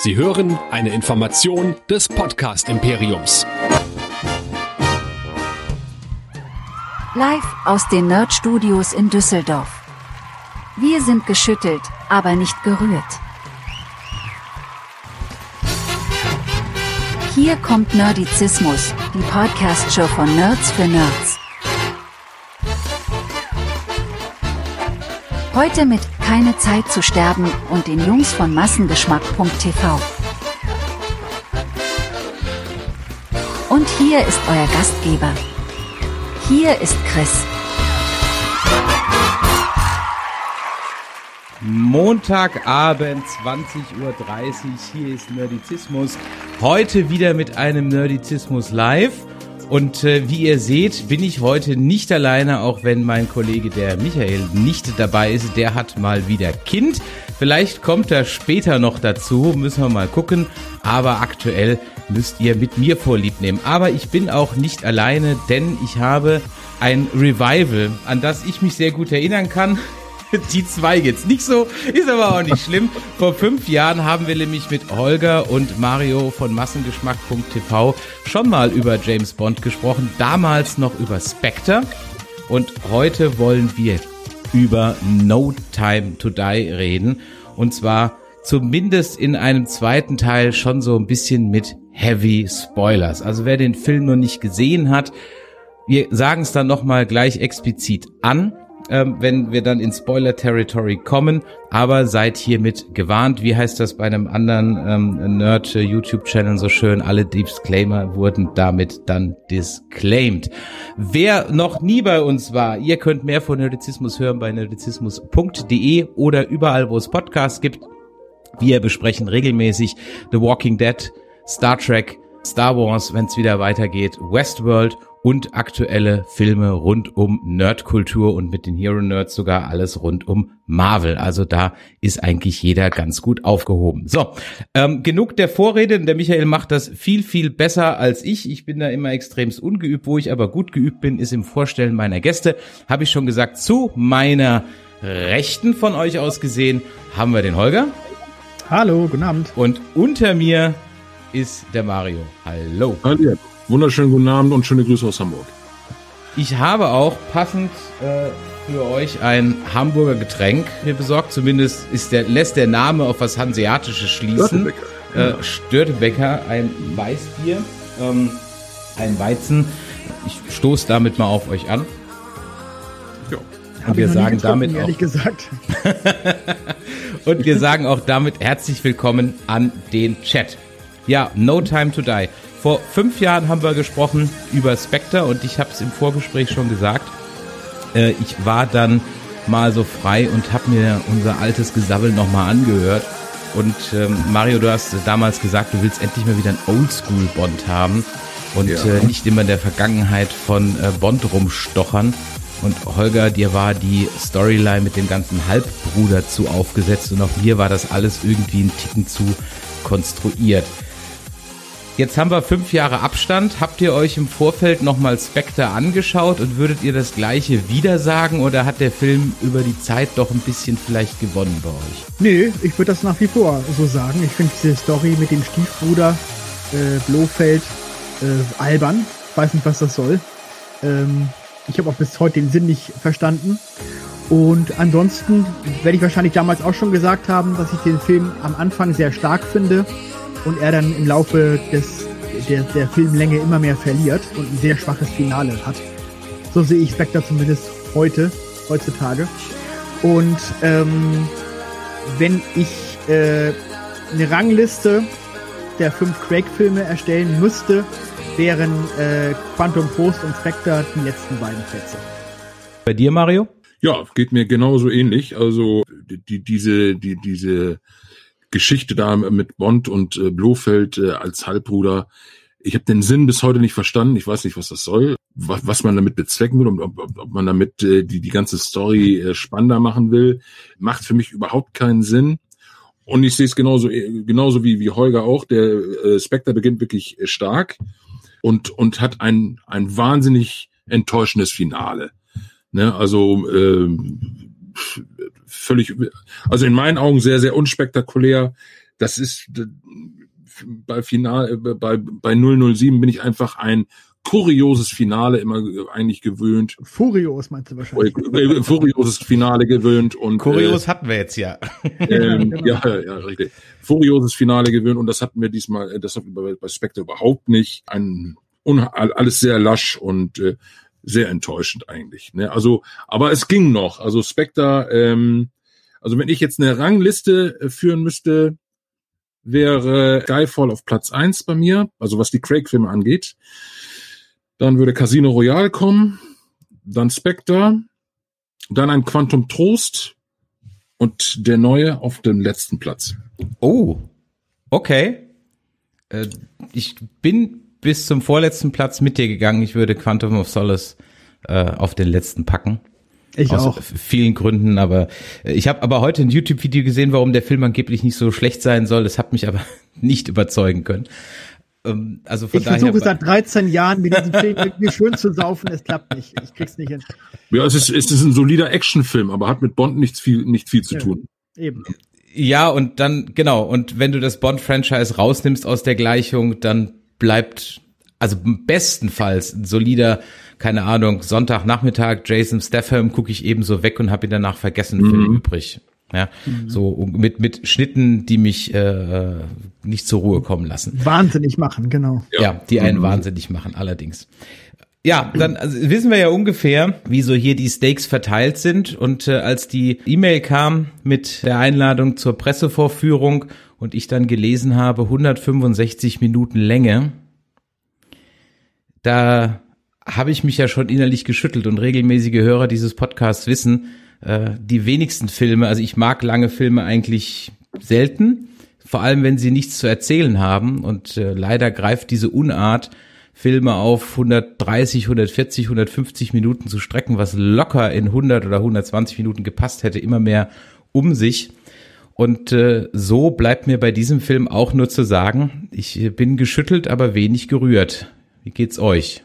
Sie hören eine Information des Podcast-Imperiums. Live aus den Nerd-Studios in Düsseldorf. Wir sind geschüttelt, aber nicht gerührt. Hier kommt Nerdizismus, die Podcast-Show von Nerds für Nerds. Heute mit Keine Zeit zu sterben und den Jungs von Massengeschmack.tv. Und hier ist euer Gastgeber. Hier ist Chris. Montagabend, 20:30 Uhr, hier ist Nerdizismus. Heute wieder mit einem Nerdizismus live. Und wie ihr seht, bin ich heute nicht alleine, auch wenn mein Kollege, der Michael, nicht dabei ist. Der hat mal wieder Kind. Vielleicht kommt er später noch dazu, müssen wir mal gucken. Aber aktuell müsst ihr mit mir Vorlieb nehmen. Aber ich bin auch nicht alleine, denn ich habe ein Revival, an das ich mich sehr gut erinnern kann. Die zwei jetzt nicht so, ist aber auch nicht schlimm. Vor 5 Jahren haben wir nämlich mit Holger und Mario von Massengeschmack.tv schon mal über James Bond gesprochen, damals noch über Spectre. Und heute wollen wir über No Time to Die reden. Und zwar zumindest in einem zweiten Teil schon so ein bisschen mit Heavy Spoilers. Also wer den Film noch nicht gesehen hat, wir sagen es dann nochmal gleich explizit an, wenn wir dann in Spoiler-Territory kommen, aber seid hiermit gewarnt. Wie heißt das bei einem anderen Nerd-YouTube-Channel so schön? Alle Disclaimer wurden damit dann disclaimed. Wer noch nie bei uns war, ihr könnt mehr von Nerdizismus hören bei nerdizismus.de oder überall, wo es Podcasts gibt. Wir besprechen regelmäßig The Walking Dead, Star Trek, Star Wars, wenn es wieder weitergeht, Westworld und aktuelle Filme rund um Nerdkultur und mit den Hero Nerds sogar alles rund um Marvel. Also da ist eigentlich jeder ganz gut aufgehoben. So, genug der Vorrede. Der Michael macht das viel, viel besser als ich. Ich bin da immer extremst ungeübt. Wo ich aber gut geübt bin, ist im Vorstellen meiner Gäste. Habe ich schon gesagt, zu meiner Rechten von euch aus gesehen haben wir den Holger. Hallo, guten Abend. Und unter mir ist der Mario. Hallo. Hallo. Wunderschönen guten Abend und schöne Grüße aus Hamburg. Ich habe auch passend für euch ein Hamburger Getränk mir besorgt. Zumindest lässt der Name auf was Hanseatisches schließen. Störtebecker, ein Weißbier, ein Weizen. Ich stoße damit mal auf euch an. Ja. Und wir sagen damit auch, ehrlich gesagt. und wir sagen auch damit herzlich willkommen an den Chat. Ja, No Time to Die. Vor 5 Jahren haben wir gesprochen über Spectre und ich habe es im Vorgespräch schon gesagt. Ich war dann mal so frei und habe mir unser altes Gesabbel nochmal angehört. Und Mario, du hast damals gesagt, du willst endlich mal wieder einen Oldschool-Bond haben und nicht immer in der Vergangenheit von Bond rumstochern. Und Holger, dir war die Storyline mit dem ganzen Halbbruder zu aufgesetzt und auch mir war das alles irgendwie ein Ticken zu konstruiert. Jetzt haben wir 5 Jahre Abstand. Habt ihr euch im Vorfeld nochmal Spectre angeschaut und würdet ihr das Gleiche wieder sagen oder hat der Film über die Zeit doch ein bisschen vielleicht gewonnen bei euch? Nee, ich würde das nach wie vor so sagen. Ich finde diese Story mit dem Stiefbruder Blofeld albern. Ich weiß nicht, was das soll. Ich habe auch bis heute den Sinn nicht verstanden. Und ansonsten werde ich wahrscheinlich damals auch schon gesagt haben, dass ich den Film am Anfang sehr stark finde. Und er dann im Laufe der Filmlänge immer mehr verliert und ein sehr schwaches Finale hat. So sehe ich Spectre zumindest heutzutage. Und wenn ich eine Rangliste der 5 Craig-Filme erstellen müsste, wären Quantum Trost und Spectre die letzten beiden Plätze. Bei dir, Mario? Ja, geht mir genauso ähnlich. Also diese Geschichte da mit Bond und Blofeld als Halbbruder. Ich habe den Sinn bis heute nicht verstanden. Ich weiß nicht, was das soll, was man damit bezwecken will und ob man damit die ganze Story spannender machen will. Macht für mich überhaupt keinen Sinn. Und ich sehe es genauso wie Holger auch. Der Spectre beginnt wirklich stark und hat ein wahnsinnig enttäuschendes Finale. Ne? Also völlig, also in meinen Augen sehr, sehr unspektakulär. Das ist bei 007 bin ich einfach ein kurioses Finale immer eigentlich gewöhnt. Furios meinst du wahrscheinlich. Furioses Finale gewöhnt und Kurios hatten wir jetzt ja. Genau. Ja, richtig. Furioses Finale gewöhnt und das hatten wir diesmal, das hatten wir bei Spectre überhaupt nicht. Alles sehr lasch und sehr enttäuschend eigentlich. Ne? Also, aber es ging noch. Also Spectre, also wenn ich jetzt eine Rangliste führen müsste, wäre Skyfall auf Platz 1 bei mir, also was die Craig-Filme angeht. Dann würde Casino Royale kommen, dann Spectre, dann ein Quantum Trost und der neue auf dem letzten Platz. Oh, okay. Ich bin bis zum vorletzten Platz mit dir gegangen. Ich würde Quantum of Solace auf den letzten packen. Ich aus auch. Vielen Gründen, aber ich habe aber heute ein YouTube-Video gesehen, warum der Film angeblich nicht so schlecht sein soll. Das hat mich aber nicht überzeugen können. Also von ich versuche seit 13 Jahren, mit diesem Film irgendwie schön zu saufen. Es klappt nicht. Ich krieg's nicht hin. Ja, es ist ein solider Actionfilm, aber hat mit Bond nicht viel zu tun. Eben. Ja, und dann, genau, und wenn du das Bond-Franchise rausnimmst aus der Gleichung, dann bleibt, also bestenfalls ein solider, keine Ahnung, Sonntagnachmittag, Jason Statham gucke ich eben so weg und habe ihn danach vergessen, Film übrig. Ja, so mit Schnitten, die mich nicht zur Ruhe kommen lassen. Wahnsinnig machen, genau. Ja, die einen wahnsinnig machen, allerdings. Ja, dann wissen wir ja ungefähr, wie so hier die Stakes verteilt sind. Und als die E-Mail kam mit der Einladung zur Pressevorführung und ich dann gelesen habe, 165 Minuten Länge, da habe ich mich ja schon innerlich geschüttelt. Und regelmäßige Hörer dieses Podcasts wissen, die wenigsten Filme, also ich mag lange Filme eigentlich selten, vor allem wenn sie nichts zu erzählen haben. Und leider greift diese Unart, Filme auf 130, 140, 150 Minuten zu strecken, was locker in 100 oder 120 Minuten gepasst hätte, immer mehr um sich. Und so bleibt mir bei diesem Film auch nur zu sagen, ich bin geschüttelt, aber wenig gerührt. Wie geht's euch?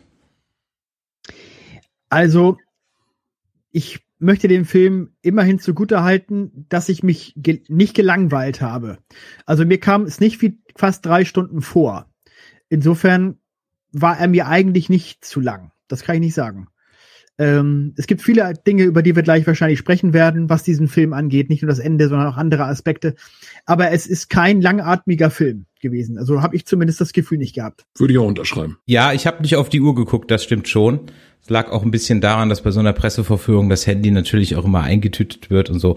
Also, ich möchte dem Film immerhin zugutehalten, dass ich mich nicht gelangweilt habe. Also mir kam es nicht wie fast 3 Stunden vor. Insofern war er mir eigentlich nicht zu lang. Das kann ich nicht sagen. Es gibt viele Dinge, über die wir gleich wahrscheinlich sprechen werden, was diesen Film angeht. Nicht nur das Ende, sondern auch andere Aspekte. Aber es ist kein langatmiger Film gewesen. Also habe ich zumindest das Gefühl nicht gehabt. Würde ich auch unterschreiben. Ja, ich habe nicht auf die Uhr geguckt, das stimmt schon. Es lag auch ein bisschen daran, dass bei so einer Pressevorführung das Handy natürlich auch immer eingetütet wird und so.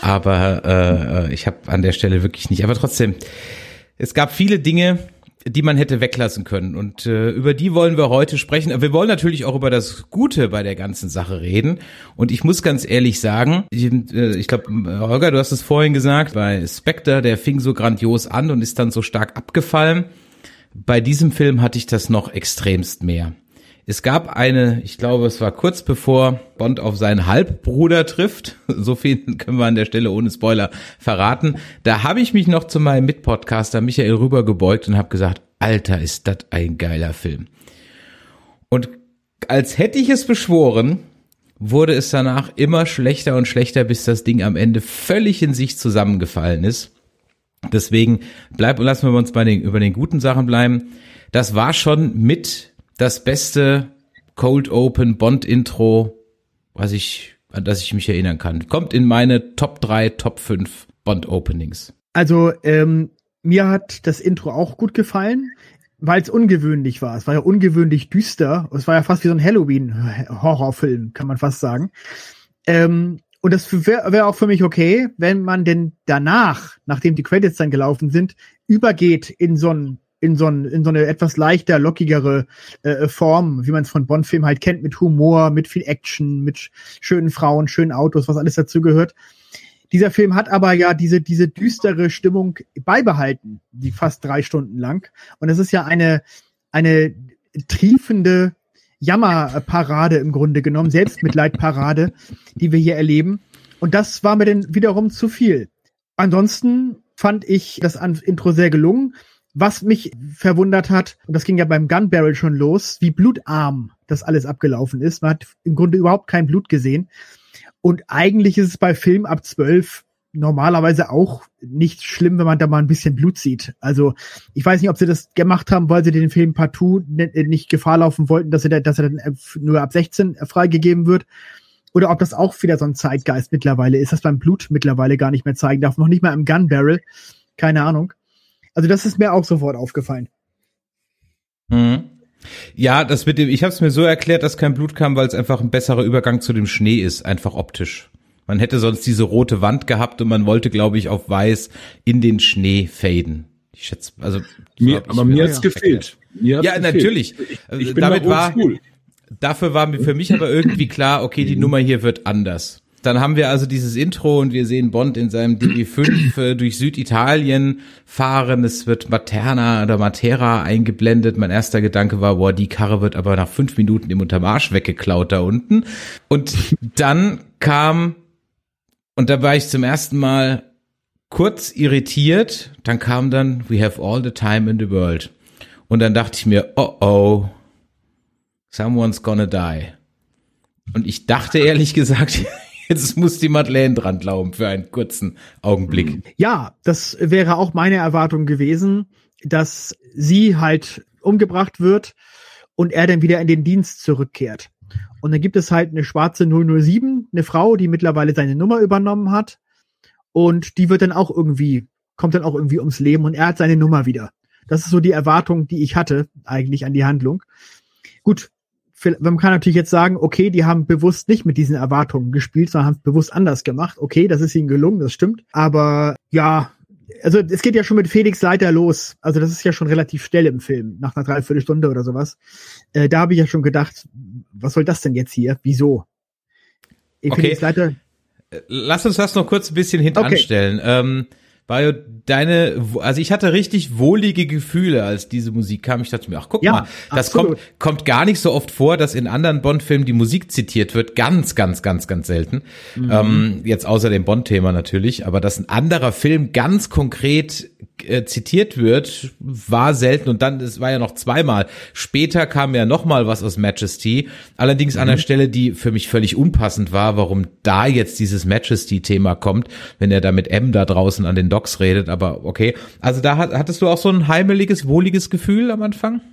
Aber ich habe an der Stelle wirklich nicht. Aber trotzdem, es gab viele Dinge, die man hätte weglassen können. Und über die wollen wir heute sprechen. Aber wir wollen natürlich auch über das Gute bei der ganzen Sache reden. Und ich muss ganz ehrlich sagen, ich glaube, Holger, du hast es vorhin gesagt, bei Spectre, der fing so grandios an und ist dann so stark abgefallen. Bei diesem Film hatte ich das noch extremst mehr. Es gab ich glaube, es war kurz bevor Bond auf seinen Halbbruder trifft. So viel können wir an der Stelle ohne Spoiler verraten. Da habe ich mich noch zu meinem Mitpodcaster Michael rübergebeugt und habe gesagt, Alter, ist das ein geiler Film. Und als hätte ich es beschworen, wurde es danach immer schlechter und schlechter, bis das Ding am Ende völlig in sich zusammengefallen ist. Deswegen lassen wir uns über den guten Sachen bleiben. Das war schon mit das beste Cold Open Bond Intro, an das ich mich erinnern kann. Kommt in meine Top 3, Top 5 Bond Openings. Also mir hat das Intro auch gut gefallen, weil es ungewöhnlich war. Es war ja ungewöhnlich düster. Es war ja fast wie so ein Halloween-Horrorfilm, kann man fast sagen. Und das wäre auch für mich okay, wenn man denn danach, nachdem die Credits dann gelaufen sind, übergeht in so eine etwas leichter, lockigere Form, wie man es von Bond-Filmen halt kennt, mit Humor, mit viel Action, mit schönen Frauen, schönen Autos, was alles dazu gehört. Dieser Film hat aber ja diese düstere Stimmung beibehalten, die fast 3 Stunden lang. Und es ist ja eine triefende Jammerparade im Grunde genommen, Selbstmitleidparade, die wir hier erleben. Und das war mir dann wiederum zu viel. Ansonsten fand ich das Intro sehr gelungen. Was mich verwundert hat, und das ging ja beim Gun Barrel schon los, wie blutarm das alles abgelaufen ist. Man hat im Grunde überhaupt kein Blut gesehen. Und eigentlich ist es bei Filmen ab 12 normalerweise auch nicht schlimm, wenn man da mal ein bisschen Blut sieht. Also ich weiß nicht, ob sie das gemacht haben, weil sie den Film partout nicht Gefahr laufen wollten, dass er dann nur ab 16 freigegeben wird. Oder ob das auch wieder so ein Zeitgeist mittlerweile ist, dass man Blut mittlerweile gar nicht mehr zeigen darf. Noch nicht mal im Gun Barrel. Keine Ahnung. Also das ist mir auch sofort aufgefallen. Mhm. Ja, ich habe es mir so erklärt, dass kein Blut kam, weil es einfach ein besserer Übergang zu dem Schnee ist, einfach optisch. Man hätte sonst diese rote Wand gehabt und man wollte, glaube ich, auf weiß in den Schnee faden. Ich schätze, also mir hat's gefehlt. Natürlich. Ich bin damit dafür war für mich aber irgendwie klar, okay, die Nummer hier wird anders. Dann haben wir also dieses Intro und wir sehen Bond in seinem DB5 durch Süditalien fahren. Es wird Matera eingeblendet. Mein erster Gedanke war, boah, die Karre wird aber nach 5 Minuten im Untermarsch weggeklaut da unten. Und dann und da war ich zum ersten Mal kurz irritiert. Dann kam dann, we have all the time in the world. Und dann dachte ich mir, oh, someone's gonna die. Und ich dachte ehrlich gesagt, jetzt muss die Madeleine dran glauben für einen kurzen Augenblick. Ja, das wäre auch meine Erwartung gewesen, dass sie halt umgebracht wird und er dann wieder in den Dienst zurückkehrt. Und dann gibt es halt eine schwarze 007, eine Frau, die mittlerweile seine Nummer übernommen hat. Und die kommt dann auch irgendwie ums Leben und er hat seine Nummer wieder. Das ist so die Erwartung, die ich hatte eigentlich an die Handlung. Gut, man kann natürlich jetzt sagen, okay, die haben bewusst nicht mit diesen Erwartungen gespielt, sondern haben es bewusst anders gemacht. Okay, das ist ihnen gelungen, das stimmt. Aber ja, also es geht ja schon mit Felix Leiter los. Also das ist ja schon relativ schnell im Film, nach einer Dreiviertelstunde oder sowas. Da habe ich ja schon gedacht, was soll das denn jetzt hier? Wieso? Okay. Felix Leiter. Lass uns das noch kurz ein bisschen hintanstellen. Mario, also ich hatte richtig wohlige Gefühle, als diese Musik kam. Ich dachte mir, ach guck mal, das kommt gar nicht so oft vor, dass in anderen Bond-Filmen die Musik zitiert wird. Ganz, ganz, ganz, ganz selten. Jetzt außer dem Bond-Thema natürlich. Aber dass ein anderer Film ganz konkret zitiert wird, war selten. Und dann, es war ja noch zweimal. Später kam ja noch mal was aus Majesty. Allerdings an einer Stelle, die für mich völlig unpassend war, warum da jetzt dieses Majesty-Thema kommt, wenn er da mit M da draußen an den Docks redet. Aber okay. Also da hattest du auch so ein heimeliges, wohliges Gefühl am Anfang?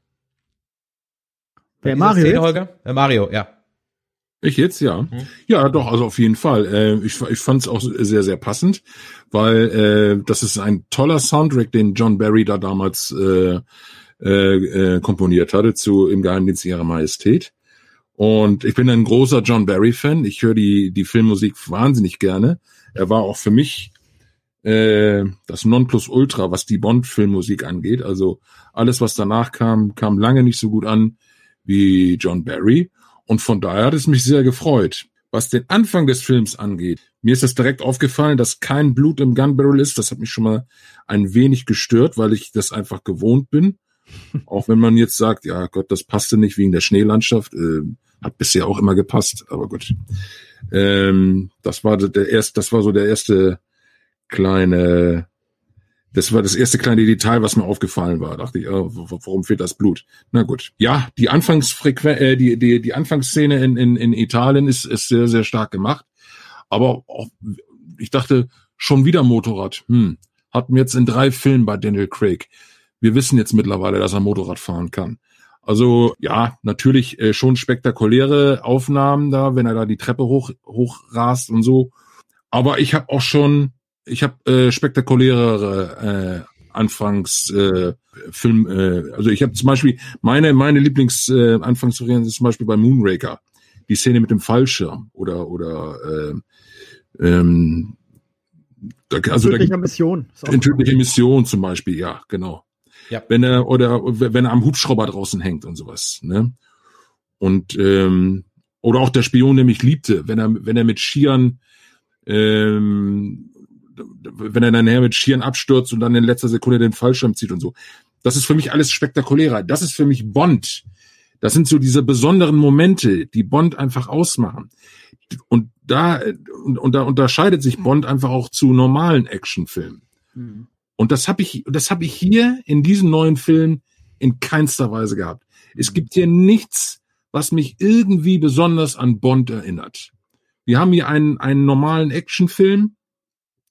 Wer Mario? Szene, Holger? Mario, ja. Ich jetzt, ja. Ja, doch, also auf jeden Fall. Ich fand es auch sehr, sehr passend, weil das ist ein toller Soundtrack, den John Barry da damals komponiert hatte zu Im Geheimdienst Ihrer Majestät. Und ich bin ein großer John Barry-Fan. Ich höre die Filmmusik wahnsinnig gerne. Er war auch für mich das Nonplusultra, was die Bond-Filmmusik angeht. Also alles, was danach kam lange nicht so gut an wie John Barry. Und von daher hat es mich sehr gefreut. Was den Anfang des Films angeht, mir ist das direkt aufgefallen, dass kein Blut im Gun Barrel ist. Das hat mich schon mal ein wenig gestört, weil ich das einfach gewohnt bin. Auch wenn man jetzt sagt, ja Gott, das passte nicht wegen der Schneelandschaft. Hat bisher auch immer gepasst, aber gut. Das war das erste kleine Detail, was mir aufgefallen war. Dachte ich, warum fehlt das Blut? Na gut. Ja, die Anfangsszene in Italien ist sehr, sehr stark gemacht. Aber auch, ich dachte, schon wieder Motorrad. Hatten wir jetzt in 3 Filmen bei Daniel Craig. Wir wissen jetzt mittlerweile, dass er Motorrad fahren kann. Also, ja, natürlich schon spektakuläre Aufnahmen da, wenn er da die Treppe hochrast und so. Aber ich habe spektakulärere Anfangsfilm, also ich habe zum Beispiel meine Lieblings-Anfangsvariante ist zum Beispiel bei Moonraker, die Szene mit dem Fallschirm in tödlicher Mission zum Beispiel, ja, genau. Ja. Wenn er am Hubschrauber draußen hängt und sowas, ne? Und oder auch der Spion, der mich liebte, wenn er mit Skiern wenn er nachher mit Skiern abstürzt und dann in letzter Sekunde den Fallschirm zieht und so. Das ist für mich alles spektakulärer. Das ist für mich Bond. Das sind so diese besonderen Momente, die Bond einfach ausmachen. Und da unterscheidet sich Bond einfach auch zu normalen Actionfilmen. Mhm. Und das habe ich hier in diesem neuen Film in keinster Weise gehabt. Es gibt hier nichts, was mich irgendwie besonders an Bond erinnert. Wir haben hier einen normalen Actionfilm,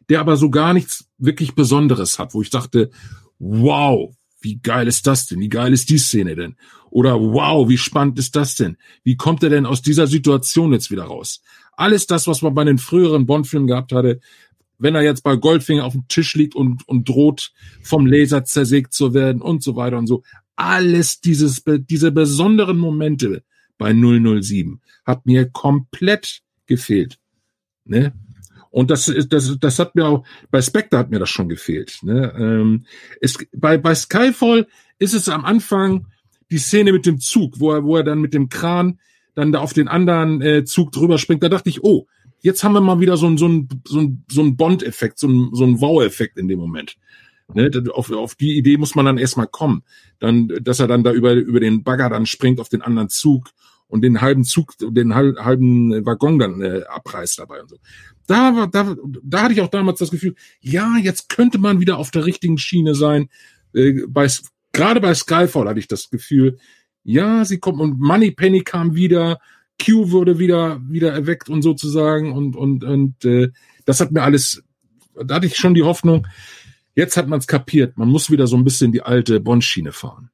der aber so gar nichts wirklich Besonderes hat, wo ich dachte, wow, wie geil ist das denn? Wie geil ist die Szene denn? Oder wow, wie spannend ist das denn? Wie kommt er denn aus dieser Situation jetzt wieder raus? Alles das, was man bei den früheren Bond-Filmen gehabt hatte, wenn er jetzt bei Goldfinger auf dem Tisch liegt und droht, vom Laser zersägt zu werden und so weiter und so. Alles diese besonderen Momente bei 007 hat mir komplett gefehlt, ne? Und das hat mir auch, bei Spectre hat mir das schon gefehlt, ne? Bei Skyfall ist es am Anfang die Szene mit dem Zug, wo er dann mit dem Kran dann da auf den anderen Zug drüber springt. Da dachte ich, oh, jetzt haben wir mal wieder so einen Bond-Effekt, so einen Wow-Effekt in dem Moment. Ne? Auf die Idee muss man dann erstmal kommen. Dann, dass er dann da über den Bagger dann springt auf den anderen Zug und den halben Zug, den halben Waggon dann abreißt dabei und so. Da hatte ich auch damals das Gefühl, ja, jetzt könnte man wieder auf der richtigen Schiene sein. Gerade bei Skyfall hatte ich das Gefühl, ja, sie kommt und Moneypenny kam wieder, Q wurde wieder erweckt und sozusagen und das hat mir alles, da hatte ich schon die Hoffnung, jetzt hat man es kapiert, man muss wieder so ein bisschen die alte Bond-Schiene fahren.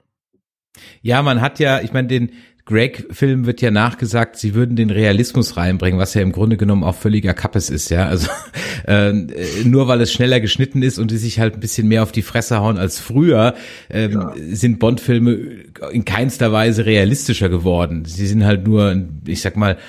Ja, man hat ja, ich meine, den Craig-Film wird ja nachgesagt, sie würden den Realismus reinbringen, was ja im Grunde genommen auch völliger Kappes ist, ja. Also nur weil es schneller geschnitten ist und die sich halt ein bisschen mehr auf die Fresse hauen als früher, sind Bond-Filme in keinster Weise realistischer geworden. Sie sind halt nur, ich sag mal,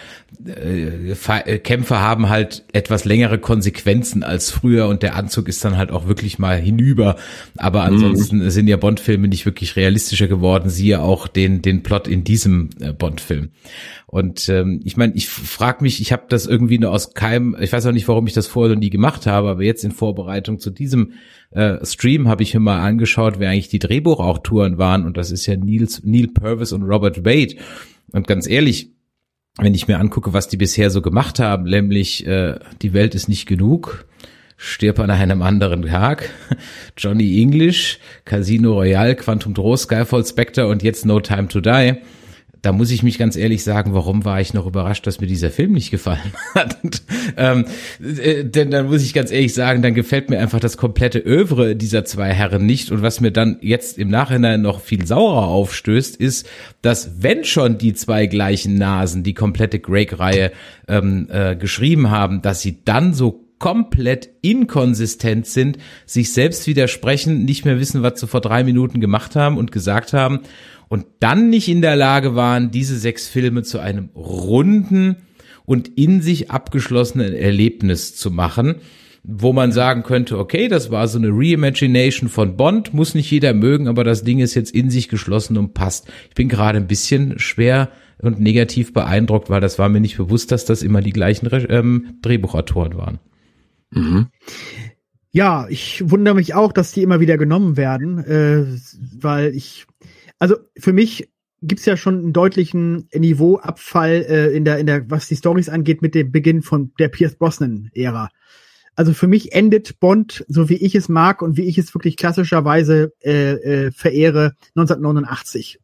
Kämpfe haben halt etwas längere Konsequenzen als früher und der Anzug ist dann halt auch wirklich mal hinüber. Aber ansonsten sind ja Bond-Filme nicht wirklich realistischer geworden. Siehe auch den Plot in diesem Bond-Film. Und ich meine, ich frage mich, ich habe das irgendwie nur aus keinem, ich weiß auch nicht, warum ich das vorher noch nie gemacht habe, aber jetzt in Vorbereitung zu diesem Stream habe ich mir mal angeschaut, wer eigentlich die Drehbuchautoren waren und das ist ja Neil Purvis und Robert Wade. Und ganz ehrlich, wenn ich mir angucke, was die bisher so gemacht haben, nämlich Die Welt ist nicht genug, Stirb an einem anderen Tag, Johnny English, Casino Royale, Quantum Trost, Skyfall, Spectre und jetzt No Time to Die, da muss ich mich ganz ehrlich sagen, warum war ich noch überrascht, dass mir dieser Film nicht gefallen hat? Denn dann muss ich ganz ehrlich sagen, dann gefällt mir einfach das komplette Œuvre dieser zwei Herren nicht. Und was mir dann jetzt im Nachhinein noch viel saurer aufstößt, ist, dass wenn schon die zwei gleichen Nasen die komplette Craig-Reihe geschrieben haben, dass sie dann so komplett inkonsistent sind, sich selbst widersprechen, nicht mehr wissen, was sie vor 3 Minuten gemacht haben und gesagt haben und dann nicht in der Lage waren, diese 6 Filme zu einem runden und in sich abgeschlossenen Erlebnis zu machen, wo man sagen könnte, okay, das war so eine Reimagination von Bond, muss nicht jeder mögen, aber das Ding ist jetzt in sich geschlossen und passt. Ich bin gerade ein bisschen schwer und negativ beeindruckt, weil das war mir nicht bewusst, dass das immer die gleichen Drehbuchautoren waren. Mhm. Ja, ich wundere mich auch, dass die immer wieder genommen werden, weil also für mich gibt's ja schon einen deutlichen Niveauabfall in der, was die Storys angeht, mit dem Beginn von der Pierce Brosnan-Ära. Also für mich endet Bond, so wie ich es mag und wie ich es wirklich klassischerweise verehre, 1989.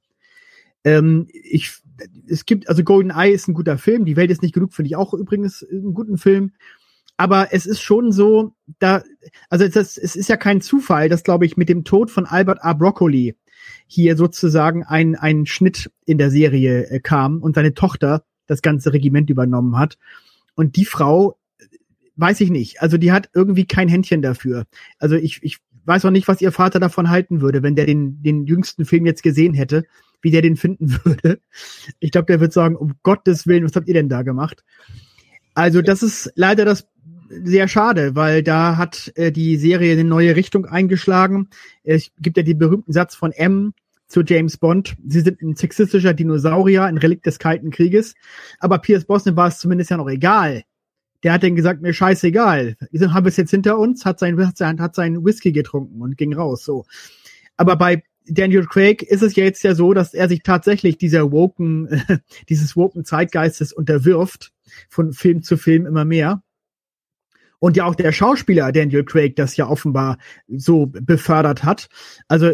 Es gibt, also GoldenEye ist ein guter Film, Die Welt ist nicht genug, finde ich auch übrigens einen guten Film. Aber es ist schon so, es ist ja kein Zufall, dass, glaube ich, mit dem Tod von Albert A. Broccoli hier sozusagen ein Schnitt in der Serie kam und seine Tochter das ganze Regiment übernommen hat. Und die Frau, weiß ich nicht, also die hat irgendwie kein Händchen dafür. Also ich weiß auch nicht, was ihr Vater davon halten würde, wenn der den jüngsten Film jetzt gesehen hätte, wie der den finden würde. Ich glaube, der wird sagen, um Gottes Willen, was habt ihr denn da gemacht? Also das ist leider das sehr schade, weil da hat die Serie eine neue Richtung eingeschlagen. Es gibt ja den berühmten Satz von M zu James Bond. Sie sind ein sexistischer Dinosaurier, ein Relikt des Kalten Krieges. Aber Pierce Brosnan war es zumindest ja noch egal. Der hat dann gesagt, mir scheißegal. Wir haben es jetzt hinter uns, hat seinen Whisky getrunken und ging raus. So. Aber bei Daniel Craig ist es ja jetzt ja so, dass er sich tatsächlich dieses woken Zeitgeistes unterwirft, von Film zu Film immer mehr. Und ja auch der Schauspieler Daniel Craig das ja offenbar so befördert hat. Also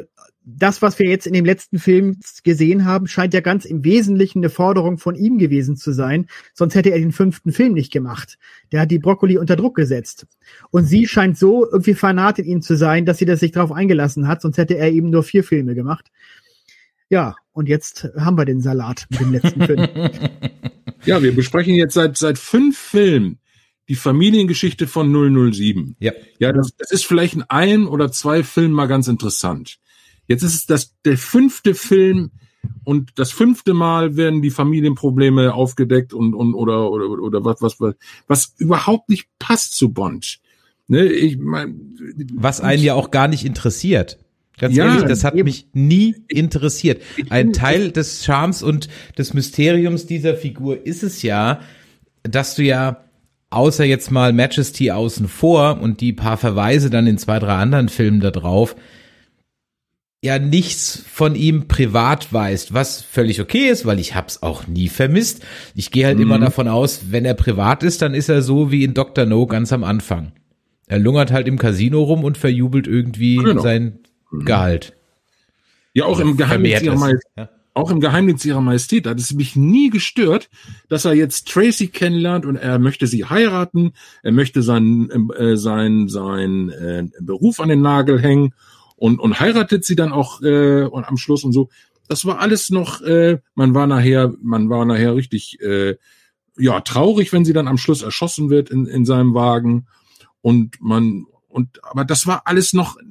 das, was wir jetzt in dem letzten Film gesehen haben, scheint ja ganz im Wesentlichen eine Forderung von ihm gewesen zu sein. Sonst hätte er den 5. Film nicht gemacht. Der hat die Broccoli unter Druck gesetzt. Und sie scheint so irgendwie fanat in ihm zu sein, dass sie das sich darauf eingelassen hat. Sonst hätte er eben nur 4 Filme gemacht. Ja, und jetzt haben wir den Salat mit dem letzten Film. Ja, wir besprechen jetzt seit 5 Filmen die Familiengeschichte von 007. Ja, das ist vielleicht in 1 oder 2 Filmen mal ganz interessant. Jetzt ist es der 5. Film und das 5. Mal werden die Familienprobleme aufgedeckt oder was überhaupt nicht passt zu Bond. Ne, ich mein, was einen ja auch gar nicht interessiert. Ganz ehrlich, das hat mich nie interessiert. Ein Teil des Charmes und des Mysteriums dieser Figur ist es ja, dass du ja, außer jetzt mal Majesty außen vor und die paar Verweise dann in 2, 3 anderen Filmen da drauf, ja nichts von ihm privat weißt, was völlig okay ist, weil ich hab's auch nie vermisst. Ich gehe halt immer davon aus, wenn er privat ist, dann ist er so wie in Dr. No ganz am Anfang. Er lungert halt im Casino rum und verjubelt irgendwie sein Gehalt. Ja, auch im Geheimnis ihrer Majestät hat es mich nie gestört, dass er jetzt Tracy kennenlernt und er möchte sie heiraten, er möchte seinen Beruf an den Nagel hängen und heiratet sie dann auch und am Schluss und so. Das war alles noch, man war nachher richtig traurig, wenn sie dann am Schluss erschossen wird in seinem Wagen aber das war alles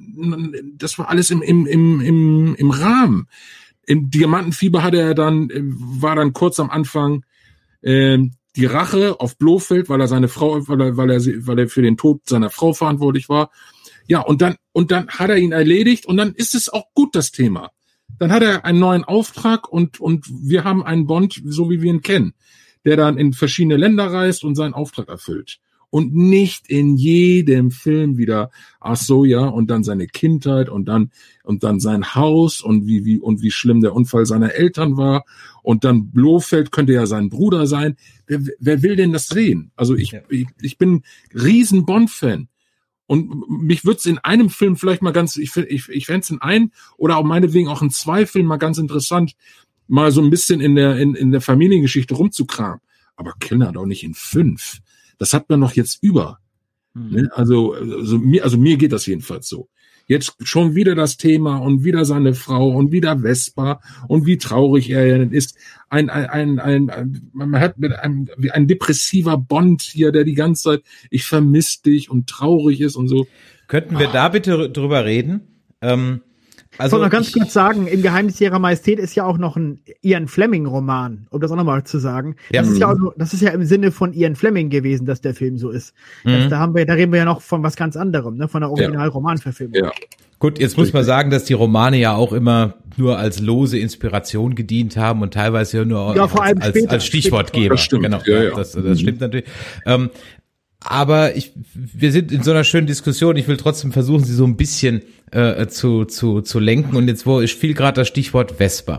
im Rahmen. Im Diamantenfieber war dann kurz am Anfang die Rache auf Blofeld, weil er für den Tod seiner Frau verantwortlich war. Ja, und dann hat er ihn erledigt und dann ist es auch gut, das Thema. Dann hat er einen neuen Auftrag und wir haben einen Bond, so wie wir ihn kennen, der dann in verschiedene Länder reist und seinen Auftrag erfüllt. Und nicht in jedem Film wieder, ach so, ja, und dann seine Kindheit und dann sein Haus und wie schlimm der Unfall seiner Eltern war. Und dann Blofeld könnte ja sein Bruder sein. Wer will denn das sehen? Also ich bin riesen Bond-Fan. Und mich würde es in einem Film vielleicht mal ich fände es in 1 oder auch meinetwegen auch in 2 Filmen mal ganz interessant, mal so ein bisschen in der Familiengeschichte rumzukramen. Aber Kinder doch nicht in 5. Das hat man noch jetzt über. Ne? Also mir geht das jedenfalls so. Jetzt schon wieder das Thema und wieder seine Frau und wieder Vespa und wie traurig er ist. Man hat mit ein depressiver Bond hier, der die ganze Zeit, ich vermisse dich und traurig ist und so. Könnten wir da bitte drüber reden? Ich wollte noch ganz kurz sagen, im Geheimnis ihrer Majestät ist ja auch noch ein Ian Fleming-Roman, um das auch nochmal zu sagen. Ja. Das ist ja im Sinne von Ian Fleming gewesen, dass der Film so ist. Da reden wir ja noch von was ganz anderem, ne? Von der Original-Romanverfilmung. Ja. Gut, jetzt muss man sagen, dass die Romane ja auch immer nur als lose Inspiration gedient haben und teilweise ja nur als Stichwortgeber. Das stimmt. Genau, das stimmt natürlich. Aber wir sind in so einer schönen Diskussion. Ich will trotzdem versuchen, sie so ein bisschen zu lenken. Und jetzt fiel gerade das Stichwort Vespa.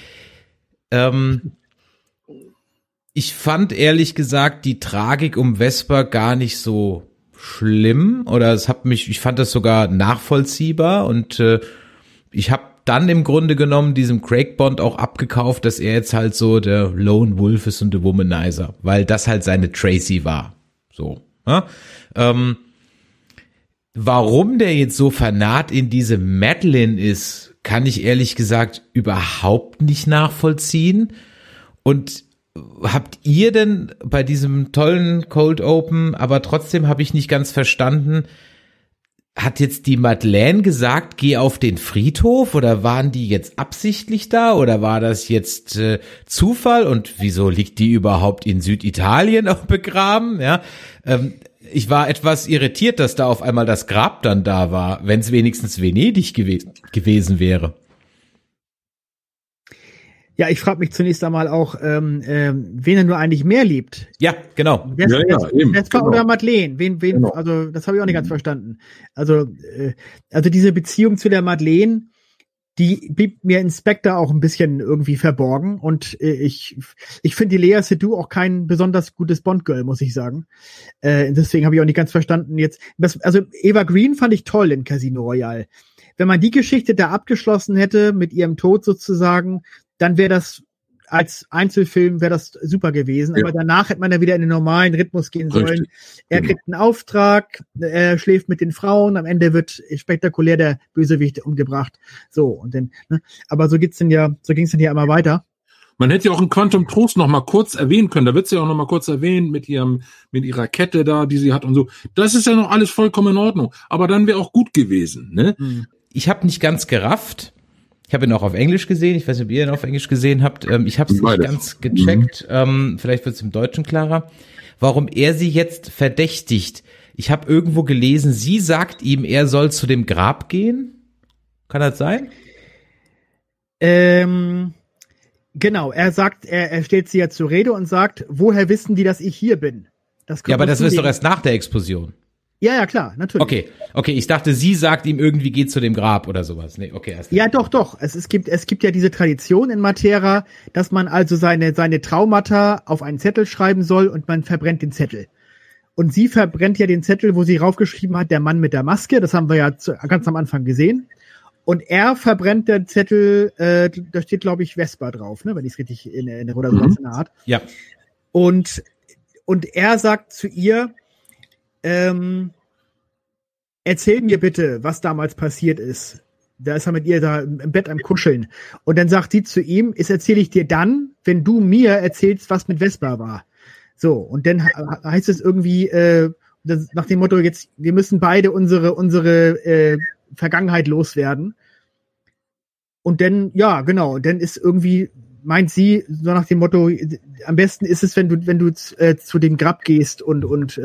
Ich fand ehrlich gesagt die Tragik um Vespa gar nicht so schlimm. Oder ich fand das sogar nachvollziehbar. Und ich habe dann im Grunde genommen diesem Craig Bond auch abgekauft, dass er jetzt halt so der Lone Wolf ist und der Womanizer. Weil das halt seine Tracy war. So. Ja? Warum der jetzt so fanat in diese Madeleine ist, kann ich ehrlich gesagt überhaupt nicht nachvollziehen. Und habt ihr denn bei diesem tollen Cold Open, aber trotzdem habe ich nicht ganz verstanden, hat jetzt die Madeleine gesagt, geh auf den Friedhof, oder waren die jetzt absichtlich da, oder war das jetzt Zufall, und wieso liegt die überhaupt in Süditalien auch begraben? Ja, ich war etwas irritiert, dass da auf einmal das Grab dann da war, wenn es wenigstens Venedig gewesen wäre. Ja, ich frage mich zunächst einmal auch, wen er nur eigentlich mehr liebt. Ja, genau. Vespa oder Madeleine? Wen, genau. Also das habe ich auch nicht ganz verstanden. Also diese Beziehung zu der Madeleine, die blieb mir in Spectre auch ein bisschen irgendwie verborgen. Und ich finde die Lea Seydoux auch kein besonders gutes Bond-Girl, muss ich sagen. Deswegen habe ich auch nicht ganz verstanden jetzt. Also Eva Green fand ich toll in Casino Royale. wenn man die Geschichte da abgeschlossen hätte, mit ihrem Tod sozusagen, dann wäre das als Einzelfilm wäre das super gewesen, aber danach hätte man ja wieder in den normalen Rhythmus gehen sollen. Richtig. Er kriegt einen Auftrag, er schläft mit den Frauen, am Ende wird spektakulär der Bösewicht umgebracht. So, und dann, ne? Aber so ging's dann ja immer weiter. Man hätte ja auch einen Quantum Trost noch mal kurz erwähnen können. Da wird sie ja auch noch mal kurz erwähnt mit ihrer Kette da, die sie hat und so. Das ist ja noch alles vollkommen in Ordnung. Aber dann wäre auch gut gewesen, ne? Ich habe nicht ganz gerafft. Ich habe ihn auch auf Englisch gesehen. Ich weiß nicht, ob ihr ihn auf Englisch gesehen habt. Ich habe es nicht ganz gecheckt. Vielleicht wird es im Deutschen klarer. Warum er sie jetzt verdächtigt. Ich habe irgendwo gelesen, sie sagt ihm, er soll zu dem Grab gehen. Kann das sein? Genau. Er sagt, er stellt sie ja zur Rede und sagt, woher wissen die, dass ich hier bin? Ja, aber das ist doch erst nach der Explosion. Ja, klar, natürlich. Okay, ich dachte, sie sagt ihm irgendwie, geht zu dem Grab oder sowas. Nee, okay, erst. Ja, doch. Es gibt ja diese Tradition in Matera, dass man also seine Traumata auf einen Zettel schreiben soll und man verbrennt den Zettel. Und sie verbrennt ja den Zettel, wo sie raufgeschrieben hat, der Mann mit der Maske, das haben wir ja ganz am Anfang gesehen. Und er verbrennt den Zettel, da steht, glaube ich, Vespa drauf, ne, wenn ich es richtig erinnere, oder sowas in der Art. Ja. Und er sagt zu ihr, erzähl mir bitte, was damals passiert ist. Da ist er mit ihr da im Bett am Kuscheln. Und dann sagt sie zu ihm, das erzähle ich dir dann, wenn du mir erzählst, was mit Vespa war. So, und dann heißt es irgendwie, nach dem Motto, jetzt, wir müssen beide unsere Vergangenheit loswerden. Und dann, ja, genau, dann ist irgendwie, meint sie, so nach dem Motto, am besten ist es, wenn du zu dem Grab gehst und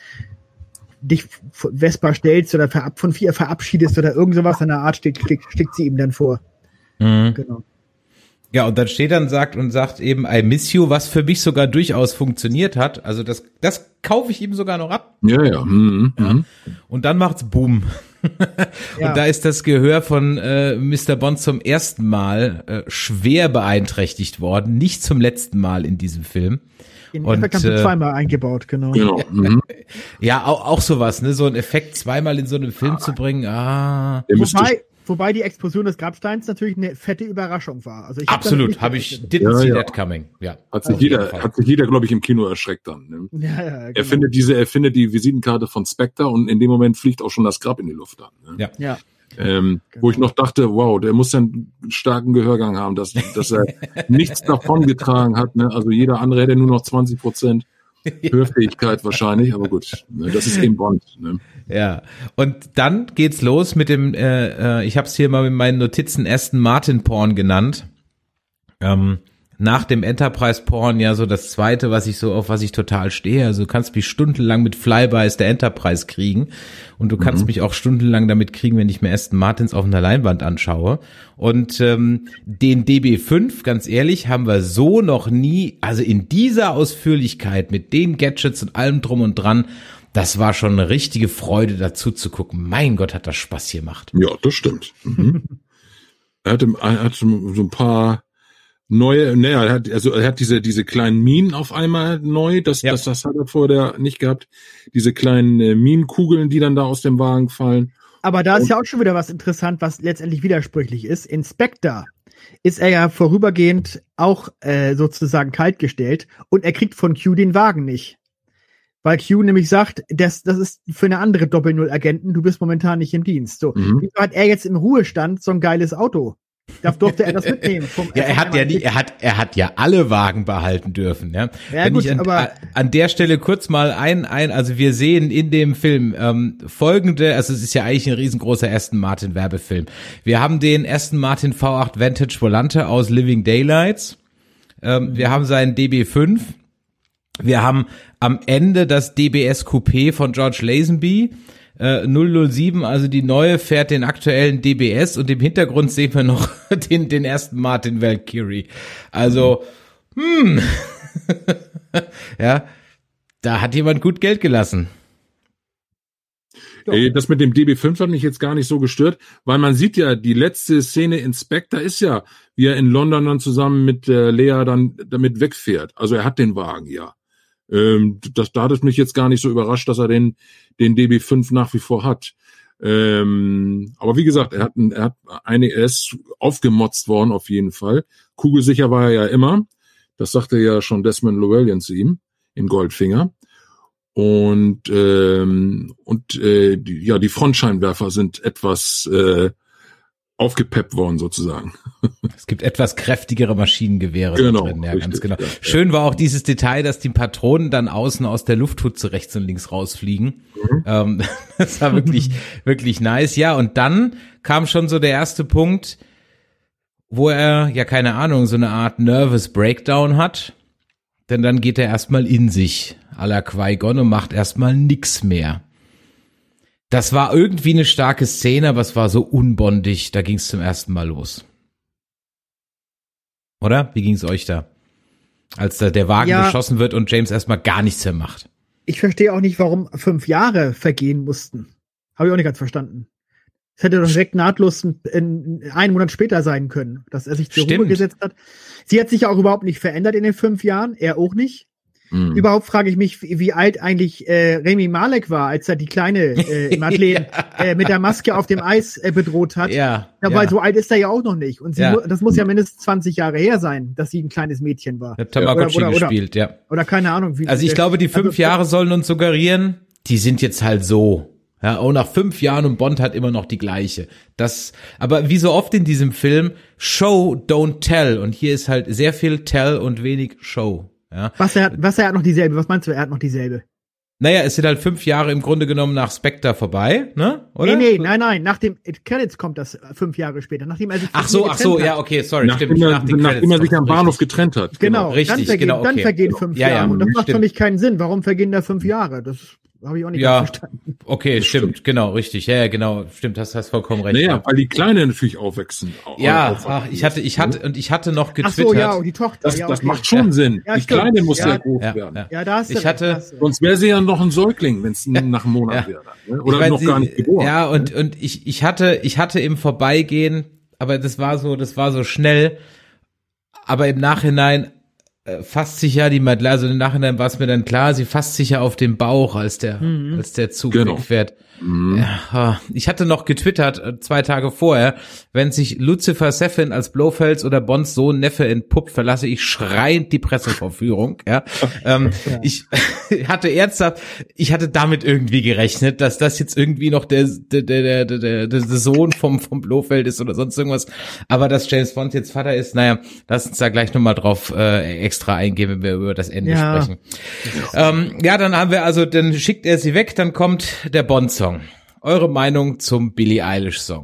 dich Vespa stellst oder von ihr verabschiedest oder irgend sowas in der Art, schlägt sie ihm dann vor. Genau. Ja, und dann steht er und sagt eben, I miss you, was für mich sogar durchaus funktioniert hat. Also das kaufe ich ihm sogar noch ab. Ja. Ja. Und dann macht's Boom. Und da ist das Gehör von Mr. Bond zum ersten Mal schwer beeinträchtigt worden. Nicht zum letzten Mal in diesem Film. Den Effekt haben sie zweimal eingebaut, genau. Ja, auch sowas, ne? So einen Effekt zweimal in so einem Film zu bringen. Wobei die Explosion des Grabsteins natürlich eine fette Überraschung war. Also absolut, didn't see that coming. Ja. Hat sich jeder, glaube ich, im Kino erschreckt dann. Ne? Ja, genau. Er findet die Visitenkarte von Spectre und in dem Moment fliegt auch schon das Grab in die Luft an. Ne? Ja. Wo ich noch dachte, wow, der muss ja einen starken Gehörgang haben, dass er nichts davon getragen hat. Ne? Also jeder andere hätte nur noch 20% Hörfähigkeit wahrscheinlich, aber gut, ne? Das ist eben Bond. Ne? Ja, und dann geht's los mit dem, ich habe es hier mal mit meinen Notizen Aston Martin Porn genannt. Nach dem Enterprise Porn ja so das zweite, auf was ich total stehe. Also du kannst mich stundenlang mit Flybys der Enterprise kriegen und du kannst mich auch stundenlang damit kriegen, wenn ich mir Aston Martins auf einer Leinwand anschaue. Und den DB5, ganz ehrlich, haben wir so noch nie, also in dieser Ausführlichkeit mit den Gadgets und allem drum und dran, das war schon eine richtige Freude dazu zu gucken. Mein Gott, hat das Spaß gemacht. Ja, das stimmt. Er hat so ein paar neue, er hat diese kleinen Minen auf einmal neu, das hat er vorher nicht gehabt. Diese kleinen Minenkugeln, die dann da aus dem Wagen fallen. Aber da ist ja auch schon wieder was interessant, was letztendlich widersprüchlich ist. In Spectre ist er ja vorübergehend auch sozusagen kaltgestellt und er kriegt von Q den Wagen nicht. Weil Q nämlich sagt, das ist für eine andere Doppel-Null-Agenten, du bist momentan nicht im Dienst. So, wieso hat er jetzt im Ruhestand so ein geiles Auto? Durfte er das mitnehmen? Er hat ja alle Wagen behalten dürfen, ja. Wenn gut, ich an der Stelle kurz mal also wir sehen in dem Film folgende, also es ist ja eigentlich ein riesengroßer Aston Martin Werbefilm. Wir haben den Aston Martin V8 Vantage Volante aus Living Daylights. Wir haben seinen DB5. Wir haben am Ende das DBS Coupé von George Lazenby. 007, also die neue, fährt den aktuellen DBS und im Hintergrund sehen wir noch den ersten Martin Valkyrie. Also, ja, da hat jemand gut Geld gelassen. Das mit dem DB5 hat mich jetzt gar nicht so gestört, weil man sieht ja, die letzte Szene in Spectre ist ja, wie er in London dann zusammen mit Lea dann damit wegfährt. Also er hat den Wagen, ja. Da hat es mich jetzt gar nicht so überrascht, dass er den DB5 nach wie vor hat. Aber wie gesagt, er ist aufgemotzt worden auf jeden Fall. Kugelsicher war er ja immer. Das sagte ja schon Desmond Llewellyn zu ihm in Goldfinger. Und die Frontscheinwerfer sind etwas aufgepeppt worden sozusagen. Es gibt etwas kräftigere Maschinengewehre genau, drin, ja, richtig, ganz genau. Ja. Schön war auch dieses Detail, dass die Patronen dann außen aus der Lufthutze rechts und links rausfliegen. Das war wirklich, wirklich nice. Ja, und dann kam schon so der erste Punkt, wo er, ja keine Ahnung, so eine Art Nervous Breakdown hat. Denn dann geht er erstmal in sich, à la Qui-Gon, und macht erstmal nix mehr. Das war irgendwie eine starke Szene, aber es war so unbondig, da ging es zum ersten Mal los. Oder? Wie ging es euch da? Als da der Wagen geschossen wird und James erstmal gar nichts mehr macht. Ich verstehe auch nicht, warum 5 Jahre vergehen mussten. Habe ich auch nicht ganz verstanden. Es hätte doch direkt nahtlos einen Monat später sein können, dass er sich zur Ruhe gesetzt hat. Sie hat sich ja auch überhaupt nicht verändert in den 5 Jahren, er auch nicht. Überhaupt frage ich mich, wie alt eigentlich Rami Malek war, als er die kleine Madeleine mit der Maske auf dem Eis bedroht hat. Weil so alt ist er ja auch noch nicht. Und das muss ja mindestens 20 Jahre her sein, dass sie ein kleines Mädchen war. Hat Tamagotchi gespielt, ja. Oder keine Ahnung. Also ich glaube, die 5 Jahre sollen uns suggerieren, die sind jetzt halt so. Ja, auch nach 5 Jahren und Bond hat immer noch die gleiche. Aber wie so oft in diesem Film, Show, don't tell. Und hier ist halt sehr viel Tell und wenig Show. Ja. Was er hat noch dieselbe? Was meinst du, er hat noch dieselbe? Naja, es sind halt 5 Jahre im Grunde genommen nach Spectre vorbei, ne? Oder? Nein. Nach dem Credits kommt das 5 Jahre später, nachdem er sich Ach so, ja, okay, sorry, stimmt. Nachdem er sich am Bahnhof getrennt hat. Genau, richtig, dann vergehen 5 Jahre. Und das macht für mich keinen Sinn. Warum vergehen da 5 Jahre? Das habe ich auch nicht ganz verstanden. Okay, stimmt, genau, richtig. Ja, genau, stimmt, hast vollkommen recht. Naja, weil die Kleinen natürlich aufwachsen. Ich hatte noch getwittert. Ach so, ja, und die Tochter. Das macht schon Sinn. Die Kleine muss ja groß werden. Ja, da hast du sonst wäre sie ja noch ein Säugling, wenn es nach einem Monat wäre. Ne? Oder noch gar nicht geboren. Ja, und ich hatte im Vorbeigehen, aber das war so schnell, aber im Nachhinein fasst sich ja die Madeleine, also im Nachhinein war es mir dann klar, sie fasst sich ja auf den Bauch, als der Zug wegfährt. Ja, ich hatte noch getwittert 2 Tage vorher, wenn sich Lucifer Safin als Blofelds oder Bonds Sohn Neffe entpuppt, verlasse ich schreiend die Pressevorführung. Ja, ich hatte damit irgendwie gerechnet, dass das jetzt irgendwie noch der Sohn vom Blofeld ist oder sonst irgendwas. Aber dass James Bond jetzt Vater ist, naja, lass uns da gleich nochmal drauf extra eingehen, wenn wir über das Ende sprechen. Dann haben wir dann schickt er sie weg, dann kommt der Bond-Song. Eure Meinung zum Billie Eilish-Song?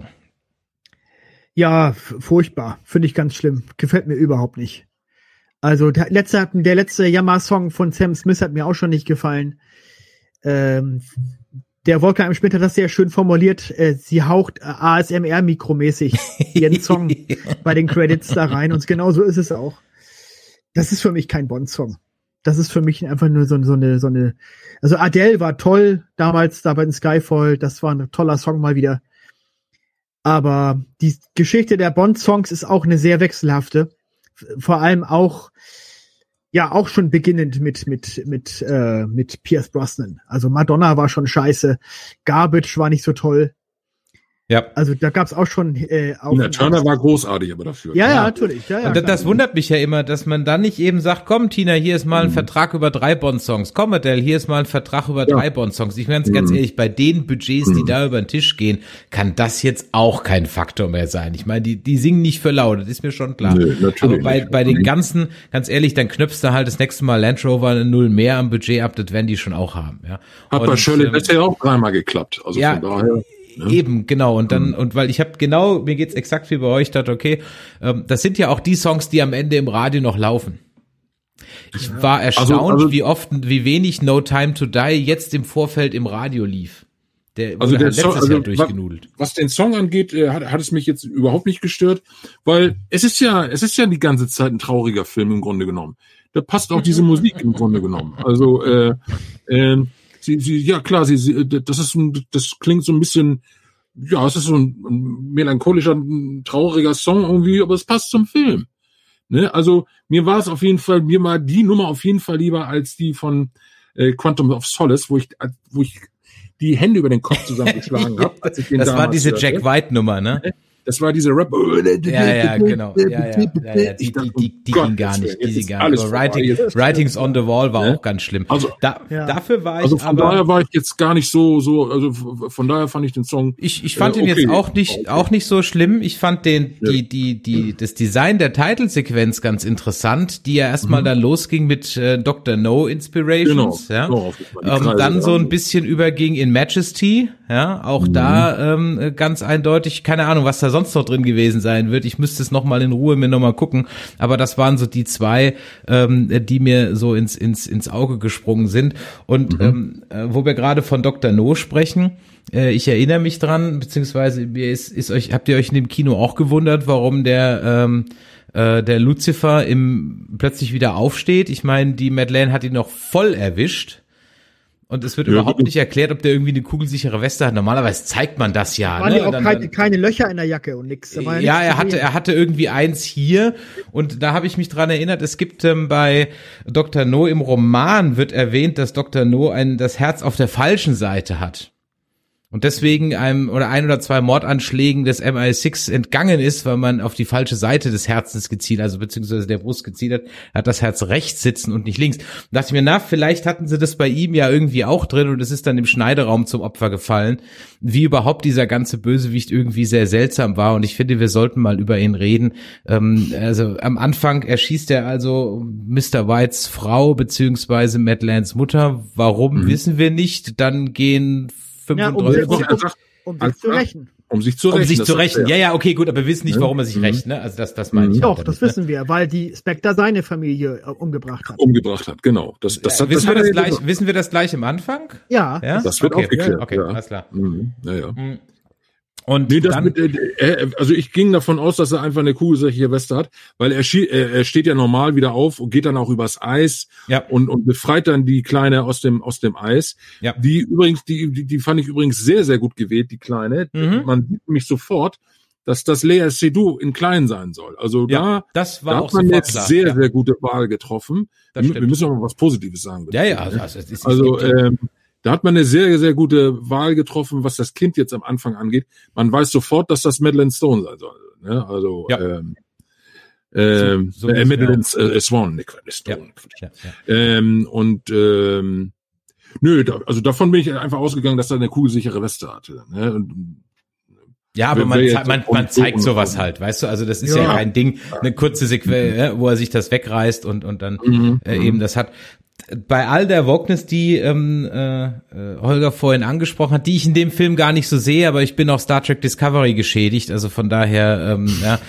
Ja, furchtbar. Finde ich ganz schlimm. Gefällt mir überhaupt nicht. Also der letzte Yamaha-Song von Sam Smith hat mir auch schon nicht gefallen. Der Wolfgang M. Schmidt hat das sehr schön formuliert. Sie haucht ASMR-mikromäßig ihren Song bei den Credits da rein. Und genau so ist es auch. Das ist für mich kein Bond-Song. Das ist für mich einfach nur so eine, also Adele war toll damals da bei den Skyfall, das war ein toller Song mal wieder. Aber die Geschichte der Bond-Songs ist auch eine sehr wechselhafte. Vor allem auch schon beginnend mit Pierce Brosnan. Also Madonna war schon scheiße. Garbage war nicht so toll. Ja. Also da gab's auch schon Tina Turner war großartig, aber dafür. Ja, natürlich. Ja, und das wundert mich ja immer, dass man dann nicht eben sagt, komm Tina, hier ist mal ein Vertrag über 3 Bond-Songs. Komm Adele, hier ist mal ein Vertrag über 3 Bond-Songs. Ich meine ganz ehrlich, bei den Budgets, die da über den Tisch gehen, kann das jetzt auch kein Faktor mehr sein. Ich meine, die singen nicht für laut, das ist mir schon klar. Nee, natürlich aber bei den ganzen, ganz ehrlich, dann knöpfst du halt das nächste Mal Land Rover 0 mehr am Budget ab, das werden die schon auch haben. Ja. Hat bei Shirley Bassey auch 3-mal geklappt. Also von daher. Ne? Eben, genau. Und dann, und weil ich habe mir geht's exakt wie bei euch, dachte, okay, das sind ja auch die Songs, die am Ende im Radio noch laufen. Ich war erstaunt, wie wenig No Time to Die jetzt im Vorfeld im Radio lief. Der wurde halt letztes Jahr durchgenudelt. Was den Song angeht, hat es mich jetzt überhaupt nicht gestört, weil es ist ja die ganze Zeit ein trauriger Film im Grunde genommen. Da passt auch diese Musik im Grunde genommen. Also, das klingt so ein bisschen, es ist so ein melancholischer, trauriger Song irgendwie, aber es passt zum Film. Ne? Also mir war die Nummer auf jeden Fall lieber als die von Quantum of Solace, wo ich die Hände über den Kopf zusammengeschlagen habe. Das war diese Jack White-Nummer, ne? Das war diese Rap. Ja, genau. Die ging gar nicht. Die ging gar nicht. Writings on the Wall war auch ganz schlimm. Also, dafür war ich also von daher war ich jetzt gar nicht so, also von daher fand ich den Song. Ich fand ihn jetzt auch nicht so schlimm. Ich fand das Design der Titelsequenz ganz interessant, die ja erstmal dann losging mit Dr. No Inspirations, genau. Dann so ein bisschen überging in Majesty, ja, auch da ganz eindeutig, keine Ahnung, was da sonst noch drin gewesen sein wird. Ich müsste es nochmal in Ruhe mir nochmal gucken, aber das waren so die zwei, die mir so ins Auge gesprungen sind. Und wo wir gerade von Dr. No sprechen, ich erinnere mich dran, beziehungsweise habt ihr euch in dem Kino auch gewundert, warum der Lucifer plötzlich wieder aufsteht? Ich meine, die Madeleine hat ihn noch voll erwischt. Und es wird überhaupt nicht erklärt, ob der irgendwie eine kugelsichere Weste hat. Normalerweise zeigt man das ja. Waren ja auch keine Löcher in der Jacke und nix. Ja, er hatte irgendwie eins hier. Und da habe ich mich dran erinnert, es gibt bei Dr. No im Roman wird erwähnt, dass Dr. No das Herz auf der falschen Seite hat. Und deswegen ein oder zwei Mordanschlägen des MI6 entgangen ist, weil man auf die falsche Seite des Herzens gezielt, also beziehungsweise der Brust gezielt hat das Herz rechts sitzen und nicht links. Da dachte ich mir, vielleicht hatten sie das bei ihm ja irgendwie auch drin und es ist dann im Schneideraum zum Opfer gefallen, wie überhaupt dieser ganze Bösewicht irgendwie sehr seltsam war. Und ich finde, wir sollten mal über ihn reden. Also am Anfang erschießt er also Mr. Whites Frau beziehungsweise Madeleines Mutter. Warum, wissen wir nicht. Dann gehen 35. Um sich zu rächen. Um sich zu rächen. Ja, okay, gut, aber wir wissen nicht, warum er sich rächt, ne? Also das meine ich. Doch, das wissen wir, weil die Spectre seine Familie umgebracht hat. Genau. Wissen wir das gleich am Anfang? Ja. Das wird auch geklärt. Okay, alles klar. Ja. Und also ich ging davon aus, dass er einfach eine kugelsichere Weste hat, weil er steht ja normal wieder auf und geht dann auch übers Eis und befreit dann die Kleine aus dem Eis. Ja. Die übrigens, die fand ich übrigens sehr, sehr gut gewählt, die Kleine. Man sieht nämlich sofort, dass das Lea Seydoux in klein sein soll. Also da hat man jetzt sehr, sehr gute Wahl getroffen. Wir müssen aber was Positives sagen. Bitte. Ja. Also da hat man eine sehr, sehr gute Wahl getroffen, was das Kind jetzt am Anfang angeht. Man weiß sofort, dass das Madeleine Stone sein soll. Ne? Also Madeleine Swan, Nick Stone. Also davon bin ich einfach ausgegangen, dass er eine kugelsichere Weste hatte. Ne? Ja, aber man zeigt sowas halt, weißt du, also das ist ja kein Ding, eine kurze Sequenz, wo er sich das wegreißt und dann eben das hat. Bei all der Wokeness, die Holger vorhin angesprochen hat, die ich in dem Film gar nicht so sehe, aber ich bin auch Star Trek Discovery geschädigt, also von daher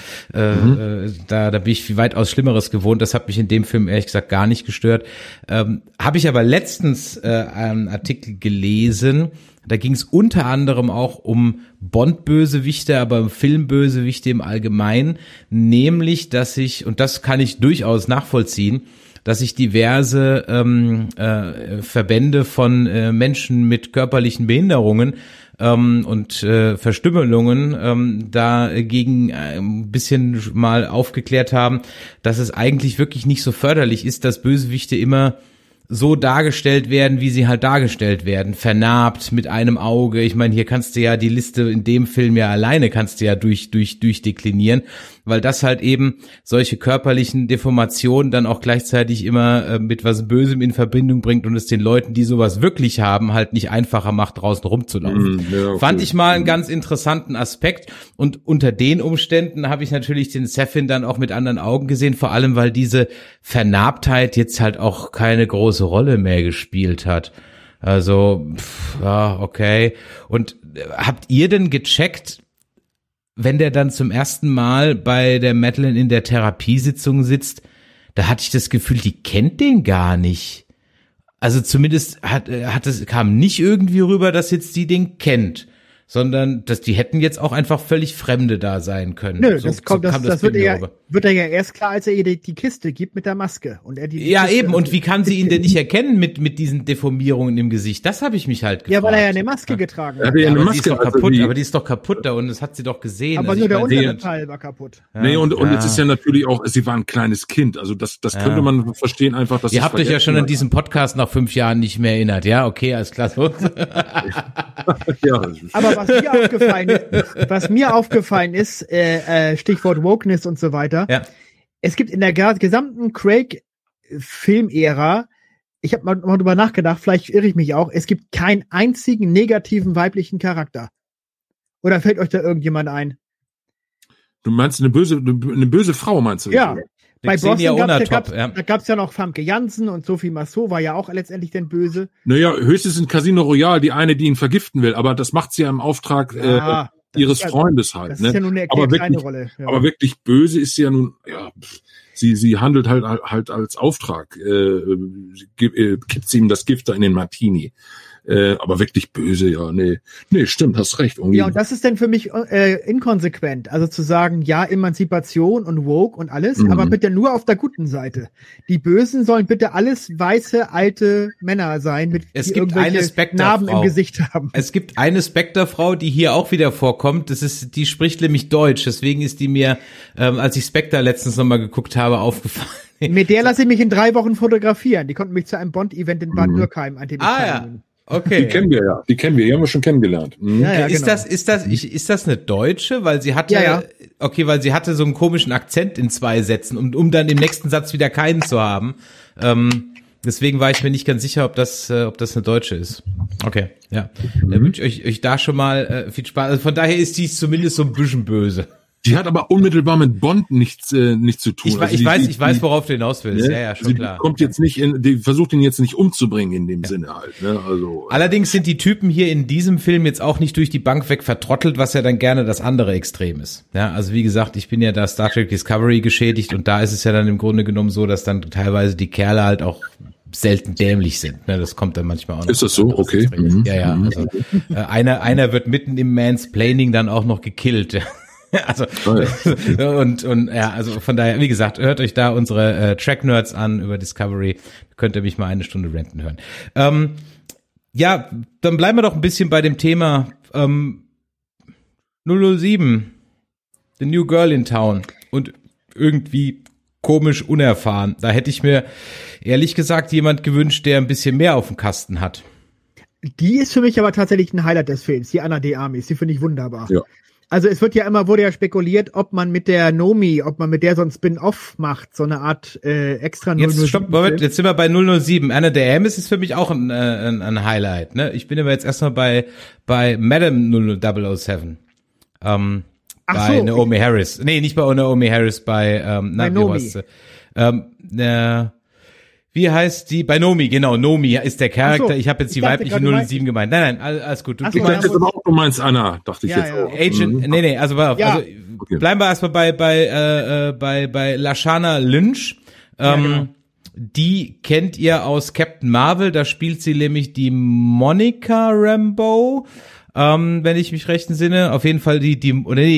da bin ich weitaus Schlimmeres gewohnt, das hat mich in dem Film ehrlich gesagt gar nicht gestört. Habe ich aber letztens einen Artikel gelesen, da ging es unter anderem auch um Bond-Bösewichte, aber um Filmbösewichte im Allgemeinen, nämlich, und das kann ich durchaus nachvollziehen, dass sich diverse Verbände von Menschen mit körperlichen Behinderungen und Verstümmelungen dagegen ein bisschen mal aufgeklärt haben, dass es eigentlich wirklich nicht so förderlich ist, dass Bösewichte immer so dargestellt werden, wie sie halt dargestellt werden, vernarbt mit einem Auge. Ich meine, hier kannst du ja die Liste in dem Film ja alleine kannst du ja durchdeklinieren, weil das halt eben solche körperlichen Deformationen dann auch gleichzeitig immer mit was Bösem in Verbindung bringt und es den Leuten, die sowas wirklich haben, halt nicht einfacher macht, draußen rumzulaufen. Fand ich mal einen ganz interessanten Aspekt und unter den Umständen habe ich natürlich den Safin dann auch mit anderen Augen gesehen, vor allem, weil diese Vernarbtheit jetzt halt auch keine große Rolle mehr gespielt hat. Also, okay. Und habt ihr denn gecheckt, wenn der dann zum ersten Mal bei der Madeleine in der Therapiesitzung sitzt, da hatte ich das Gefühl, die kennt den gar nicht. Also zumindest kam nicht irgendwie rüber, dass jetzt die den kennt. sondern die hätten jetzt auch einfach völlig Fremde da sein können. Nö, das wird er ja erst klar, als er ihr die Kiste gibt mit der Maske. Und er die ja, Kiste eben. Und wie kann sie ihn denn nicht erkennen mit diesen Deformierungen im Gesicht? Das habe ich mich halt gefragt. Ja, weil er ja eine Maske getragen hat. Ja, aber die ist doch kaputt, aber die ist doch kaputt da und das hat sie doch gesehen. Aber nur der untere Teil war kaputt. Ja, nee, und es ist ja natürlich auch, sie war ein kleines Kind. Also das könnte man verstehen einfach, dass ihr habt euch ja schon an diesen Podcast nach 5 Jahren nicht mehr erinnert. Ja, okay, alles klar. Ja. Aber was mir aufgefallen ist, Stichwort Wokeness und so weiter, es gibt in der gesamten Craig-Filmära, ich habe mal drüber nachgedacht, vielleicht irre ich mich auch, es gibt keinen einzigen negativen weiblichen Charakter. Oder fällt euch da irgendjemand ein? Du meinst eine böse Frau, meinst du? Ja. Bei Brosnan da gab's ja noch Famke Janssen und Sophie Massot war ja auch letztendlich denn böse. Naja, höchstens in Casino Royale die eine, die ihn vergiften will, aber das macht sie ja im Auftrag ihres Freundes halt. Das ist ja nun eine kleine Rolle. Ja. Aber wirklich böse ist sie ja nun, sie handelt halt als Auftrag, kippt sie ihm das Gift da in den Martini. Aber wirklich böse, ja, nee, stimmt, hast recht. Ja, und das ist dann für mich inkonsequent. Also zu sagen, ja, Emanzipation und Woke und alles, aber bitte nur auf der guten Seite. Die Bösen sollen bitte alles weiße, alte Männer sein, die irgendwelche Narben im Gesicht haben. Es gibt eine Spectre-Frau, die hier auch wieder vorkommt. Die spricht nämlich Deutsch. Deswegen ist die mir, als ich Spectre letztens nochmal geguckt habe, aufgefallen. Mit der lasse ich mich in 3 Wochen fotografieren. Die konnten mich zu einem Bond-Event in Bad Dürkheim ja. Okay. Die kennen wir, die haben wir schon kennengelernt. Ja, genau. Ist das eine Deutsche? Weil sie hatte, weil sie hatte so einen komischen Akzent in 2 Sätzen, um dann im nächsten Satz wieder keinen zu haben. Deswegen war ich mir nicht ganz sicher, ob das eine Deutsche ist. Okay, ja. Dann wünsche ich euch da schon mal viel Spaß. Also von daher ist die zumindest so ein bisschen böse. Die hat aber unmittelbar mit Bond nichts zu tun. Ich weiß, worauf du hinaus willst. Ja, schon klar. Kommt jetzt nicht die versucht ihn jetzt nicht umzubringen in dem Sinne halt. Ne? Also. Allerdings sind die Typen hier in diesem Film jetzt auch nicht durch die Bank weg vertrottelt, was ja dann gerne das andere Extrem ist. Ja, also wie gesagt, ich bin ja da Star Trek Discovery geschädigt und da ist es ja dann im Grunde genommen so, dass dann teilweise die Kerle halt auch selten dämlich sind. Ne, das kommt dann manchmal auch noch. Ist das so? Okay. Ja. Also einer wird mitten im Mansplaining dann auch noch gekillt. Also und ja, also von daher, wie gesagt, hört euch da unsere Track-Nerds an über Discovery. Könnt ihr mich mal 1 Stunde ranten hören. Ja, dann bleiben wir doch ein bisschen bei dem Thema 007, The New Girl in Town und irgendwie komisch unerfahren. Da hätte ich mir ehrlich gesagt jemand gewünscht, der ein bisschen mehr auf dem Kasten hat. Die ist für mich aber tatsächlich ein Highlight des Films, die Ana de Armas. Die finde ich wunderbar. Ja. Also es wurde ja spekuliert, ob man mit der Nomi, ob man mit der so ein Spin-Off macht, so eine Art extra 007. Jetzt stopp, Moment, jetzt sind wir bei 007. Ana de Armas ist für mich auch ein Highlight. Ne? Ich bin aber jetzt erstmal bei Madame 007. Bei Naomi Harris. Nee, nicht bei Naomi Harris, bei Nomi. Wie heißt die? Bei Nomi, genau. Nomi ist der Charakter. Ich habe jetzt die weibliche 007 gemeint. Nein, alles gut. Du meinst Anna, dachte ich jetzt auch. Agent, nee, also bleiben wir erstmal bei Lashana Lynch. Genau. Die kennt ihr aus Captain Marvel. Da spielt sie nämlich die Monica Rambeau, wenn ich mich recht entsinne. Auf jeden Fall die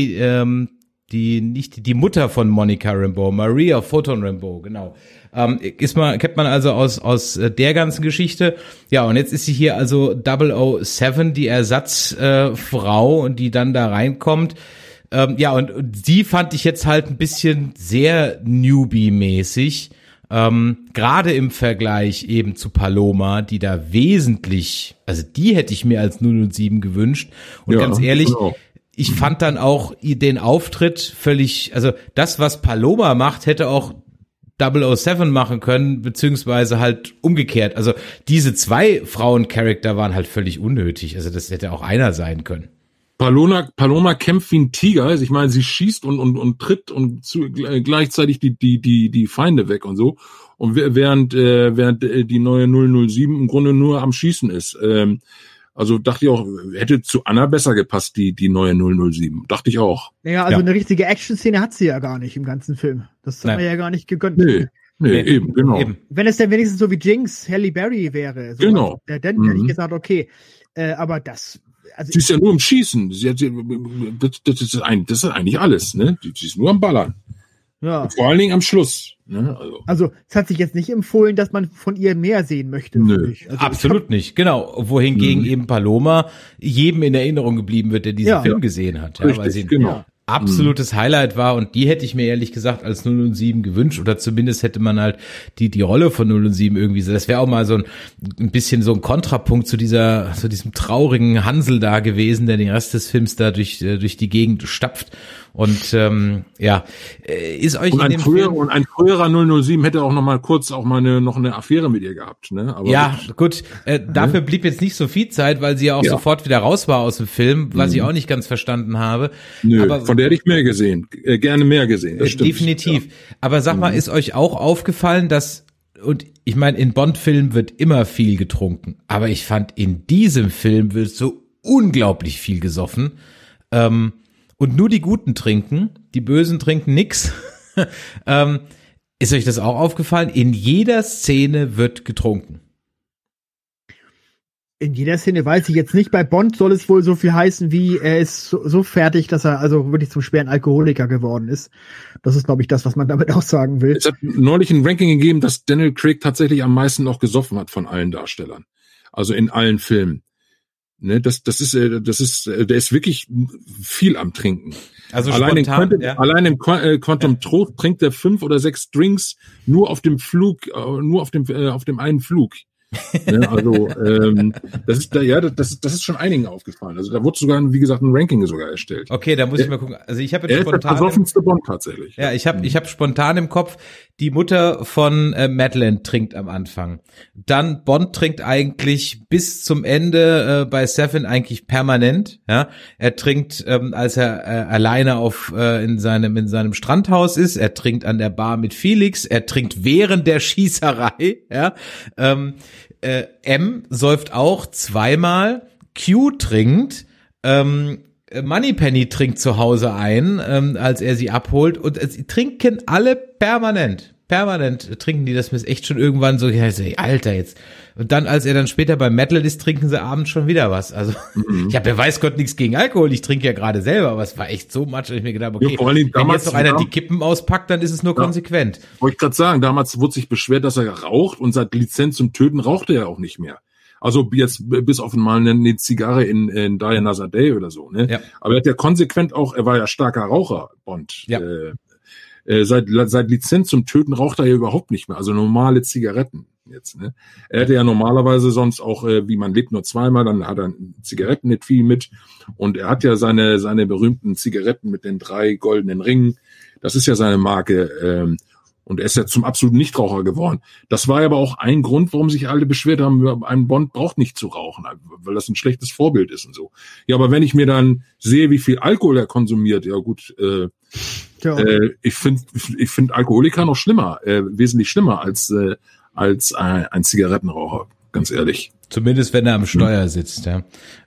Mutter von Monica Rambeau, Maria Photon Rambeau, genau. Kennt man also aus der ganzen Geschichte. Ja, und jetzt ist sie hier also 007, die Ersatzfrau, und die dann da reinkommt. Ja, und die fand ich jetzt halt ein bisschen sehr Newbie-mäßig. Gerade im Vergleich eben zu Paloma, die da wesentlich, also die hätte ich mir als 007 gewünscht. Und ja, ganz ehrlich, genau. Ich fand dann auch den Auftritt völlig, also das, was Paloma macht, hätte auch 007 machen können, beziehungsweise halt umgekehrt. Also diese 2 Frauen-Charakter waren halt völlig unnötig. Also das hätte auch einer sein können. Paloma kämpft wie ein Tiger. Also ich meine, sie schießt und tritt und gleichzeitig die Feinde weg und so. Und während die neue 007 im Grunde nur am Schießen ist. Also dachte ich auch, hätte zu Anna besser gepasst, die neue 007. Dachte ich auch. Ja, also eine richtige Action-Szene hat sie ja gar nicht im ganzen Film. Das hat man ja gar nicht gegönnt. Nee, eben, genau. Eben. Wenn es denn wenigstens so wie Jinx, Halle Berry wäre. So genau. Dann hätte ich gesagt, okay. Aber das sie ist ja nur im Schießen. Das ist eigentlich alles, ne? Sie ist nur am Ballern. Ja. Und vor allen Dingen am Schluss. Ne? Also es hat sich jetzt nicht empfohlen, dass man von ihr mehr sehen möchte. Nö, also absolut nicht. Genau. Wohingegen eben Paloma jedem in Erinnerung geblieben wird, der diesen Film gesehen hat. Ja, richtig, weil sie genau. absolutes Highlight war und die hätte ich mir ehrlich gesagt als 007 gewünscht oder zumindest hätte man halt die Rolle von 007 irgendwie so, das wäre auch mal so ein bisschen so ein Kontrapunkt zu diesem traurigen Hansel da gewesen, der den Rest des Films da durch die Gegend stapft und ist euch und in dem Film und ein früherer 007 hätte auch noch mal kurz noch eine Affäre mit ihr gehabt, ne? Aber ja, gut, dafür blieb jetzt nicht so viel Zeit, weil sie ja auch sofort wieder raus war aus dem Film, was ich auch nicht ganz verstanden habe. Nö, aber von der hätte ich mehr gesehen, gerne mehr gesehen. Das stimmt. Definitiv. Ja. Aber sag mal, ist euch auch aufgefallen, dass, und ich meine, in Bond-Filmen wird immer viel getrunken, aber ich fand, in diesem Film wird so unglaublich viel gesoffen. Und nur die Guten trinken, die Bösen trinken nix. Ist euch das auch aufgefallen? In jeder Szene wird getrunken. In jeder Szene weiß ich jetzt nicht. Bei Bond soll es wohl so viel heißen, wie er ist so fertig, dass er also wirklich zum schweren Alkoholiker geworden ist. Das ist, glaube ich, das, was man damit auch sagen will. Es hat neulich ein Ranking gegeben, dass Daniel Craig tatsächlich am meisten noch gesoffen hat von allen Darstellern. Also in allen Filmen. Ne, der ist wirklich viel am Trinken. Also allein spontan, allein im Quantum Trost trinkt er 5 oder 6 Drinks nur auf dem Flug, auf dem einen Flug. Ne, also das ist schon einigen aufgefallen. Also da wurde sogar, wie gesagt, ein Ranking sogar erstellt. Okay, da muss ich mal gucken. Also ich habe jetzt spontan der versoffenste Bond tatsächlich. Ja, ich habe spontan im Kopf, die Mutter von Madeleine trinkt am Anfang. Dann Bond trinkt eigentlich bis zum Ende bei Seven eigentlich permanent. Ja, er trinkt, als er alleine in seinem Strandhaus ist. Er trinkt an der Bar mit Felix. Er trinkt während der Schießerei. Ja. M säuft auch zweimal, Q trinkt, Moneypenny trinkt zu Hause ein, als er sie abholt und sie trinken alle permanent trinken die, das ist echt schon irgendwann so, Alter jetzt. Und dann, als er dann später bei Madeleine ist, trinken sie abends schon wieder was. Also ich habe ja weiß Gott nichts gegen Alkohol, ich trinke ja gerade selber, aber es war echt so much, dass ich mir gedacht habe, okay, wenn jetzt noch einer die Kippen auspackt, dann ist es nur konsequent. Wollte ich gerade sagen, damals wurde sich beschwert, dass er raucht und seit Lizenz zum Töten raucht er ja auch nicht mehr. Also jetzt bis auf mal eine Zigarre in Die Another Day oder so, ne? Ja. Aber er hat ja konsequent auch, er war ja starker Raucher, Bond. Ja. Seit Lizenz zum Töten raucht er ja überhaupt nicht mehr, also normale Zigaretten jetzt, ne? Er hätte ja normalerweise sonst auch, wie man lebt nur zweimal, dann hat er Zigaretten nicht viel mit und er hat ja seine berühmten Zigaretten mit den 3 goldenen Ringen, das ist ja seine Marke, und er ist ja zum absoluten Nichtraucher geworden. Das war aber auch ein Grund, warum sich alle beschwert haben, ein Bond braucht nicht zu rauchen, weil das ein schlechtes Vorbild ist und so. Ja, aber wenn ich mir dann sehe, wie viel Alkohol er konsumiert, ja gut, ich finde Alkoholiker noch schlimmer, wesentlich schlimmer als ein Zigarettenraucher, ganz ehrlich. Zumindest wenn er am Steuer sitzt, ja.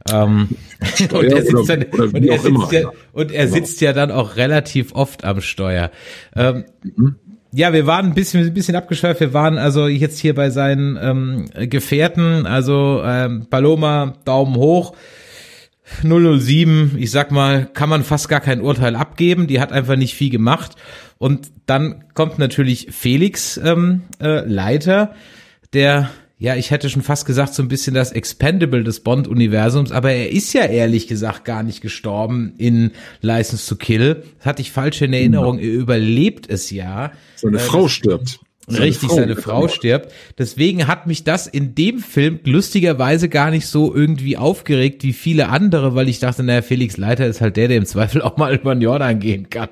Und er sitzt ja dann auch relativ oft am Steuer. Ja, wir waren ein bisschen abgeschweift. Wir waren also jetzt hier bei seinen Gefährten, also Paloma, Daumen hoch. 007, ich sag mal, kann man fast gar kein Urteil abgeben. Die hat einfach nicht viel gemacht. Und dann kommt natürlich Felix Leiter, der, ja, ich hätte schon fast gesagt, so ein bisschen das Expendable des Bond-Universums, aber er ist ja ehrlich gesagt gar nicht gestorben in License to Kill. Das hatte ich falsch in Erinnerung. Er überlebt es ja. Seine Frau stirbt. Richtig, seine Frau stirbt. Deswegen hat mich das in dem Film lustigerweise gar nicht so irgendwie aufgeregt wie viele andere, weil ich dachte, naja, Felix Leiter ist halt der im Zweifel auch mal über den Jordan gehen kann.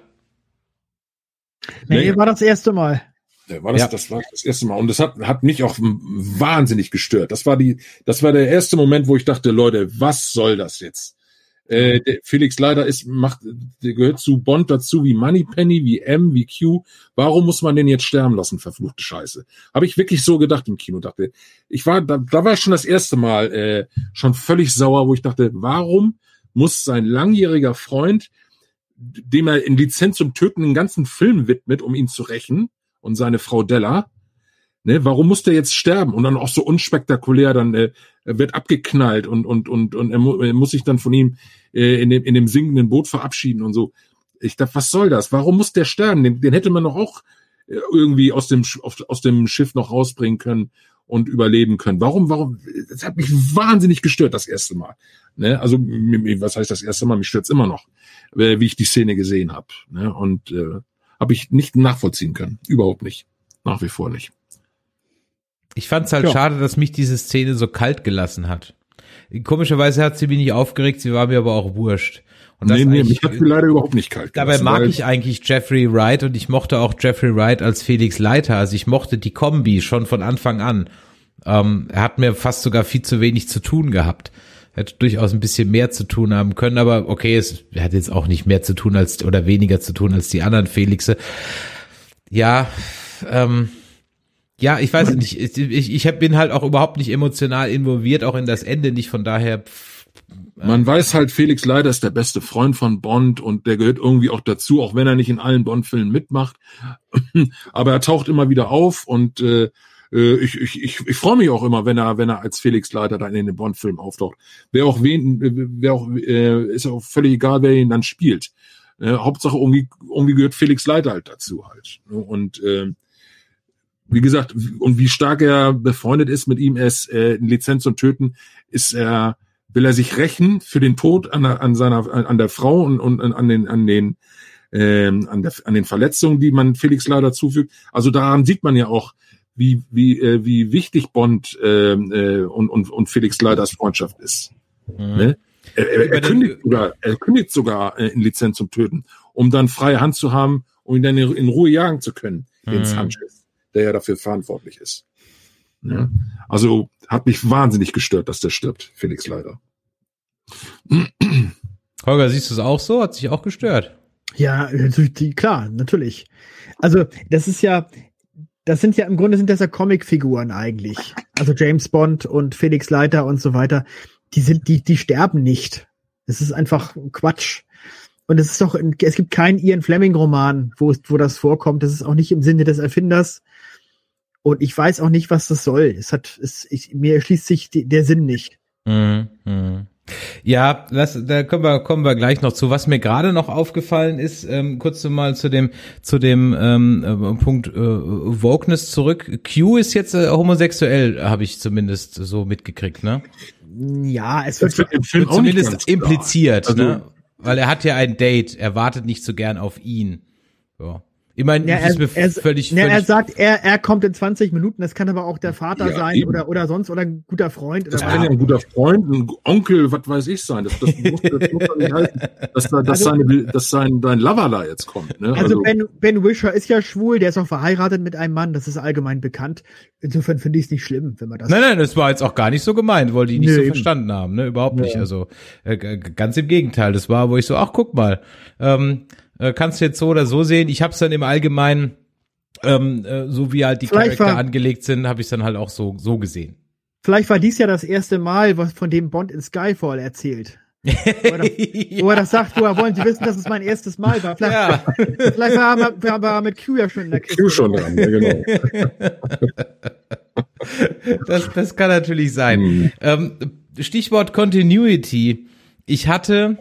Nee, war das erste Mal. Das war das erste Mal. Und das hat mich auch wahnsinnig gestört. Das war der erste Moment, wo ich dachte, Leute, was soll das jetzt? Felix Leiter der gehört zu Bond dazu wie Moneypenny, wie M, wie Q. Warum muss man den jetzt sterben lassen, verfluchte Scheiße? Habe ich wirklich so gedacht im Kino, da war schon das erste Mal schon völlig sauer, wo ich dachte, warum muss sein langjähriger Freund, dem er in Lizenz zum Töten den ganzen Film widmet, um ihn zu rächen, und seine Frau Della, Ne, warum muss der jetzt sterben? Und dann auch so unspektakulär, dann er wird abgeknallt und er muss sich dann von ihm in dem sinkenden Boot verabschieden und so. Ich dachte, was soll das? Warum muss der sterben? Den hätte man doch auch irgendwie aus dem Schiff noch rausbringen können und überleben können. Warum? Das hat mich wahnsinnig gestört das erste Mal. Ne? Also, was heißt das erste Mal? Mich stört's immer noch, wie ich die Szene gesehen habe. Ne? Und habe ich nicht nachvollziehen können. Überhaupt nicht. Nach wie vor nicht. Ich fand's halt schade, dass mich diese Szene so kalt gelassen hat. Komischerweise hat sie mich nicht aufgeregt, sie war mir aber auch wurscht. Und das mich hat sie leider überhaupt nicht kalt gelassen. Dabei mag ich eigentlich Jeffrey Wright und ich mochte auch Jeffrey Wright als Felix Leiter. Also ich mochte die Kombi schon von Anfang an. Er hat mir fast sogar viel zu wenig zu tun gehabt. Er hätte durchaus ein bisschen mehr zu tun haben können, aber okay, er hat jetzt auch nicht mehr zu tun oder weniger zu tun als die anderen Felixe. Ja, ja, ich weiß nicht, ich bin halt auch überhaupt nicht emotional involviert, auch in das Ende nicht, von daher. Man weiß halt, Felix Leiter ist der beste Freund von Bond und der gehört irgendwie auch dazu, auch wenn er nicht in allen Bond-Filmen mitmacht. Aber er taucht immer wieder auf und ich freue mich auch immer, wenn er als Felix Leiter dann in den Bond-Filmen auftaucht. Ist auch völlig egal, wer ihn dann spielt. Hauptsache irgendwie gehört Felix Leiter halt dazu halt. Und wie gesagt, und wie stark er befreundet ist mit ihm, er ist in Lizenz zum Töten, will er sich rächen für den Tod an der Frau und an den Verletzungen, die man Felix Leiter zufügt. Also daran sieht man ja auch, wie wichtig Bond und Felix Leiters Freundschaft ist. Mhm. Ne? Er kündigt sogar in Lizenz zum Töten, um dann freie Hand zu haben, um ihn dann in Ruhe jagen zu können, den Sanchez, der ja dafür verantwortlich ist. Ja. Also hat mich wahnsinnig gestört, dass der stirbt, Felix Leiter. Holger, siehst du es auch so? Hat sich auch gestört? Ja, klar, natürlich. Also das sind ja im Grunde Comicfiguren eigentlich. Also James Bond und Felix Leiter und so weiter. Die sterben nicht. Das ist einfach Quatsch. Und es gibt keinen Ian Fleming-Roman, wo das vorkommt. Das ist auch nicht im Sinne des Erfinders. Und ich weiß auch nicht, was das soll. Mir erschließt sich der Sinn nicht. Ja, da kommen wir gleich noch zu. Was mir gerade noch aufgefallen ist, kurz mal zu dem Punkt Wokeness zurück. Q ist jetzt homosexuell, habe ich zumindest so mitgekriegt, ne? Ja, es wird im Film zumindest impliziert, also, ne? Weil er hat ja ein Date, er wartet nicht so gern auf ihn. Ja. Ich meine, ja, er sagt, er kommt in 20 Minuten, das kann aber auch der Vater sein oder sonst oder ein guter Freund. Das kann ja ein guter Freund, ein Onkel, was weiß ich sein. Das muss doch nicht heißen, dass dein Lover da jetzt kommt. Ne? Also Ben Whishaw ist ja schwul, der ist auch verheiratet mit einem Mann, das ist allgemein bekannt. Insofern finde ich es nicht schlimm, wenn man das... Nein, das war jetzt auch gar nicht so gemeint, weil die nicht so verstanden haben, ne? Überhaupt nicht. Also ganz im Gegenteil, das war, wo ich so, ach guck mal, kannst du jetzt so oder so sehen. Ich habe es dann im Allgemeinen, so wie halt die Charakter angelegt sind, habe ich es dann halt auch so gesehen. Vielleicht war dies ja das erste Mal, von dem Bond in Skyfall erzählt. Wo er das sagt, wollen Sie wissen, dass es mein erstes Mal war. Vielleicht war er mit Q ja schon in der Kiste. Q schon dran, ja genau. Das kann natürlich sein. Stichwort Continuity. Ich hätte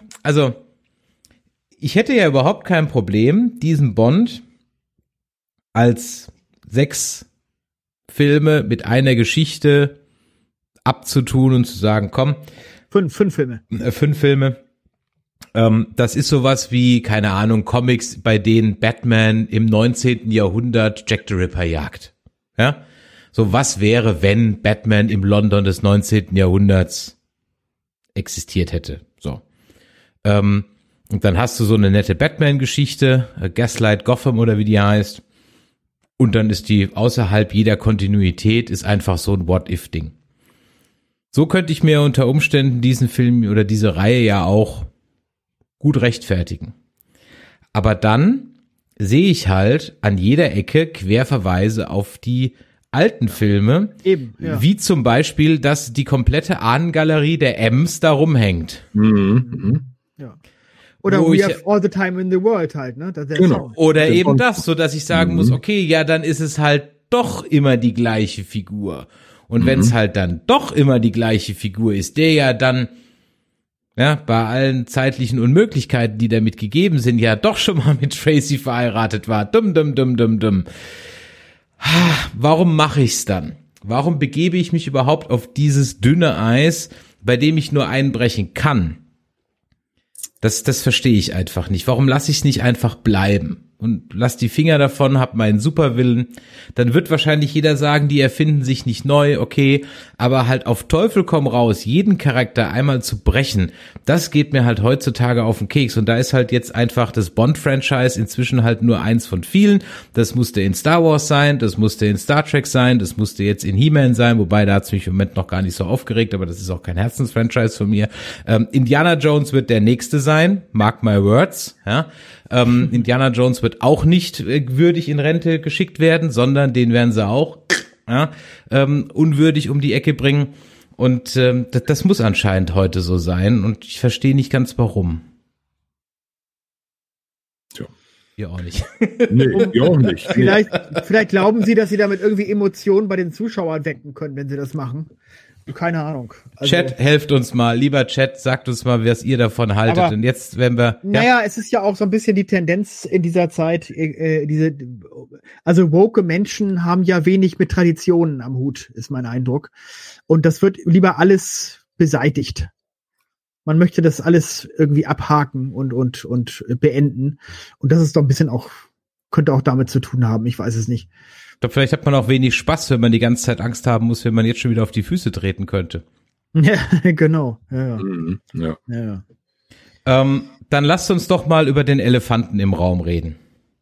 ja überhaupt kein Problem, diesen Bond als 6 Filme mit einer Geschichte abzutun und zu sagen, komm. 5 Filme. 5 Filme. Das ist sowas wie, keine Ahnung, Comics, bei denen Batman im 19. Jahrhundert Jack the Ripper jagt. Ja? So, was wäre, wenn Batman im London des 19. Jahrhunderts existiert hätte? So. Und dann hast du so eine nette Batman-Geschichte, Gaslight Gotham oder wie die heißt. Und dann ist die außerhalb jeder Kontinuität, ist einfach so ein What-If-Ding. So könnte ich mir unter Umständen diesen Film oder diese Reihe ja auch gut rechtfertigen. Aber dann sehe ich halt an jeder Ecke Querverweise auf die alten Filme. Eben, ja. Wie zum Beispiel, dass die komplette Ahnengalerie der Ems da rumhängt. Ja. Oder We Have All the Time in the World halt, ne? Genau. Oder eben das, so dass ich sagen muss, okay, ja, dann ist es halt doch immer die gleiche Figur. Und wenn es halt dann doch immer die gleiche Figur ist, der ja dann bei allen zeitlichen Unmöglichkeiten, die damit gegeben sind, ja doch schon mal mit Tracy verheiratet war. Dumm. Warum mache ich's dann? Warum begebe ich mich überhaupt auf dieses dünne Eis, bei dem ich nur einbrechen kann? Das verstehe ich einfach nicht. Warum lasse ich es nicht einfach bleiben? Und lass die Finger davon, hab meinen Superwillen, dann wird wahrscheinlich jeder sagen, die erfinden sich nicht neu, okay, aber halt auf Teufel komm raus, jeden Charakter einmal zu brechen, das geht mir halt heutzutage auf den Keks. Und da ist halt jetzt einfach das Bond-Franchise inzwischen halt nur eins von vielen. Das musste in Star Wars sein, das musste in Star Trek sein, das musste jetzt in He-Man sein, wobei da hat's mich im Moment noch gar nicht so aufgeregt, aber das ist auch kein Herzensfranchise von mir. Indiana Jones wird der nächste sein, mark my words, ja. Indiana Jones wird auch nicht würdig in Rente geschickt werden, sondern den werden sie auch unwürdig um die Ecke bringen. Und das muss anscheinend heute so sein. Und ich verstehe nicht ganz, warum. Tja. Ihr auch nicht. Nee, ihr auch nicht. Vielleicht glauben sie, dass sie damit irgendwie Emotionen bei den Zuschauern wecken können, wenn sie das machen. Keine Ahnung. Also, Chat, helft uns mal. Lieber Chat, sagt uns mal, was ihr davon haltet. Aber, und jetzt, wenn wir... Naja, es ist ja auch so ein bisschen die Tendenz in dieser Zeit, also woke Menschen haben ja wenig mit Traditionen am Hut, ist mein Eindruck. Und das wird lieber alles beseitigt. Man möchte das alles irgendwie abhaken und beenden. Und das ist doch ein bisschen auch, könnte auch damit zu tun haben. Ich weiß es nicht. Ich glaube, vielleicht hat man auch wenig Spaß, wenn man die ganze Zeit Angst haben muss, wenn man jetzt schon wieder auf die Füße treten könnte. Ja, genau. Ja. Ja. Dann lasst uns doch mal über den Elefanten im Raum reden.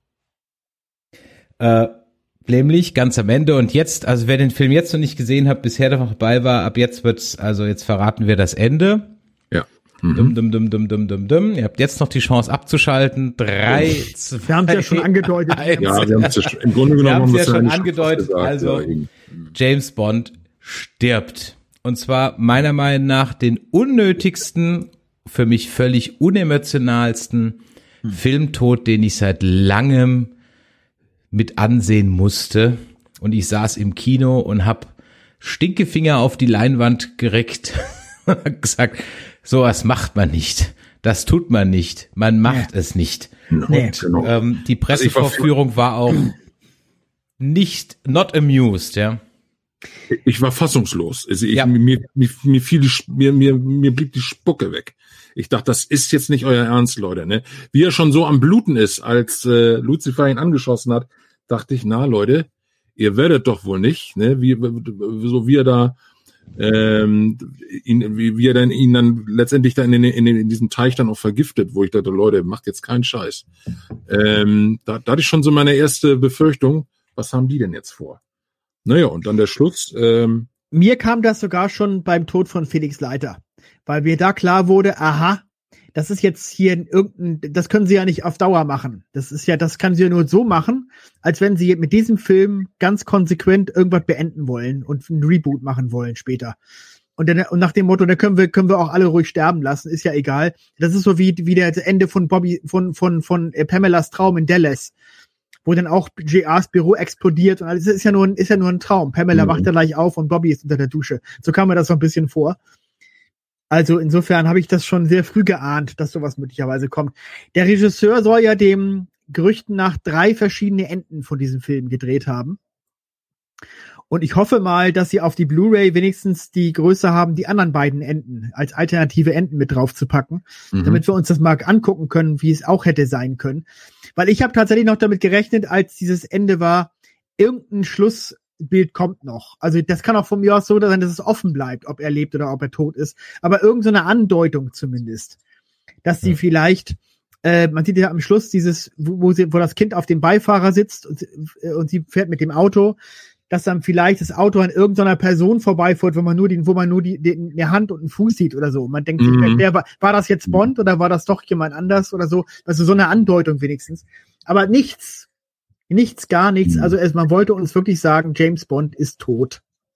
Nämlich ganz am Ende und jetzt, also wer den Film jetzt noch nicht gesehen hat, bisher dabei war, ab jetzt wird's, also jetzt verraten wir das Ende. Ja. Dumm. Ihr habt jetzt noch die Chance abzuschalten. 3, 2, wir haben es ja schon angedeutet. 1. Ja, wir haben es ja im Grunde genommen ja schon eigentlich angedeutet. Gesagt, also ja, James Bond stirbt. Und zwar meiner Meinung nach den unnötigsten, für mich völlig unemotionalsten Filmtod, den ich seit langem mit ansehen musste. Und ich saß im Kino und hab Stinkefinger auf die Leinwand gereckt und gesagt, sowas macht man nicht. Das tut man nicht. Man macht es nicht. Nee. Und die Pressevorführung war auch not amused, ja. Ich war fassungslos. Also mir blieb die Spucke weg. Ich dachte, das ist jetzt nicht euer Ernst, Leute, ne? Wie er schon so am Bluten ist, als Lucifer ihn angeschossen hat, dachte ich, na Leute, ihr werdet doch wohl nicht, ne? Wie er da ihn dann letztendlich dann in diesem Teich dann auch vergiftet, wo ich dachte, Leute, macht jetzt keinen Scheiß. Da hatte ich schon so meine erste Befürchtung, was haben die denn jetzt vor? Naja, und dann der Schluss. Mir kam das sogar schon beim Tod von Felix Leiter, weil mir da klar wurde, aha, das ist jetzt hier das können sie ja nicht auf Dauer machen. Das kann sie ja nur so machen, als wenn sie mit diesem Film ganz konsequent irgendwas beenden wollen und ein Reboot machen wollen später. Und nach dem Motto, da können wir auch alle ruhig sterben lassen, ist ja egal. Das ist so wie das Ende von Pamelas Traum in Dallas, wo dann auch JRs Büro explodiert und alles ist ja nur ein Traum. Pamela wacht da gleich auf und Bobby ist unter der Dusche. So kam mir das so ein bisschen vor. Also insofern habe ich das schon sehr früh geahnt, dass sowas möglicherweise kommt. Der Regisseur soll ja dem Gerüchten nach 3 verschiedene Enden von diesem Film gedreht haben. Und ich hoffe mal, dass sie auf die Blu-ray wenigstens die Größe haben, die anderen beiden Enden als alternative Enden mit drauf zu packen, damit wir uns das mal angucken können, wie es auch hätte sein können. Weil ich habe tatsächlich noch damit gerechnet, als dieses Ende war, irgendein Schlussbild kommt noch. Also das kann auch von mir aus so sein, dass es offen bleibt, ob er lebt oder ob er tot ist. Aber irgend so eine Andeutung zumindest, dass sie vielleicht, man sieht ja am Schluss wo das Kind auf dem Beifahrer sitzt und sie fährt mit dem Auto, dass dann vielleicht das Auto an irgendeiner Person vorbeifährt, wo man nur die Hand und einen Fuß sieht oder so. Man denkt, war das jetzt Bond oder war das doch jemand anders oder so? Also so eine Andeutung wenigstens. Aber gar nichts. Also man wollte uns wirklich sagen, James Bond ist tot.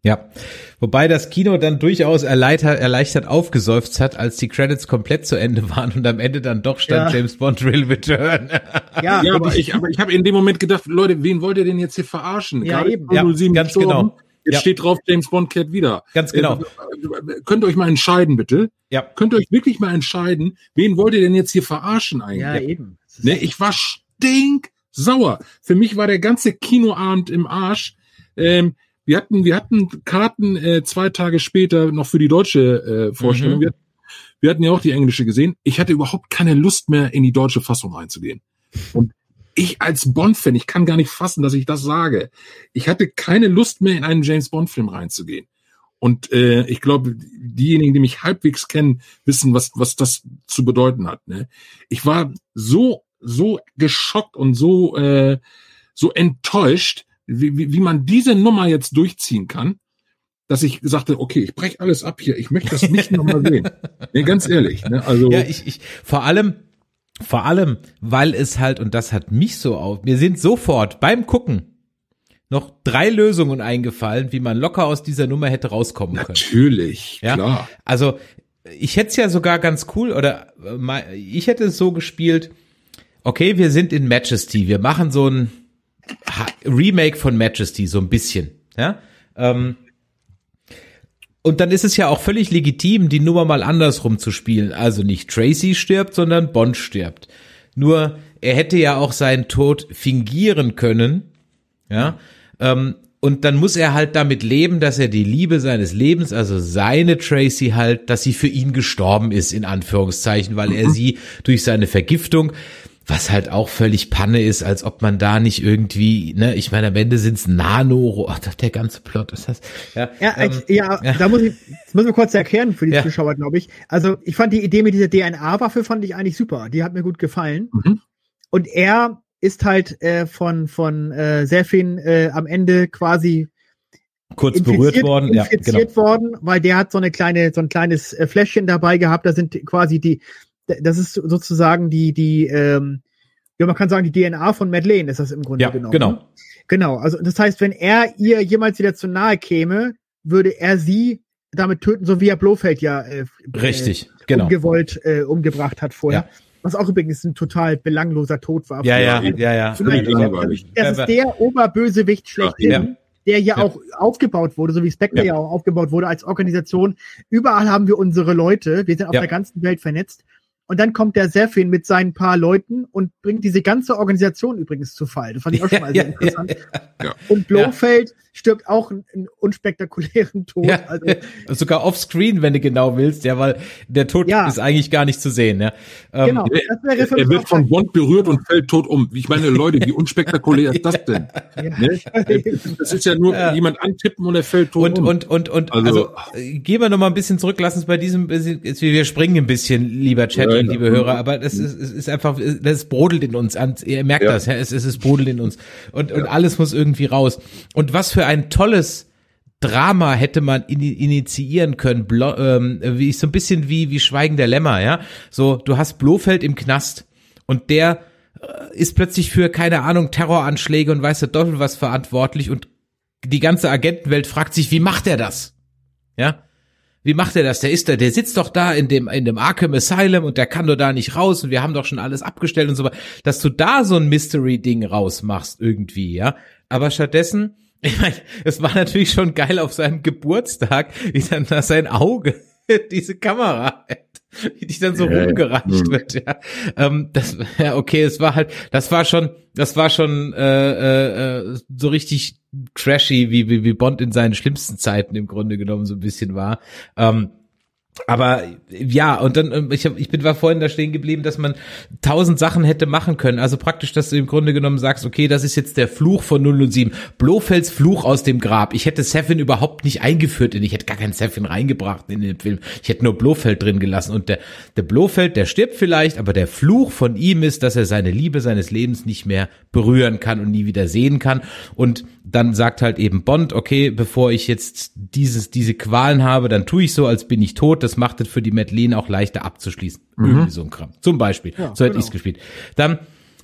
Ja, wobei das Kino dann durchaus erleichtert aufgeseufzt hat, als die Credits komplett zu Ende waren und am Ende dann doch stand James Bond will return. Ja, aber ich habe in dem Moment gedacht, Leute, wen wollt ihr denn jetzt hier verarschen? Ja, Gerade eben. 007 ganz genau. Jetzt steht drauf, James Bond kehrt wieder. Ganz genau. Könnt ihr euch mal entscheiden, bitte? Ja. Könnt ihr euch wirklich mal entscheiden, wen wollt ihr denn jetzt hier verarschen eigentlich? Ja, eben. Ne, ich war stinksauer. Für mich war der ganze Kinoabend im Arsch. Wir hatten Karten 2 Tage später noch für die deutsche Vorstellung. Wir hatten ja auch die englische gesehen. Ich hatte überhaupt keine Lust mehr, in die deutsche Fassung reinzugehen. Und ich als Bond-Fan, ich kann gar nicht fassen, dass ich das sage. Ich hatte keine Lust mehr, in einen James-Bond-Film reinzugehen. Und ich glaube, diejenigen, die mich halbwegs kennen, wissen, was das zu bedeuten hat. Ne? Ich war so geschockt und so enttäuscht, wie man diese Nummer jetzt durchziehen kann, dass ich sagte, okay, ich breche alles ab hier, ich möchte das nicht nochmal sehen. Nee, ganz ehrlich. Ne? Also ja, ich vor allem, weil es halt, und das hat mich so auf, mir sind sofort beim Gucken noch 3 Lösungen eingefallen, wie man locker aus dieser Nummer hätte rauskommen können. Natürlich, ja? Klar. Also ich hätte es ja sogar ganz cool, oder ich hätte es so gespielt, okay, wir sind in Majesty, wir machen so ein Remake von Majesty, so ein bisschen, ja. Und dann ist es ja auch völlig legitim, die Nummer mal andersrum zu spielen. Also nicht Tracy stirbt, sondern Bond stirbt. Nur, er hätte ja auch seinen Tod fingieren können, ja. Und dann muss er halt damit leben, dass er die Liebe seines Lebens, also seine Tracy halt, dass sie für ihn gestorben ist, in Anführungszeichen, weil er sie durch seine Vergiftung, was halt auch völlig Panne ist, als ob man da nicht irgendwie, ne, ich meine, am Ende sind's der ganze Plot ist das. Das müssen wir kurz erklären für die Zuschauer, glaube ich. Also ich fand die Idee mit dieser DNA-Waffe fand ich eigentlich super. Die hat mir gut gefallen. Und er ist halt von Safin am Ende quasi kurz berührt worden, infiziert worden, weil der hat so ein kleines Fläschchen dabei gehabt. Da sind quasi das ist sozusagen man kann sagen, die DNA von Madeleine ist das im Grunde genommen. Genau. Also das heißt, wenn er ihr jemals wieder zu nahe käme, würde er sie damit töten, so wie er Blofeld richtig, genau, ungewollt umgebracht hat vorher. Ja. Was auch übrigens ein total belangloser Tod war. Ja. Das ist der Oberbösewicht schlechthin, der auch aufgebaut wurde, so wie Spectre ja auch aufgebaut wurde als Organisation. Überall haben wir unsere Leute, wir sind auf der ganzen Welt vernetzt. Und dann kommt der Safin mit seinen paar Leuten und bringt diese ganze Organisation übrigens zu Fall. Das fand ich auch schon mal sehr interessant. Ja. Und Blofeld stirbt auch einen unspektakulären Tod. Ja. Also, sogar offscreen, wenn du genau willst, weil der Tod ist eigentlich gar nicht zu sehen. Ja. Genau. Er wird von Bond berührt und fällt tot um. Ich meine, Leute, wie unspektakulär ist das denn? Ne? Das ist ja nur jemand antippen und er fällt tot um. Also gehen wir noch mal ein bisschen zurück, lass uns bei diesem, wir springen ein bisschen, lieber Chat und liebe Hörer, aber das ist einfach, das brodelt in uns, ihr merkt das, es brodelt in uns und alles muss irgendwie raus. Und was für ein tolles Drama hätte man initiieren können, wie so ein bisschen wie Schweigen der Lämmer, ja. So, du hast Blofeld im Knast und der ist plötzlich für, keine Ahnung, Terroranschläge und weiß der Teufel was verantwortlich und die ganze Agentenwelt fragt sich, wie macht er das? Ja? Wie macht er das? Der sitzt doch da in dem Arkham Asylum und der kann doch da nicht raus und wir haben doch schon alles abgestellt und so weiter. Dass du da so ein Mystery-Ding rausmachst irgendwie, ja. Aber stattdessen, ich meine, es war natürlich schon geil auf seinem Geburtstag, wie dann da sein Auge diese Kamera hat, wie die dann so rumgereicht wird, ja. Das war schon so richtig trashy, wie Bond in seinen schlimmsten Zeiten im Grunde genommen so ein bisschen war. Aber ja, und dann war vorhin da stehen geblieben, dass man 1000 Sachen hätte machen können. Also praktisch, dass du im Grunde genommen sagst, okay, das ist jetzt der Fluch von 007. Blofelds Fluch aus dem Grab. Ich hätte Safin überhaupt nicht eingeführt, ich hätte gar keinen Safin reingebracht in den Film. Ich hätte nur Blofeld drin gelassen. Und der Blofeld, der stirbt vielleicht, aber der Fluch von ihm ist, dass er seine Liebe seines Lebens nicht mehr berühren kann und nie wieder sehen kann. Und dann sagt halt eben Bond, okay, bevor ich jetzt diese Qualen habe, dann tue ich so, als bin ich tot. Das macht es für die Madeleine auch leichter abzuschließen. Irgendwie so ein Kram. Zum Beispiel. Ja, so hätte ich es gespielt. Dann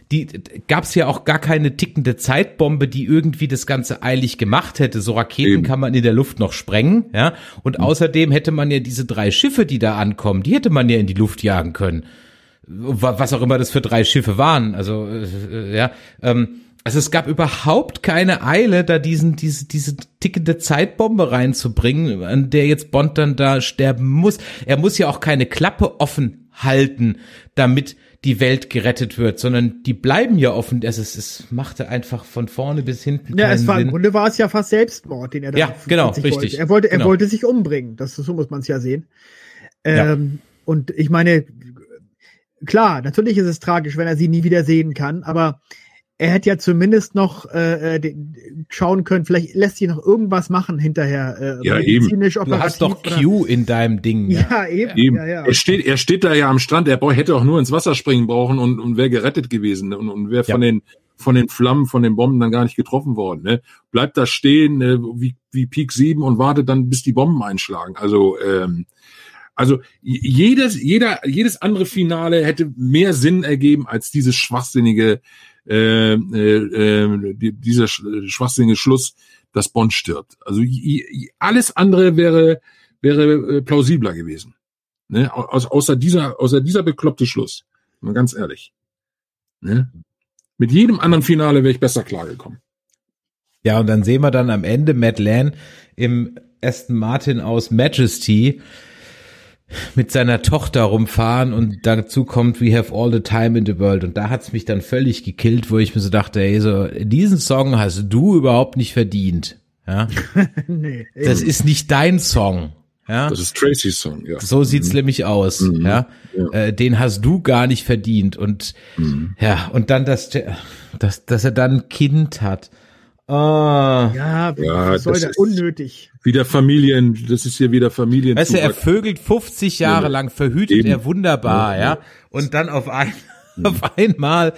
gab's ja auch gar keine tickende Zeitbombe, die irgendwie das Ganze eilig gemacht hätte. So Raketen kann man in der Luft noch sprengen, ja. Und außerdem hätte man ja diese 3 Schiffe, die da ankommen, die hätte man ja in die Luft jagen können. Was auch immer das für 3 Schiffe waren. Also, also es gab überhaupt keine Eile, da diese tickende Zeitbombe reinzubringen, an der jetzt Bond dann da sterben muss. Er muss ja auch keine Klappe offen halten, damit die Welt gerettet wird, sondern die bleiben ja offen. Es machte einfach von vorne bis hinten keinen Sinn. Im Grunde war es ja fast Selbstmord, den er da richtig. Wollte. Er wollte sich umbringen. So muss man es ja sehen. Und ich meine, klar, natürlich ist es tragisch, wenn er sie nie wieder sehen kann, aber er hätte ja zumindest noch schauen können, vielleicht lässt sich noch irgendwas machen hinterher. Eben. Du hast doch Q in deinem Ding. Ja, eben. Ja. Er steht da ja am Strand, er hätte auch nur ins Wasser springen brauchen und wäre gerettet gewesen und wäre von den Flammen, von den Bomben dann gar nicht getroffen worden. Ne? Bleibt da stehen wie Peak 7 und wartet dann, bis die Bomben einschlagen. Also jedes andere Finale hätte mehr Sinn ergeben als dieses schwachsinnige dieser schwachsinnige Schluss, dass Bond stirbt. Also alles andere wäre plausibler gewesen. Ne? Außer dieser bekloppte Schluss. Mal ganz ehrlich. Ne? Mit jedem anderen Finale wäre ich besser klargekommen. Ja, und dann sehen wir dann am Ende Matt Lange im Aston Martin aus Majesty mit seiner Tochter rumfahren und dazu kommt We Have All the Time in the World und da hat's mich dann völlig gekillt, wo ich mir so dachte, ey, so diesen Song hast du überhaupt nicht verdient, ja? Nee, das ist nicht dein Song, ja? Das ist Tracys Song, ja. So sieht's nämlich aus, ja? Den hast du gar nicht verdient und ja, und dann dass er dann ein Kind hat. Was soll das? Unnötig. Das ist hier wieder Familien. Weißt du, er vögelt 50 Jahre lang, verhütet er wunderbar, ja. Und dann auf einmal,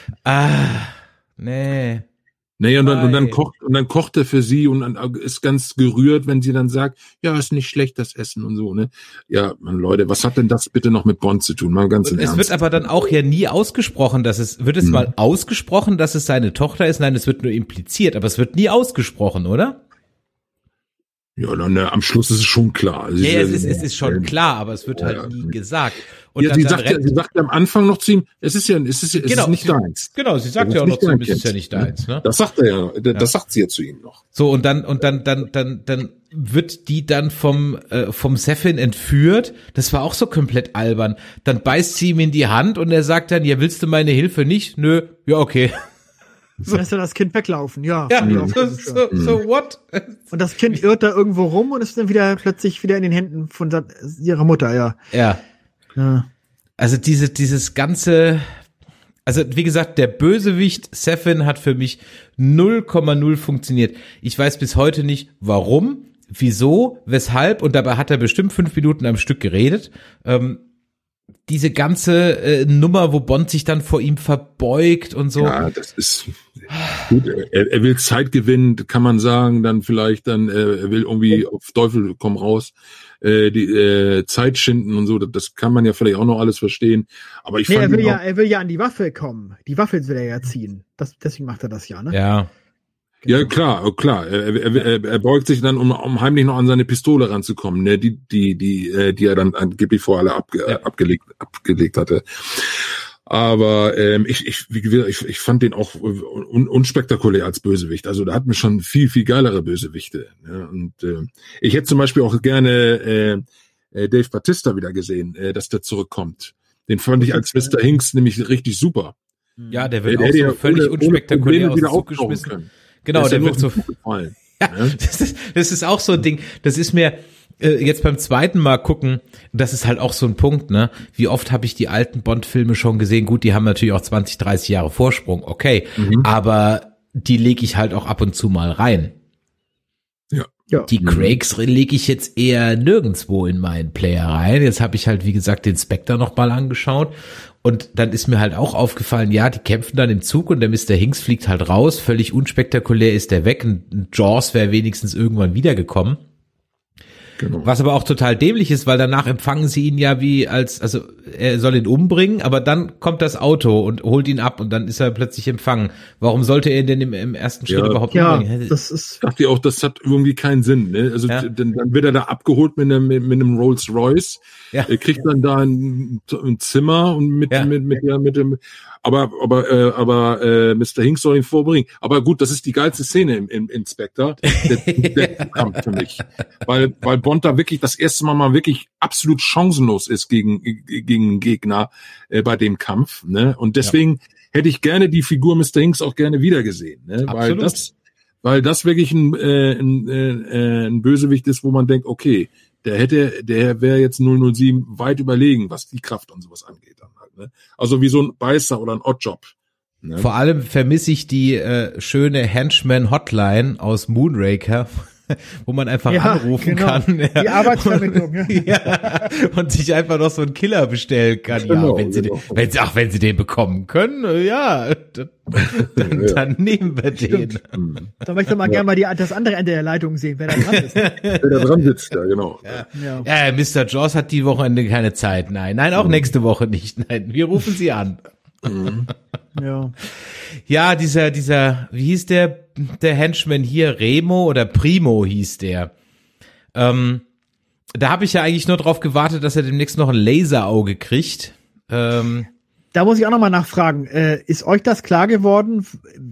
nee. Nee, und dann kocht er für sie und ist ganz gerührt, wenn sie dann sagt, ja, ist nicht schlecht, das Essen und so, ne? Ja, man, Leute, was hat denn das bitte noch mit Bond zu tun? Mal ganz im Ernst. Es wird aber dann auch ja nie ausgesprochen, mal ausgesprochen, dass es seine Tochter ist? Nein, es wird nur impliziert, aber es wird nie ausgesprochen, oder? Ja, dann am Schluss ist es schon klar. Also es ist schon klar, aber es wird halt nie gesagt. Und sie sagt am Anfang noch zu ihm, es ist nicht deins. Genau, sie sagt ja auch noch zu ihm, es ist ja nicht deins, ne? Das sagt er ja, das sagt sie ja zu ihm noch. So, und dann wird die dann vom Seffin entführt. Das war auch so komplett albern. Dann beißt sie ihm in die Hand und er sagt dann, ja, willst du meine Hilfe nicht? Nö, ja, okay. So lässt er das Kind weglaufen, ja. So what? Und das Kind irrt da irgendwo rum und ist dann plötzlich wieder in den Händen von ihrer Mutter, ja. Ja. Also dieses ganze, also wie gesagt, der Bösewicht Seffin hat für mich 0,0 funktioniert. Ich weiß bis heute nicht, warum, wieso, weshalb und dabei hat er bestimmt 5 Minuten am Stück geredet. Diese ganze Nummer, wo Bond sich dann vor ihm verbeugt und so. Ja, das ist gut. Er will Zeit gewinnen, kann man sagen. Dann vielleicht, er will irgendwie auf Teufel komm raus, die Zeit schinden und so. Das kann man ja vielleicht auch noch alles verstehen. Aber er will ja an die Waffe kommen. Die Waffe will er ja ziehen. Deswegen macht er das ja, ne? Ja. Ja, klar. Er beugt sich dann, um heimlich noch an seine Pistole ranzukommen, ne, die er dann angeblich vor alle abgelegt hatte. Aber ich fand den auch unspektakulär als Bösewicht. Also da hatten wir schon viel, viel geilere Bösewichte. Ne? Und ich hätte zum Beispiel auch gerne Dave Bautista wieder gesehen, dass der zurückkommt. Den fand ich als Mr. Hinks nämlich richtig super. Ja, der wird auch so völlig unspektakulär aus dem Zug geschmissen. Genau, der wird so. Ja, das ist auch so ein Ding. Das ist mir jetzt beim zweiten Mal gucken, das ist halt auch so ein Punkt, ne? Wie oft habe ich die alten Bond-Filme schon gesehen? Gut, die haben natürlich auch 20, 30 Jahre Vorsprung, okay. Aber die lege ich halt auch ab und zu mal rein. Ja. Die Craigs lege ich jetzt eher nirgendwo in meinen Player rein. Jetzt habe ich halt, wie gesagt, den Spectre noch mal angeschaut. Und dann ist mir halt auch aufgefallen, ja, die kämpfen dann im Zug und der Mr. Hinks fliegt halt raus. Völlig unspektakulär ist der weg. Ein Jaws wäre wenigstens irgendwann wiedergekommen. Genau. Was aber auch total dämlich ist, weil danach empfangen sie ihn ja also er soll ihn umbringen, aber dann kommt das Auto und holt ihn ab und dann ist er plötzlich empfangen. Warum sollte er ihn denn im ersten Schritt überhaupt umbringen? Das ist. Ich dachte auch, das hat irgendwie keinen Sinn, ne? Also dann wird er da abgeholt mit einem Rolls Royce, er kriegt dann da ein Zimmer und mit dem, aber Mr. Hinks soll ihn vorbringen. Aber gut, das ist die geilste Szene im Inspector, der Kampf für mich, weil Bond da wirklich das erste Mal wirklich absolut chancenlos ist gegen einen Gegner bei dem Kampf, ne? Und deswegen hätte ich gerne die Figur Mr. Hinks auch gerne wiedergesehen, ne? Weil das wirklich ein Bösewicht ist, wo man denkt, okay, der wäre jetzt 007 weit überlegen, was die Kraft und sowas angeht dann halt, ne? Also wie so ein Beißer oder ein Oddjob. Ne? Vor allem vermisse ich die schöne Henchman-Hotline aus Moonraker, wo man einfach anrufen kann. Ja. Die Arbeitsvermittlung, und sich einfach noch so einen Killer bestellen kann. Genau, wenn sie den bekommen können, dann nehmen wir den. Da möchte man gerne mal das andere Ende der Leitung sehen, wer da dran ist. Wer da dran sitzt, genau. Ja, Mr. Jaws hat die Wochenende keine Zeit. Nein, auch nächste Woche nicht. Nein, wir rufen sie an. Ja, dieser, wie hieß der Henchman hier? Remo oder Primo hieß der. Da habe ich ja eigentlich nur drauf gewartet, dass er demnächst noch ein Laserauge kriegt. Da muss ich auch nochmal nachfragen. Ist euch das klar geworden,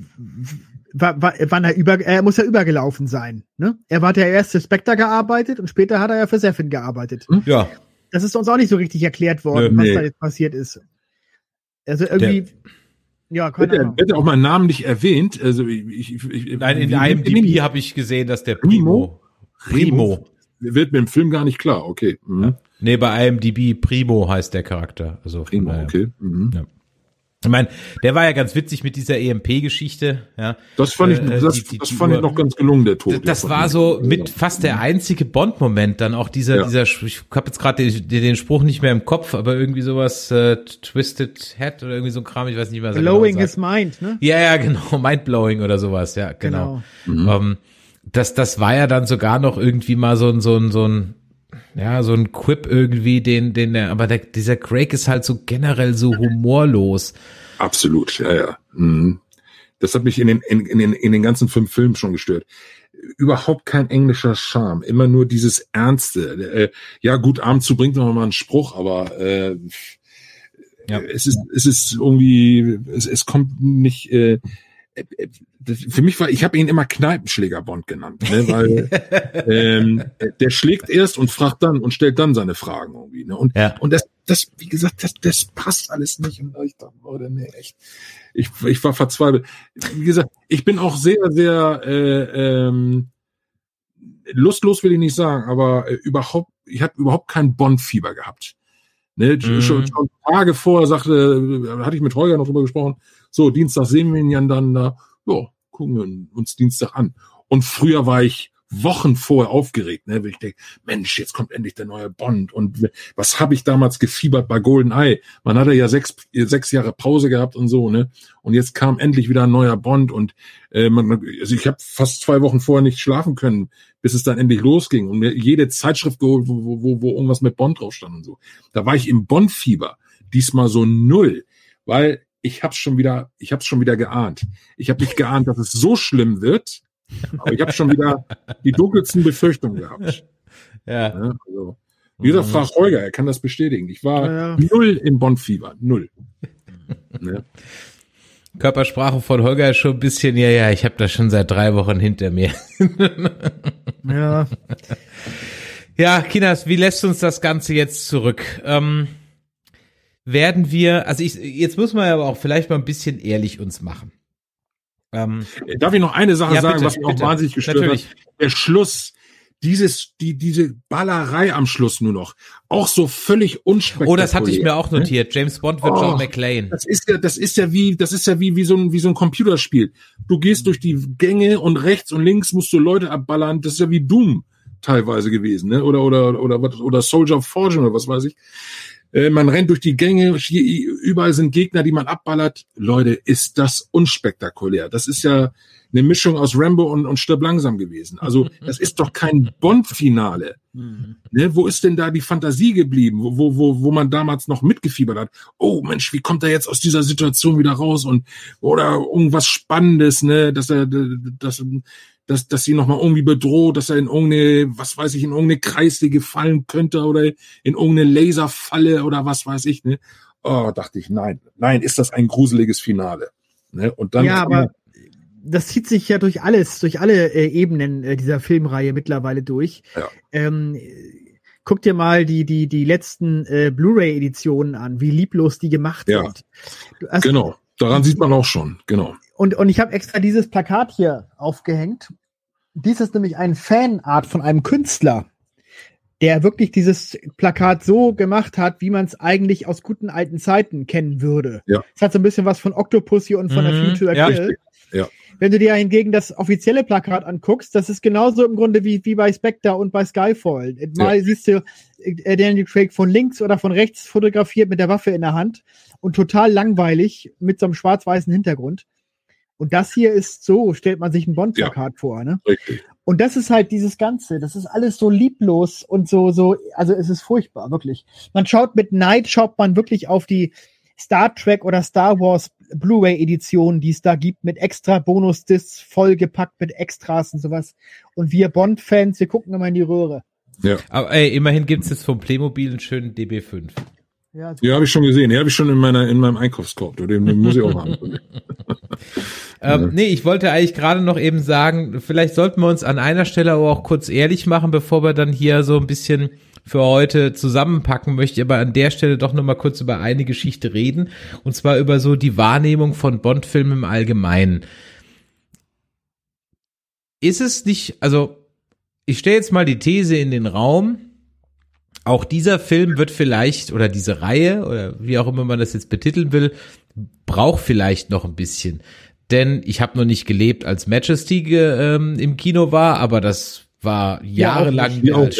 wann er muss ja übergelaufen sein, ne? Er hat ja erst für Spectre gearbeitet und später hat er ja für Seffin gearbeitet. Ja. Das ist uns auch nicht so richtig erklärt worden, was da jetzt passiert ist. Also irgendwie, keine Ahnung. Wird auch mal namentlich erwähnt. Also Nein, in IMDb habe ich gesehen, dass der Primo wird mir im Film gar nicht klar, okay. Ja. Nee, bei IMDb Primo heißt der Charakter. Also Primo, okay. Ja. Ich meine, der war ja ganz witzig mit dieser EMP-Geschichte. Ja. Das fand ich fand ich noch ganz gelungen, der Tod. Das war so mit fast der einzige Bond-Moment, dann auch dieser, ich habe jetzt gerade den Spruch nicht mehr im Kopf, aber irgendwie sowas Twisted Head oder irgendwie so ein Kram, ich weiß nicht, was er Blowing genau his mind, ne? Ja, genau, Mind-blowing oder sowas, ja, genau. Das war ja dann sogar noch irgendwie mal so ein Quip irgendwie, dieser Craig ist halt so generell so humorlos. Absolut, ja. Mhm. Das hat mich in den ganzen 5 Filmen schon gestört. Überhaupt kein englischer Charme, immer nur dieses Ernste. Ja, gut, abends zu bringt noch mal einen Spruch, aber es ist irgendwie, es kommt nicht. Für mich ich habe ihn immer Kneipenschläger-Bond genannt, ne, weil der schlägt erst und fragt dann und stellt dann seine Fragen irgendwie, ne, und das wie gesagt, das passt alles nicht und ich dachte, Leute, nee, echt, ich war verzweifelt. Wie gesagt, ich bin auch sehr, sehr lustlos will ich nicht sagen, aber ich habe überhaupt kein Bond-Fieber gehabt. Ne, schon Tage vorher hatte ich mit Holger noch drüber gesprochen, so, Dienstag sehen wir ihn ja dann da, gucken wir uns Dienstag an. Und früher war ich Wochen vorher aufgeregt, ne, weil ich denke, Mensch, jetzt kommt endlich der neue Bond. Und was habe ich damals gefiebert bei GoldenEye? Man hatte ja 6 Jahre Pause gehabt und so, ne? Und jetzt kam endlich wieder ein neuer Bond und also ich habe fast 2 Wochen vorher nicht schlafen können, bis es dann endlich losging und mir jede Zeitschrift geholt, wo irgendwas mit Bond drauf stand und so. Da war ich im Bond-Fieber. Diesmal so 0, weil ich hab's schon wieder geahnt. Ich habe nicht geahnt, dass es so schlimm wird, aber ich habe schon wieder die dunkelsten Befürchtungen gehabt. Ja. Also, wie gesagt, frag Holger, er kann das bestätigen. Ich war 0 im Bond-Fieber. 0. Ne? Körpersprache von Holger ist schon ein bisschen, ich habe das schon seit 3 Wochen hinter mir. Ja. Ja, Kinas, wie lässt uns das Ganze jetzt zurück? Werden wir, jetzt muss man aber auch vielleicht mal ein bisschen ehrlich uns machen. Darf ich noch eine Sache sagen, was mich auch wahnsinnig gestört hat? Der Schluss, diese Ballerei am Schluss nur noch, auch so völlig unspektakulär. Oh, das hatte ich mir auch notiert. James Bond wird John McClane. Das ist ja wie so ein Computerspiel. Du gehst durch die Gänge und rechts und links musst du Leute abballern. Das ist ja wie Doom teilweise gewesen, ne? Oder Soldier of Fortune oder was weiß ich. Man rennt durch die Gänge, überall sind Gegner, die man abballert. Leute, ist das unspektakulär. Das ist ja eine Mischung aus Rambo und Stirb langsam gewesen. Also das ist doch kein Bond-Finale. Ne, wo ist denn da die Fantasie geblieben, wo man damals noch mitgefiebert hat? Oh Mensch, wie kommt er jetzt aus dieser Situation wieder raus und oder irgendwas Spannendes, ne, dass sie nochmal irgendwie bedroht, dass er in irgendeine, was weiß ich, in irgendeine Kreissäge fallen könnte oder in irgendeine Laserfalle oder was weiß ich, ne? Oh, dachte ich, nein, ist das ein gruseliges Finale. Ne? Und dann ja, aber das zieht sich ja durch alle Ebenen dieser Filmreihe mittlerweile durch. Ja. Guck dir mal die letzten Blu-ray-Editionen an, wie lieblos die gemacht sind. Genau, daran sieht man auch schon, genau. Und ich habe extra dieses Plakat hier aufgehängt. Dies ist nämlich ein Fanart von einem Künstler, der wirklich dieses Plakat so gemacht hat, wie man es eigentlich aus guten alten Zeiten kennen würde. Ja. Es hat so ein bisschen was von Octopussy und von der Future Kill. Ja. Wenn du dir hingegen das offizielle Plakat anguckst, das ist genauso im Grunde wie bei Spectre und bei Skyfall. Mal siehst du Daniel Craig von links oder von rechts fotografiert mit der Waffe in der Hand und total langweilig mit so einem schwarz-weißen Hintergrund. Und das hier ist so, stellt man sich ein Bond-Plakat vor, ne? Richtig. Und das ist halt dieses Ganze, das ist alles so lieblos und so, also es ist furchtbar, wirklich. Mit Neid schaut man wirklich auf die Star Trek oder Star Wars Blu-ray-Editionen, die es da gibt, mit extra Bonus-Discs, vollgepackt mit Extras und sowas. Und wir Bond-Fans, wir gucken immer in die Röhre. Ja. Aber immerhin gibt's jetzt vom Playmobil einen schönen DB5. Ja, habe ich schon gesehen. Den habe ich schon in meinem Einkaufskorb. Den muss ich auch haben. Nee, ich wollte eigentlich gerade noch eben sagen, vielleicht sollten wir uns an einer Stelle aber auch kurz ehrlich machen, bevor wir dann hier so ein bisschen für heute zusammenpacken, möchte ich aber an der Stelle doch noch mal kurz über eine Geschichte reden, und zwar über so die Wahrnehmung von Bond-Filmen im Allgemeinen. Ist es nicht, also ich stelle jetzt mal die These in den Raum, auch dieser Film wird vielleicht, oder diese Reihe, oder wie auch immer man das jetzt betiteln will, braucht vielleicht noch ein bisschen. Denn ich habe noch nicht gelebt, als Majesty im Kino war, aber das war jahrelang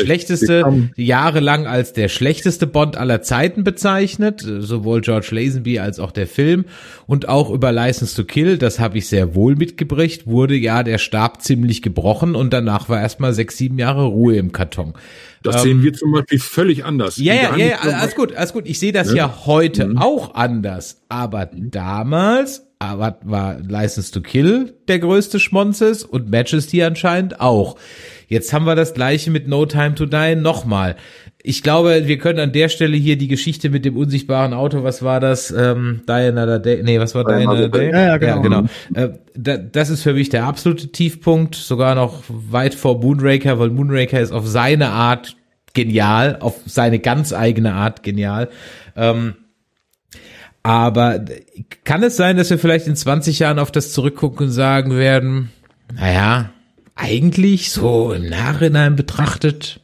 als der schlechteste Bond aller Zeiten bezeichnet, sowohl George Lazenby als auch der Film, und auch über License to Kill, das habe ich sehr wohl mitgebracht, wurde ja der Stab ziemlich gebrochen und danach war erstmal 6-7 Jahre Ruhe im Karton. Das sehen wir zum Beispiel völlig anders. Ja, alles gut. Ich sehe das ja heute auch anders, aber damals war License to Kill der größte Schmonzes und Majesty anscheinend auch. Jetzt haben wir das Gleiche mit No Time to Die nochmal. Ich glaube, wir können an der Stelle hier die Geschichte mit dem unsichtbaren Auto, was war das? Die Another Day? Nee, was war Die Another Day? Ja, genau. Das ist für mich der absolute Tiefpunkt, sogar noch weit vor Moonraker, weil Moonraker ist auf seine Art genial, auf seine ganz eigene Art genial. Aber kann es sein, dass wir vielleicht in 20 Jahren auf das zurückgucken und sagen werden, naja, eigentlich so im Nachhinein betrachtet?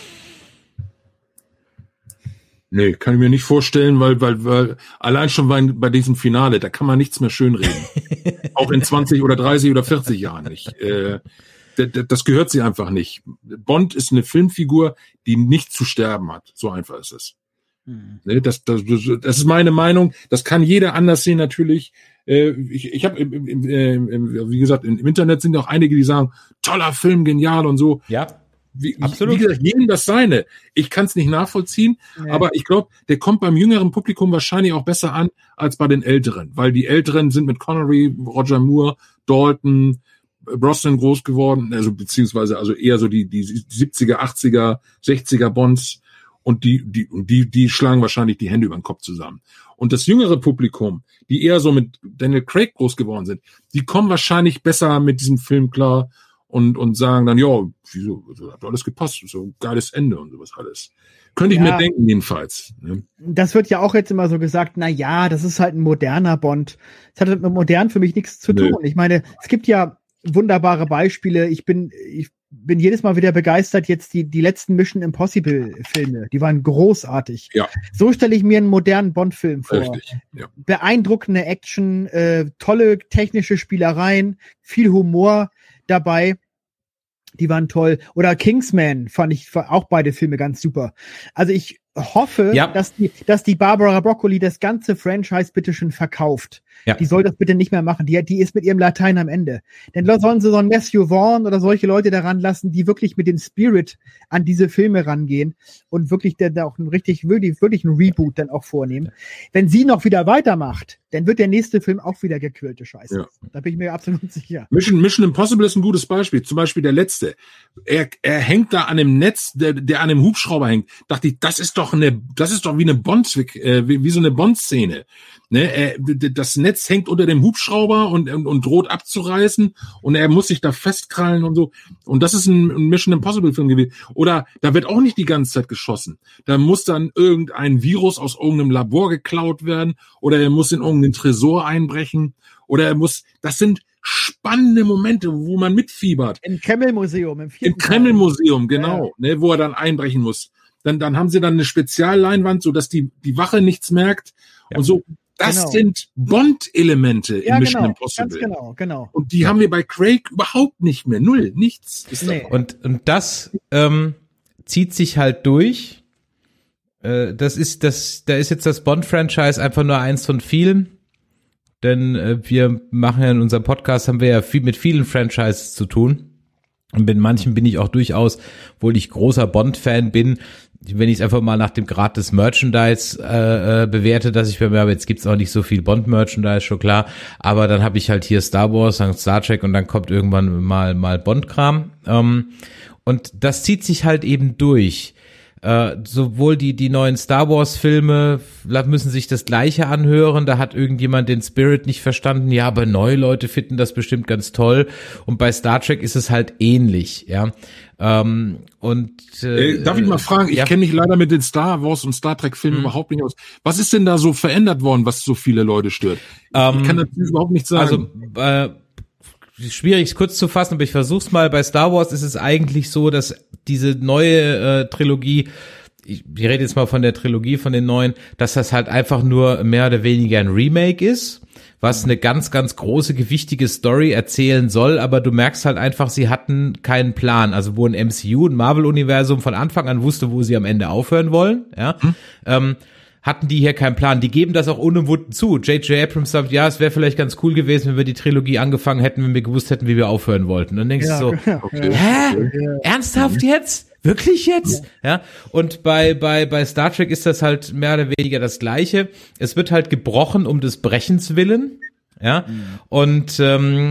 Nee, kann ich mir nicht vorstellen, weil allein schon bei diesem Finale, da kann man nichts mehr schönreden. Auch in 20 oder 30 oder 40 Jahren nicht. Das gehört sie einfach nicht. Bond ist eine Filmfigur, die nicht zu sterben hat. So einfach ist es. Das ist meine Meinung. Das kann jeder anders sehen natürlich. Ich habe, wie gesagt, im Internet sind auch einige, die sagen, toller Film, genial und so. Ja, absolut. Wie gesagt, jedem das seine. Ich kann es nicht nachvollziehen, aber ich glaube, der kommt beim jüngeren Publikum wahrscheinlich auch besser an als bei den Älteren, weil die Älteren sind mit Connery, Roger Moore, Dalton, Brosnan groß geworden, beziehungsweise eher so die 70er, 80er, 60er Bonds. Und die schlagen wahrscheinlich die Hände über den Kopf zusammen. Und das jüngere Publikum, die eher so mit Daniel Craig groß geworden sind, die kommen wahrscheinlich besser mit diesem Film klar und sagen dann, ja, wieso, hat alles gepasst, so ein geiles Ende und sowas alles. Könnte ich mir denken, jedenfalls. Ne? Das wird ja auch jetzt immer so gesagt, na ja, das ist halt ein moderner Bond. Das hat mit modern für mich nichts zu tun. Ich meine, es gibt ja wunderbare Beispiele. Ich bin jedes Mal wieder begeistert, jetzt die letzten Mission Impossible Filme, die waren großartig. Ja. So stelle ich mir einen modernen Bond-Film vor. Richtig, ja. Beeindruckende Action, tolle technische Spielereien, viel Humor dabei. Die waren toll. Oder Kingsman fand ich auch beide Filme ganz super. Also ich hoffe, dass die Barbara Broccoli das ganze Franchise bitte schon verkauft. Ja. Die soll das bitte nicht mehr machen. Die ist mit ihrem Latein am Ende. Denn sollen sie so einen Matthew Vaughn oder solche Leute daran lassen, die wirklich mit dem Spirit an diese Filme rangehen und wirklich da auch wirklich einen Reboot dann auch vornehmen. Wenn sie noch wieder weitermacht, dann wird der nächste Film auch wieder gequirlte Scheiße. Ja. Da bin ich mir absolut sicher. Mission Impossible ist ein gutes Beispiel. Zum Beispiel der letzte. Er hängt da an dem Netz, der an dem Hubschrauber hängt. Dachte ich, das ist doch wie eine wie so eine Bond-Szene. Ne, das Netz hängt unter dem Hubschrauber und droht abzureißen und er muss sich da festkrallen und so. Und das ist ein Mission Impossible Film gewesen. Oder da wird auch nicht die ganze Zeit geschossen. Da muss dann irgendein Virus aus irgendeinem Labor geklaut werden oder er muss in irgendeinen Tresor einbrechen oder das sind spannende Momente, wo man mitfiebert. Im Kreml-Museum. Im Kreml-Museum, genau, ja. Ne, wo er dann einbrechen muss. Dann haben sie dann eine Spezialleinwand, so dass die Wache nichts merkt und so. Das sind Bond-Elemente in Mission Impossible. Ganz genau. Und die haben wir bei Craig überhaupt nicht mehr. Null, nichts. Und das zieht sich halt durch. Da ist jetzt das Bond-Franchise einfach nur eins von vielen. Denn wir machen ja in unserem Podcast, haben wir ja viel mit vielen Franchises zu tun. Und mit manchen bin ich auch durchaus, obwohl ich großer Bond-Fan bin, wenn ich es einfach mal nach dem Grad des Merchandise bewerte, dass ich mir habe, jetzt gibt's auch nicht so viel Bond-Merchandise, schon klar, aber dann habe ich halt hier Star Wars, dann Star Trek und dann kommt irgendwann mal Bond-Kram. Und das zieht sich halt eben durch. Sowohl die neuen Star Wars Filme müssen sich das Gleiche anhören, da hat irgendjemand den Spirit nicht verstanden, ja, aber neue Leute finden das bestimmt ganz toll und bei Star Trek ist es halt ähnlich, ja. Darf ich mal fragen, ich kenne mich leider mit den Star Wars und Star Trek Filmen überhaupt nicht aus. Was ist denn da so verändert worden, was so viele Leute stört? Ich kann das überhaupt nicht sagen. Also, schwierig es kurz zu fassen, aber ich versuch's mal. Bei Star Wars ist es eigentlich so, dass diese neue Trilogie, ich rede jetzt mal von der Trilogie von den neuen, dass das halt einfach nur mehr oder weniger ein Remake ist, was eine ganz, ganz große, gewichtige Story erzählen soll, aber du merkst halt einfach, sie hatten keinen Plan. Also wo ein MCU, ein Marvel-Universum von Anfang an wusste, wo sie am Ende aufhören wollen, ja, hatten die hier keinen Plan. Die geben das auch unumwunden zu. J.J. Abrams sagt, ja, es wäre vielleicht ganz cool gewesen, wenn wir die Trilogie angefangen hätten, wenn wir gewusst hätten, wie wir aufhören wollten. Dann denkst du so, Ernsthaft jetzt? Wirklich jetzt? Ja. Und bei Star Trek ist das halt mehr oder weniger das Gleiche. Es wird halt gebrochen um des Brechens willen. Ja, und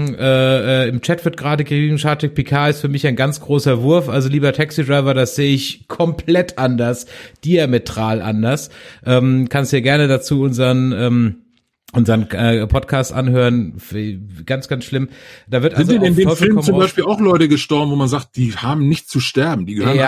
im Chat wird gerade geschrieben, Star Trek Picard ist für mich ein ganz großer Wurf, also lieber Taxi Driver, das sehe ich komplett anders, diametral anders. Kannst dir gerne dazu unseren Podcast anhören, ganz, ganz schlimm. Da wird sind in dem Film zum Beispiel auch Leute gestorben, wo man sagt, die haben nicht zu sterben, die gehören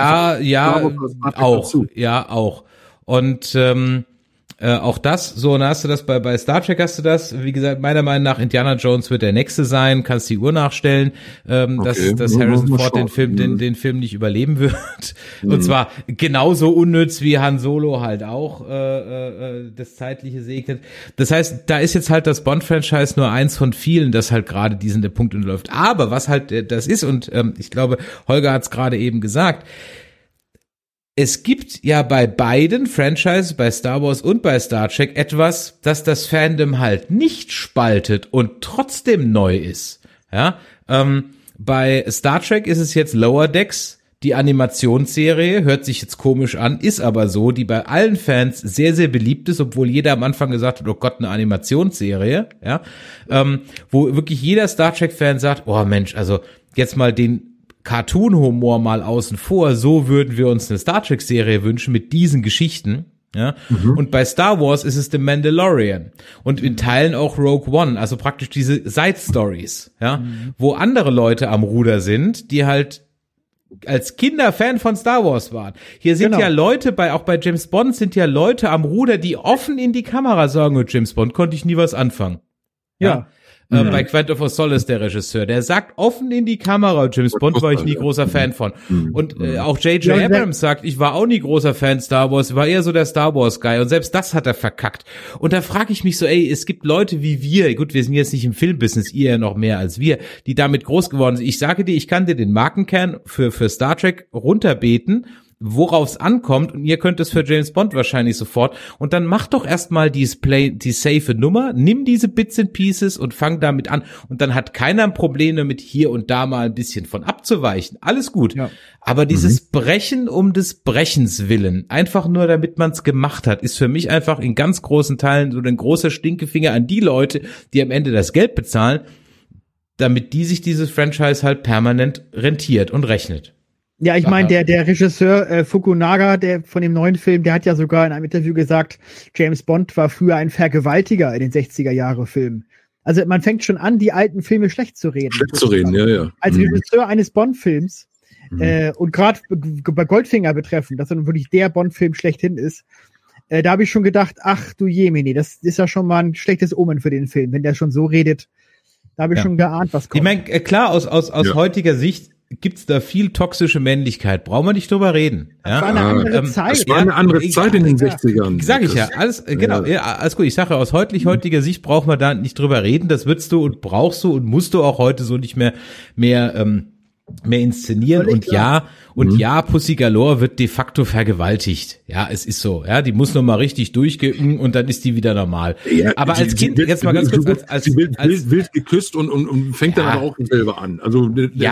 auch. Und auch das, so, und dann hast du das bei Star Trek hast du das, wie gesagt, meiner Meinung nach Indiana Jones wird der nächste sein, kannst die Uhr nachstellen, dass Harrison Ford den Film nicht überleben wird. Und zwar genauso unnütz wie Han Solo halt auch das Zeitliche segnet. Das heißt, da ist jetzt halt das Bond-Franchise nur eins von vielen, das halt gerade diesen Punkt unterläuft. Aber was halt das ist, und ich glaube, Holger hat es gerade eben gesagt, es gibt ja bei beiden Franchises, bei Star Wars und bei Star Trek, etwas, das das Fandom halt nicht spaltet und trotzdem neu ist. Ja, bei Star Trek ist es jetzt Lower Decks, die Animationsserie, hört sich jetzt komisch an, ist aber so, die bei allen Fans sehr, sehr beliebt ist, obwohl jeder am Anfang gesagt hat, oh Gott, eine Animationsserie, ja, wo wirklich jeder Star Trek-Fan sagt, oh Mensch, also jetzt mal den Cartoon-Humor mal außen vor, so würden wir uns eine Star Trek-Serie wünschen mit diesen Geschichten, ja. Und bei Star Wars ist es The Mandalorian und in Teilen auch Rogue One, also praktisch diese Side-Stories, ja, wo andere Leute am Ruder sind, die halt als Kinder Fan von Star Wars waren. Hier sind ja Leute, auch bei James Bond sind ja Leute am Ruder, die offen in die Kamera sagen, mit James Bond konnte ich nie was anfangen. Ja. Bei Quantum of Solace, der Regisseur, der sagt offen in die Kamera, James Bond war ich nie großer Fan von. Und auch J.J. Abrams sagt, ich war auch nie großer Fan Star Wars, war eher so der Star Wars Guy und selbst das hat er verkackt. Und da frage ich mich so, es gibt Leute wie wir, gut, wir sind jetzt nicht im Filmbusiness, ihr ja noch mehr als wir, die damit groß geworden sind. Ich sage dir, ich kann dir den Markenkern für Star Trek runterbeten, worauf es ankommt, und ihr könnt es für James Bond wahrscheinlich sofort, und dann mach doch erstmal die safe Nummer, nimm diese Bits and Pieces und fang damit an, und dann hat keiner ein Problem damit, hier und da mal ein bisschen von abzuweichen, alles gut, aber dieses Brechen um des Brechens willen, einfach nur damit man es gemacht hat, ist für mich einfach in ganz großen Teilen so ein großer Stinkefinger an die Leute, die am Ende das Geld bezahlen, damit die sich dieses Franchise halt permanent rentiert und rechnet. Ja, ich meine, der Regisseur Fukunaga, der von dem neuen Film, der hat ja sogar in einem Interview gesagt, James Bond war früher ein Vergewaltiger in den 60er-Jahre-Filmen. Also man fängt schon an, die alten Filme schlecht zu reden. Ja. Als Regisseur eines Bond-Films und gerade bei Goldfinger betreffend, dass er wirklich der Bond-Film schlechthin ist, da habe ich schon gedacht, ach du Jemini, das ist ja schon mal ein schlechtes Omen für den Film, wenn der schon so redet. Da habe ich schon geahnt, was kommt. Ich meine, klar, aus heutiger Sicht gibt's da viel toxische Männlichkeit. Brauchen wir nicht drüber reden. Das war eine andere Zeit. Das war eine andere Zeit in den 60ern. Sag ich ja. Alles, genau. Ja, alles gut. Ich sage, aus heutiger Sicht brauchen wir da nicht drüber reden. Das würdest du und brauchst du und musst du auch heute so nicht mehr inszenieren. Und ja, Pussy Galore wird de facto vergewaltigt. Ja, es ist so. Ja, die muss noch mal richtig durchgehen und dann ist die wieder normal. Ja, aber als Kind, jetzt mal ganz kurz, sie wird wild geküsst und fängt dann aber auch selber an. Also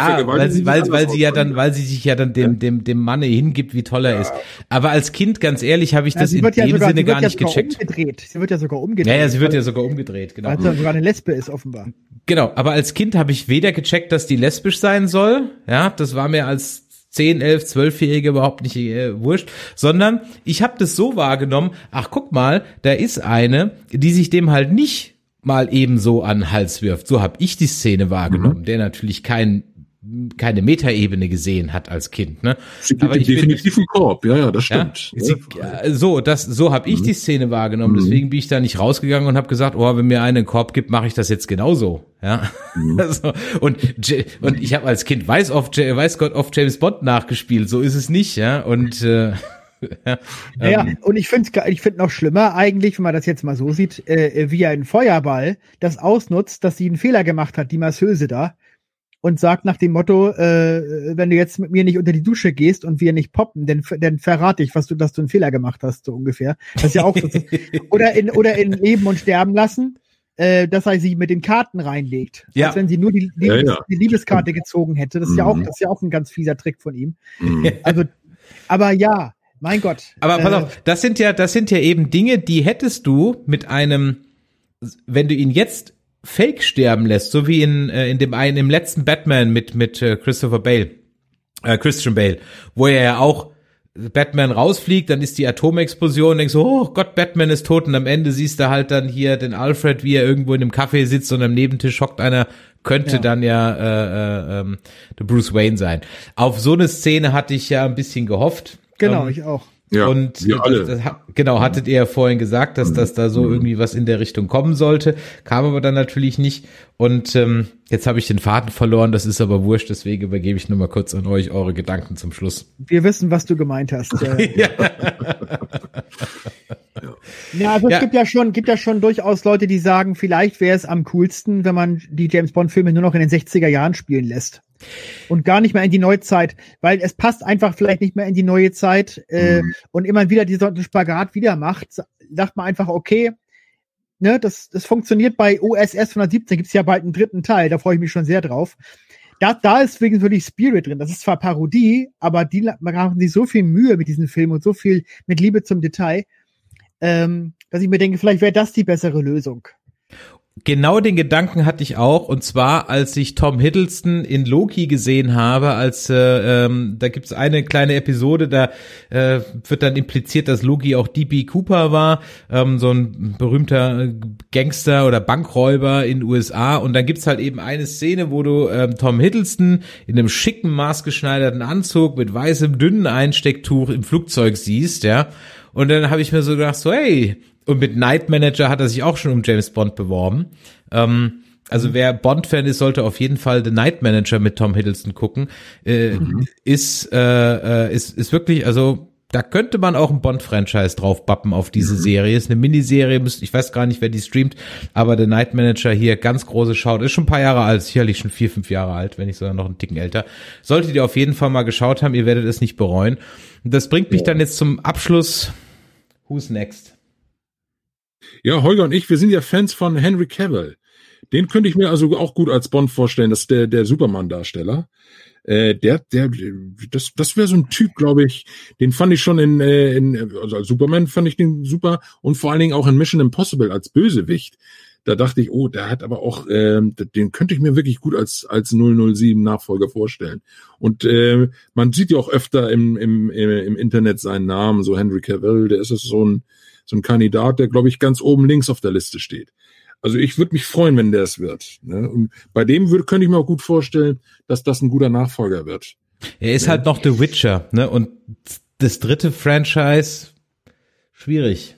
weil sie sich ja dann dem Manne hingibt, wie toll er ist. Aber als Kind, ganz ehrlich, habe ich das in dem Sinne gar nicht gecheckt. Sie wird ja sogar umgedreht. Ja, sie wird ja sogar umgedreht, genau. Weil sie sogar eine Lesbe ist, offenbar. Genau, aber als Kind habe ich weder gecheckt, dass die lesbisch sein soll, ja, das war mir als 10, 11, 12-Jährige überhaupt nicht wurscht, sondern ich habe das so wahrgenommen, ach guck mal, da ist eine, die sich dem halt nicht mal ebenso an den Hals wirft. So habe ich die Szene wahrgenommen, der natürlich keine Metaebene gesehen hat als Kind, ne? Sie gibt aber definitiv einen Korb, ja, das stimmt. Ja, so habe ich die Szene wahrgenommen, deswegen bin ich da nicht rausgegangen und habe gesagt, oh, wenn mir einen Korb gibt, mache ich das jetzt genauso, ja. Also, und ich habe als Kind weiß Gott oft James Bond nachgespielt, so ist es nicht, ja, und und ich finde noch schlimmer eigentlich, wenn man das jetzt mal so sieht, wie ein Feuerball das ausnutzt, dass sie einen Fehler gemacht hat, die Masseuse da, und sagt nach dem Motto, wenn du jetzt mit mir nicht unter die Dusche gehst und wir nicht poppen, dann verrate ich, dass du einen Fehler gemacht hast, so ungefähr. Das ist ja auch so. Oder in Leben und Sterben lassen, dass er sie mit den Karten reinlegt. Ja. Als wenn sie nur die Liebeskarte gezogen hätte. Das ist ja auch ein ganz fieser Trick von ihm. Also, aber ja, mein Gott. Aber pass auf, das sind ja eben Dinge, die hättest du mit einem, wenn du ihn jetzt Fake sterben lässt, so wie im letzten Batman mit Christian Bale, wo er ja auch Batman rausfliegt, dann ist die Atomexplosion, denkst so, oh Gott, Batman ist tot, und am Ende siehst du halt dann hier den Alfred, wie er irgendwo in einem Café sitzt und am Nebentisch hockt einer, könnte dann der Bruce Wayne sein. Auf so eine Szene hatte ich ja ein bisschen gehofft. Genau, ich auch. Ja, und wir alle. Genau, hattet ihr ja vorhin gesagt, dass da so irgendwie was in der Richtung kommen sollte, kam aber dann natürlich nicht, und jetzt habe ich den Faden verloren, das ist aber wurscht, deswegen übergebe ich nur mal kurz an euch eure Gedanken zum Schluss. Wir wissen, was du gemeint hast. Ja, also es gibt ja schon durchaus Leute, die sagen, vielleicht wäre es am coolsten, wenn man die James-Bond-Filme nur noch in den 60er Jahren spielen lässt. Und gar nicht mehr in die Neuzeit, weil es passt einfach vielleicht nicht mehr in die neue Zeit und immer wieder diesen Spagat wieder macht, sagt man einfach, okay, ne, das funktioniert bei OSS 117, gibt's ja bald einen dritten Teil, da freue ich mich schon sehr drauf. Da ist wegen wirklich Spirit drin, das ist zwar Parodie, aber die machen sich so viel Mühe mit diesem Film und so viel mit Liebe zum Detail, dass ich mir denke, vielleicht wäre das die bessere Lösung. Genau den Gedanken hatte ich auch, und zwar, als ich Tom Hiddleston in Loki gesehen habe, da gibt's eine kleine Episode, da wird dann impliziert, dass Loki auch D.B. Cooper war, so ein berühmter Gangster oder Bankräuber in den USA, und dann gibt's halt eben eine Szene, wo du Tom Hiddleston in einem schicken, maßgeschneiderten Anzug mit weißem, dünnen Einstecktuch im Flugzeug siehst, ja, und dann habe ich mir so gedacht, so hey, und mit Night Manager hat er sich auch schon um James Bond beworben. Also wer Bond-Fan ist, sollte auf jeden Fall The Night Manager mit Tom Hiddleston gucken. Ist wirklich, also da könnte man auch ein Bond-Franchise drauf bappen auf diese Serie. Ist eine Miniserie, ich weiß gar nicht, wer die streamt, aber The Night Manager hier, ganz große Shout, ist schon ein paar Jahre alt, sicherlich schon 4, 5 Jahre alt, wenn nicht sogar noch einen Ticken älter. Solltet ihr auf jeden Fall mal geschaut haben, ihr werdet es nicht bereuen. Und das bringt mich dann jetzt zum Abschluss. Who's next? Ja, Holger und ich, wir sind ja Fans von Henry Cavill. Den könnte ich mir also auch gut als Bond vorstellen, das ist der Superman-Darsteller. Das wäre so ein Typ, glaube ich, den fand ich schon also als Superman fand ich den super und vor allen Dingen auch in Mission Impossible als Bösewicht. Da dachte ich, der hat aber auch, den könnte ich mir wirklich gut als 007 Nachfolger vorstellen. Und man sieht ja auch öfter im Internet seinen Namen, so Henry Cavill, der ist so ein Kandidat, der, glaube ich, ganz oben links auf der Liste steht. Also ich würde mich freuen, wenn der es wird. Ne? Und bei dem könnte ich mir auch gut vorstellen, dass das ein guter Nachfolger wird. Er ist halt noch The Witcher, ne? Und das dritte Franchise, schwierig.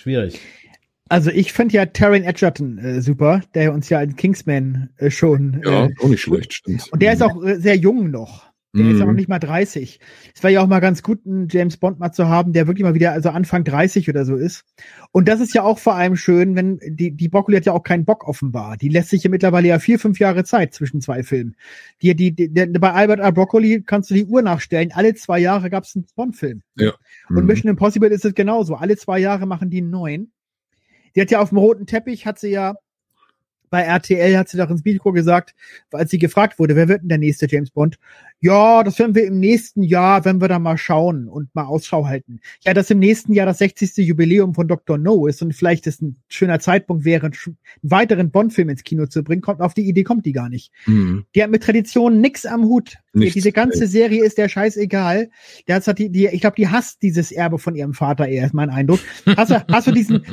Also ich finde ja Taron Egerton super, der uns ja als Kingsman schon... Ja, auch nicht schlecht, stimmt. Und der ist auch sehr jung noch. Der ist ja noch nicht mal 30. Es wäre ja auch mal ganz gut, einen James Bond mal zu haben, der wirklich mal wieder, also Anfang 30 oder so ist. Und das ist ja auch vor allem schön, wenn die Broccoli hat ja auch keinen Bock offenbar. Die lässt sich ja mittlerweile ja 4, 5 Jahre Zeit zwischen 2 Filmen. Bei Albert A. Broccoli kannst du die Uhr nachstellen. Alle 2 Jahre gab es einen Bond-Film. Ja. Und Mission Impossible ist es genauso. Alle 2 Jahre machen die einen neuen. Die hat ja auf dem roten Teppich, bei RTL hat sie doch ins Mikro gesagt, als sie gefragt wurde, wer wird denn der nächste James Bond? Ja, das werden wir im nächsten Jahr, wenn wir da mal schauen und mal Ausschau halten. Ja, dass im nächsten Jahr das 60. Jubiläum von Dr. No ist und vielleicht ist ein schöner Zeitpunkt wäre, einen weiteren Bond-Film ins Kino zu bringen, kommt die gar nicht. Die hat mit Tradition nix am Hut. Diese ganze Serie ist der scheißegal. Ich glaube, die hasst dieses Erbe von ihrem Vater eher, ist mein Eindruck. Hast du diesen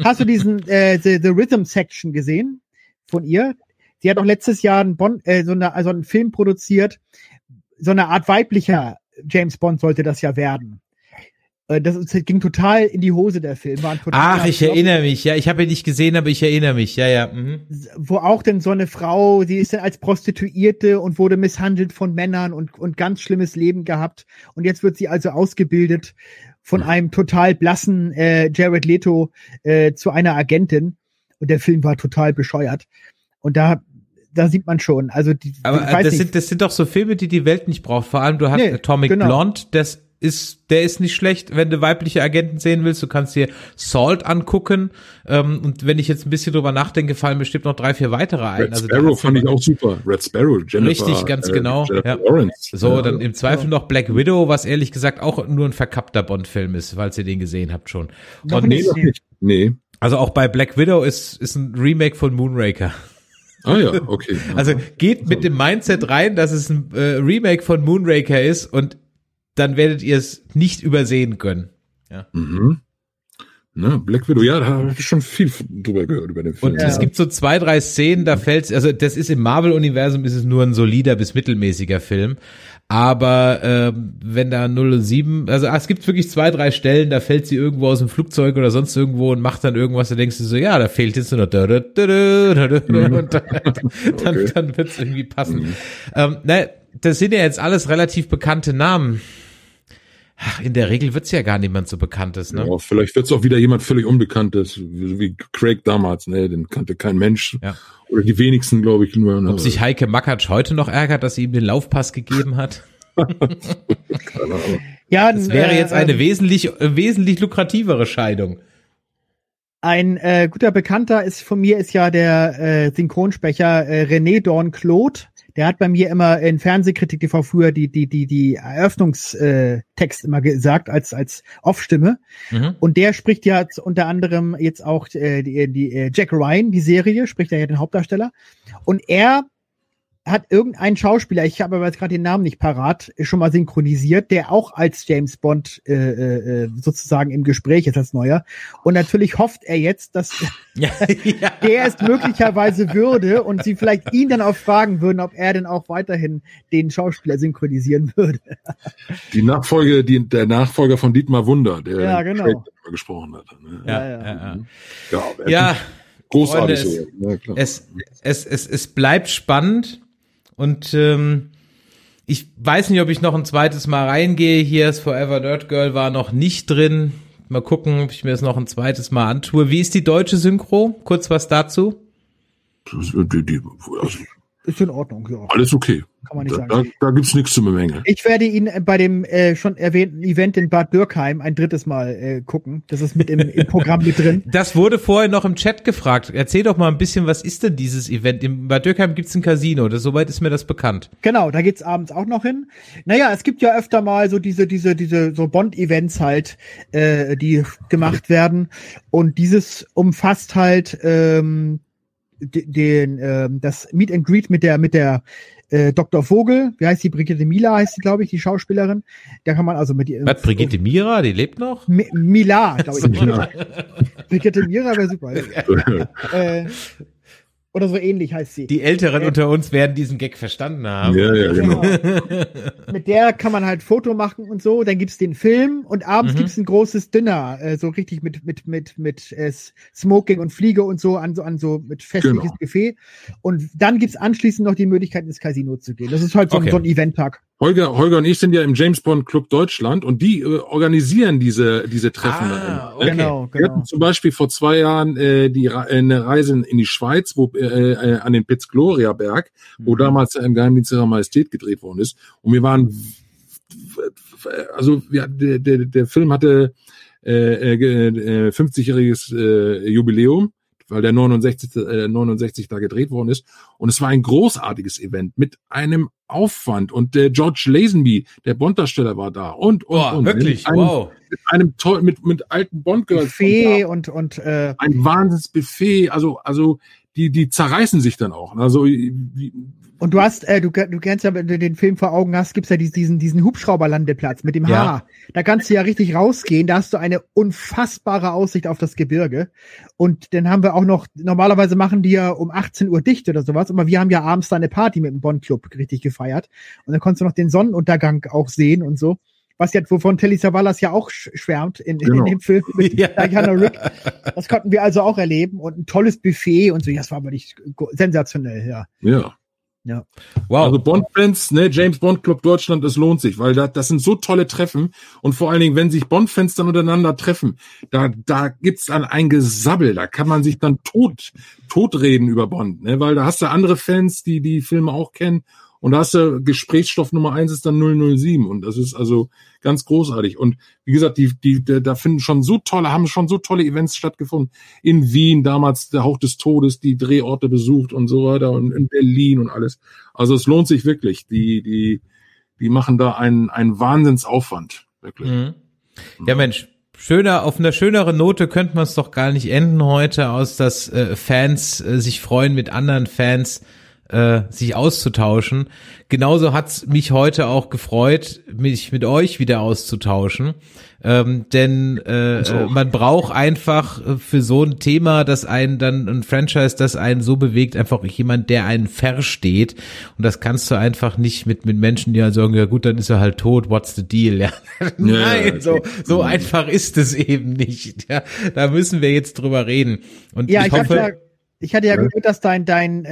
The Rhythm Section gesehen? Von ihr. Sie hat auch letztes Jahr einen Film produziert, so eine Art weiblicher James Bond sollte das ja werden. Das ging total in die Hose, der Film. Ich erinnere mich, ja, ich habe ihn nicht gesehen, aber ich erinnere mich, ja. Wo auch denn so eine Frau, die ist dann als Prostituierte und wurde misshandelt von Männern und ganz schlimmes Leben gehabt. Und jetzt wird sie also ausgebildet von einem total blassen Jared Leto zu einer Agentin. Und der Film war total bescheuert. Und da sieht man schon. Also das sind doch so Filme, die die Welt nicht braucht. Vor allem, du hast Atomic Blonde, der ist nicht schlecht, wenn du weibliche Agenten sehen willst. Du kannst dir Salt angucken. Und wenn ich jetzt ein bisschen drüber nachdenke, fallen bestimmt noch 3, 4 weitere ein. Red Sparrow fand ich auch super. Red Sparrow, Jennifer. Richtig, ganz genau. Ja. Lawrence. So, dann im Zweifel noch Black Widow, was ehrlich gesagt auch nur ein verkappter Bond-Film ist, falls ihr den gesehen habt schon. Noch nicht. Nee. Also auch bei Black Widow ist ein Remake von Moonraker. Ah ja, okay. Also geht mit dem Mindset rein, dass es ein Remake von Moonraker ist und dann werdet ihr es nicht übersehen können. Ja. Black Widow, ja, da habe ich schon viel drüber gehört über den Film. Und es gibt so 2, 3 Szenen, da fällt's, also das ist im Marvel-Universum ist es nur ein solider bis mittelmäßiger Film. Aber wenn da 007, also es gibt wirklich 2, 3 Stellen, da fällt sie irgendwo aus dem Flugzeug oder sonst irgendwo und macht dann irgendwas, da denkst du so, ja, da fehlt jetzt nur noch und dann wird's irgendwie passen. Das sind ja jetzt alles relativ bekannte Namen. Ach, in der Regel wird's ja gar niemand so Bekanntes, ne? Ja, vielleicht wird's auch wieder jemand völlig Unbekanntes, wie Craig damals, ne? Den kannte kein Mensch. Ja. Oder die wenigsten, glaube ich, nur. Ob sich Heike Makatsch heute noch ärgert, dass sie ihm den Laufpass gegeben hat? Keine Ahnung. Ja, das wäre jetzt eine wesentlich lukrativere Scheidung. Ein guter Bekannter von mir ist ja der Synchronsprecher René Dorn-Claude. Der hat bei mir immer in Fernsehkritik TV früher die Eröffnungstext immer gesagt als Off-Stimme. Und der spricht ja unter anderem jetzt auch die Jack Ryan, die Serie, spricht er ja den Hauptdarsteller. Und er hat irgendeinen Schauspieler, ich habe aber jetzt gerade den Namen nicht parat, schon mal synchronisiert, der auch als James Bond sozusagen im Gespräch ist als Neuer. Und natürlich hofft er jetzt, dass der es möglicherweise würde und sie vielleicht ihn dann auch fragen würden, ob er denn auch weiterhin den Schauspieler synchronisieren würde. Der Nachfolger von Dietmar Wunder, der Craig gesprochen hat. Ne? Ja. Großartig. Freunde, es bleibt spannend und Ich weiß nicht, ob ich noch ein zweites Mal reingehe. Hier ist Forever Nerd Girl war noch nicht drin. Mal gucken, ob ich mir das noch ein zweites Mal antue. Wie ist die deutsche Synchro? Kurz was dazu? Ist in Ordnung, ja. Alles okay. Kann man nicht sagen. Da gibt's nichts zu bemängeln. Ich werde ihn bei dem schon erwähnten Event in Bad Dürkheim ein drittes Mal gucken. Das ist mit im Programm mit drin. Das wurde vorher noch im Chat gefragt. Erzähl doch mal ein bisschen, was ist denn dieses Event? In Bad Dürkheim gibt's ein Casino. Soweit ist mir das bekannt. Genau, da geht's abends auch noch hin. Naja, es gibt ja öfter mal so diese so Bond-Events halt, die gemacht werden. Und dieses umfasst halt das Meet and Greet mit der Dr. Vogel, wie heißt die? Brigitte Mila heißt sie, glaube ich, die Schauspielerin. Da kann man also mit ihr. Was, Brigitte Mira, die lebt noch? Mila, glaube ich. Brigitte Mira wäre super. Oder so ähnlich heißt sie. Die Älteren unter uns werden diesen Gag verstanden haben. Ja, genau. Mit der kann man halt Foto machen und so. Dann gibt's den Film und abends gibt's ein großes Dinner, so richtig mit Smoking und Fliege und so mit festliches Buffet. Und dann gibt's anschließend noch die Möglichkeit, ins Casino zu gehen. Das ist halt so ein Event-Tag. Holger und ich sind ja im James Bond Club Deutschland und die organisieren diese Treffen. Okay. Genau. Wir hatten zum Beispiel vor 2 Jahren eine Reise in die Schweiz, wo an den Piz Gloria Berg, wo damals im Geheimdienst ihrer Majestät gedreht worden ist. Und wir waren, also der Film hatte 50-jähriges Jubiläum, weil der 69 da gedreht worden ist. Und es war ein großartiges Event mit einem Aufwand. Und George Lazenby, der Bond-Darsteller, war da. Und. Wirklich? Wow. Mit einem mit alten Bond-Girls. Buffet und ein Wahnsinnsbuffet. Also die zerreißen sich dann auch. Also und du hast, du kennst ja, wenn du den Film vor Augen hast, gibt's ja diesen Hubschrauberlandeplatz mit dem Haar. Da kannst du ja richtig rausgehen. Da hast du eine unfassbare Aussicht auf das Gebirge. Und dann haben wir auch noch, normalerweise machen die ja um 18 Uhr dicht oder sowas, aber wir haben ja abends da eine Party mit dem Bond-Club richtig gefeiert. Und dann konntest du noch den Sonnenuntergang auch sehen und so. Was ja, wovon Telly Savalas ja auch schwärmt in dem Film mit Diana Rigg. Das konnten wir also auch erleben und ein tolles Buffet und so. Ja, das war wirklich sensationell, ja. Ja. Wow. Also Bond-Fans, James Bond Club Deutschland, das lohnt sich, weil das sind so tolle Treffen und vor allen Dingen, wenn sich Bond-Fans dann untereinander treffen, da gibt's dann ein Gesabbel, da kann man sich dann totreden über Bond, ne, weil da hast du andere Fans, die Filme auch kennen. Und da hast du Gesprächsstoff Nummer 1 ist dann 007 und das ist also ganz großartig. Und wie gesagt, da haben schon so tolle Events stattgefunden. In Wien damals der Hauch des Todes, die Drehorte besucht und so weiter und in Berlin und alles. Also es lohnt sich wirklich. Die machen da einen Wahnsinnsaufwand, wirklich. Mhm. Ja, Mensch. Auf einer schöneren Note könnte man es doch gar nicht enden heute, dass Fans sich freuen mit anderen Fans sich auszutauschen. Genauso hat's mich heute auch gefreut, mich mit euch wieder auszutauschen. Denn man braucht einfach für so ein Thema, ein Franchise, das einen so bewegt, einfach jemand, der einen versteht. Und das kannst du einfach nicht mit Menschen, die halt sagen, ja gut, dann ist er halt tot, what's the deal? Ja. Nein, so einfach ist es eben nicht. Ja, da müssen wir jetzt drüber reden. Und ja, ich hatte ja gehört, dass dein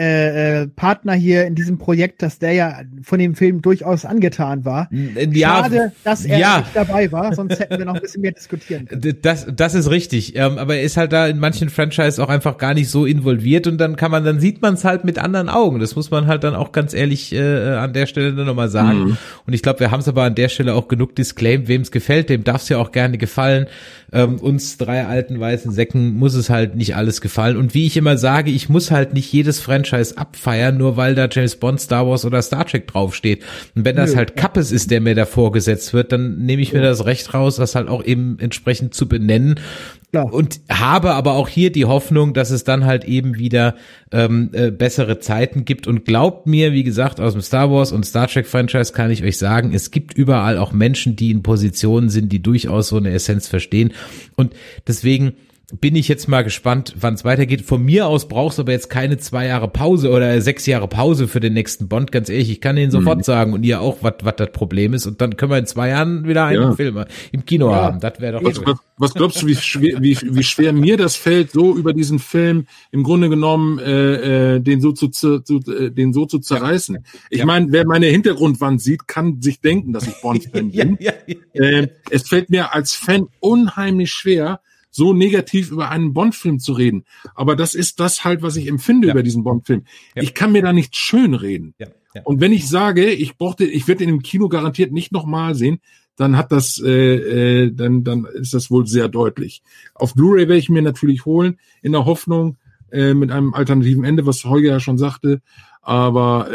Partner hier in diesem Projekt, dass der ja von dem Film durchaus angetan war. Schade, dass er nicht dabei war, sonst hätten wir noch ein bisschen mehr diskutieren können. Das ist richtig. Aber er ist halt da in manchen Franchises auch einfach gar nicht so involviert und dann sieht man es halt mit anderen Augen. Das muss man halt dann auch ganz ehrlich an der Stelle dann nochmal sagen. Mhm. Und ich glaube, wir haben es aber an der Stelle auch genug disclaimed, wem es gefällt, dem darf es ja auch gerne gefallen. Uns 3 alten weißen Säcken muss es halt nicht alles gefallen. Und wie ich immer sage, ich muss halt nicht jedes Franchise abfeiern, nur weil da James Bond, Star Wars oder Star Trek draufsteht. Und wenn das halt Kappes ist, der mir da vorgesetzt wird, dann nehme ich mir das Recht raus, das halt auch eben entsprechend zu benennen. Ja. Und habe aber auch hier die Hoffnung, dass es dann halt eben wieder bessere Zeiten gibt. Und glaubt mir, wie gesagt, aus dem Star Wars und Star Trek Franchise kann ich euch sagen, es gibt überall auch Menschen, die in Positionen sind, die durchaus so eine Essenz verstehen. Und deswegen bin ich jetzt mal gespannt, wann es weitergeht. Von mir aus brauchst du aber jetzt keine 2 Jahre Pause oder 6 Jahre Pause für den nächsten Bond. Ganz ehrlich, ich kann Ihnen sofort sagen und ihr auch, was das Problem ist. Und dann können wir in 2 Jahren wieder einen Film im Kino haben. Das wäre doch was glaubst du, wie schwer mir das fällt, so über diesen Film im Grunde genommen den so zu zerreißen? Ich meine, wer meine Hintergrundwand sieht, kann sich denken, dass ich Bond-Fan bin. Es fällt mir als Fan unheimlich schwer, so negativ über einen Bond-Film zu reden. Aber das ist das halt, was ich empfinde über diesen Bond-Film. Ja. Ich kann mir da nicht schön reden. Ja. Und wenn ich sage, ich werde ihn im Kino garantiert nicht nochmal sehen, dann hat das, dann ist das wohl sehr deutlich. Auf Blu-ray werde ich mir natürlich holen, in der Hoffnung, mit einem alternativen Ende, was Holger ja schon sagte. Aber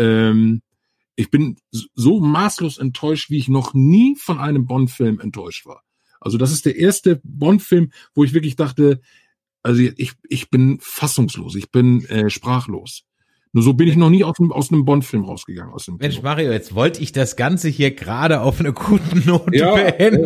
ich bin so maßlos enttäuscht, wie ich noch nie von einem Bond-Film enttäuscht war. Also das ist der erste Bond-Film, wo ich wirklich dachte, also ich bin fassungslos, ich bin sprachlos. Nur so bin ich noch nie aus einem Bond-Film rausgegangen. Mensch, Mario, jetzt wollte ich das Ganze hier gerade auf eine gute Note beenden.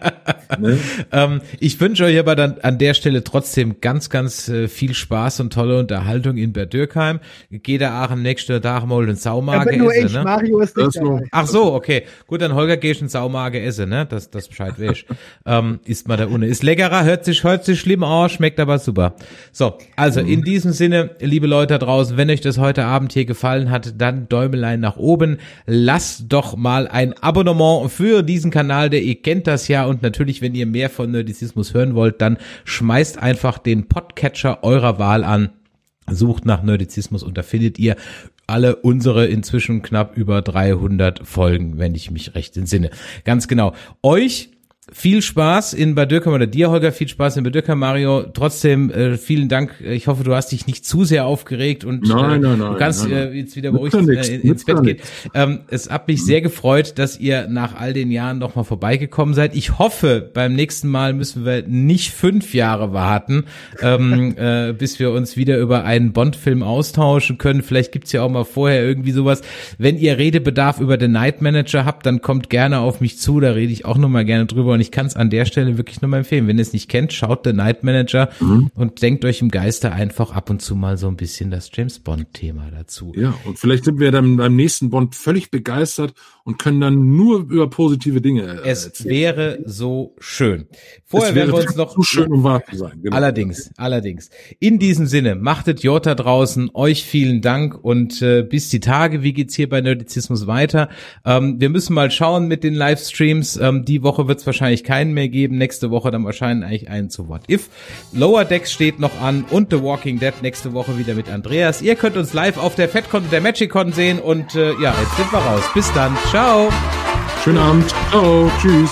Ne? Ich wünsche euch aber dann an der Stelle trotzdem ganz, ganz viel Spaß und tolle Unterhaltung in Bad Dürkheim. Geht der Aachen nächste Tag mal in Saumage essen, ne? Mario ist nicht dabei. Ach so, okay. Gut, dann Holger gehst in Saumage essen, ne? Das Bescheid weiß ich. Isst mal da ohne. Ist leckerer, hört sich schlimm aus, schmeckt aber super. So, also in diesem Sinne, liebe Leute da draußen, wenn euch das heute Abend hier gefallen hat, dann Däumelein nach oben. Lasst doch mal ein Abonnement für diesen Kanal, ihr kennt das ja, und natürlich, wenn ihr mehr von Nerdizismus hören wollt, dann schmeißt einfach den Podcatcher eurer Wahl an, sucht nach Nerdizismus und da findet ihr alle unsere inzwischen knapp über 300 Folgen, wenn ich mich recht entsinne. Ganz genau. Euch viel Spaß in Bad Dürkheim, oder dir, Holger, viel Spaß in Bad Dürkheim, Mario. Trotzdem vielen Dank. Ich hoffe, du hast dich nicht zu sehr aufgeregt und du kannst jetzt wieder beruhigt ins Bett gehen. Es hat mich sehr gefreut, dass ihr nach all den Jahren noch mal vorbeigekommen seid. Ich hoffe, beim nächsten Mal müssen wir nicht 5 Jahre warten, bis wir uns wieder über einen Bond-Film austauschen können. Vielleicht gibt's ja auch mal vorher irgendwie sowas. Wenn ihr Redebedarf über den Night Manager habt, dann kommt gerne auf mich zu. Da rede ich auch noch mal gerne drüber. Und ich kann es an der Stelle wirklich nur mal empfehlen. Wenn ihr es nicht kennt, schaut The Night Manager und denkt euch im Geiste einfach ab und zu mal so ein bisschen das James-Bond-Thema dazu. Ja, und vielleicht sind wir dann beim nächsten Bond völlig begeistert und können dann nur über positive Dinge erzählen. Es wäre so schön. Vorher werden wir uns noch... zu schön, um wahr zu sein. Genau. Allerdings. In diesem Sinne, machtet Jota draußen. Euch vielen Dank und bis die Tage. Wie geht's hier bei Nerdizismus weiter? Wir müssen mal schauen mit den Livestreams. Die Woche wird es wahrscheinlich keinen mehr geben. Nächste Woche dann wahrscheinlich einen zu What If. Lower Decks steht noch an und The Walking Dead nächste Woche wieder mit Andreas. Ihr könnt uns live auf der FatCon und der MagicCon sehen und jetzt sind wir raus. Bis dann. Ciao. Schönen Abend. Ciao. Tschüss.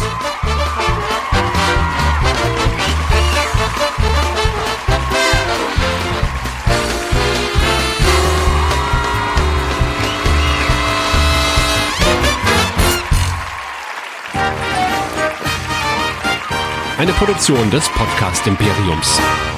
Eine Produktion des Podcast Imperiums.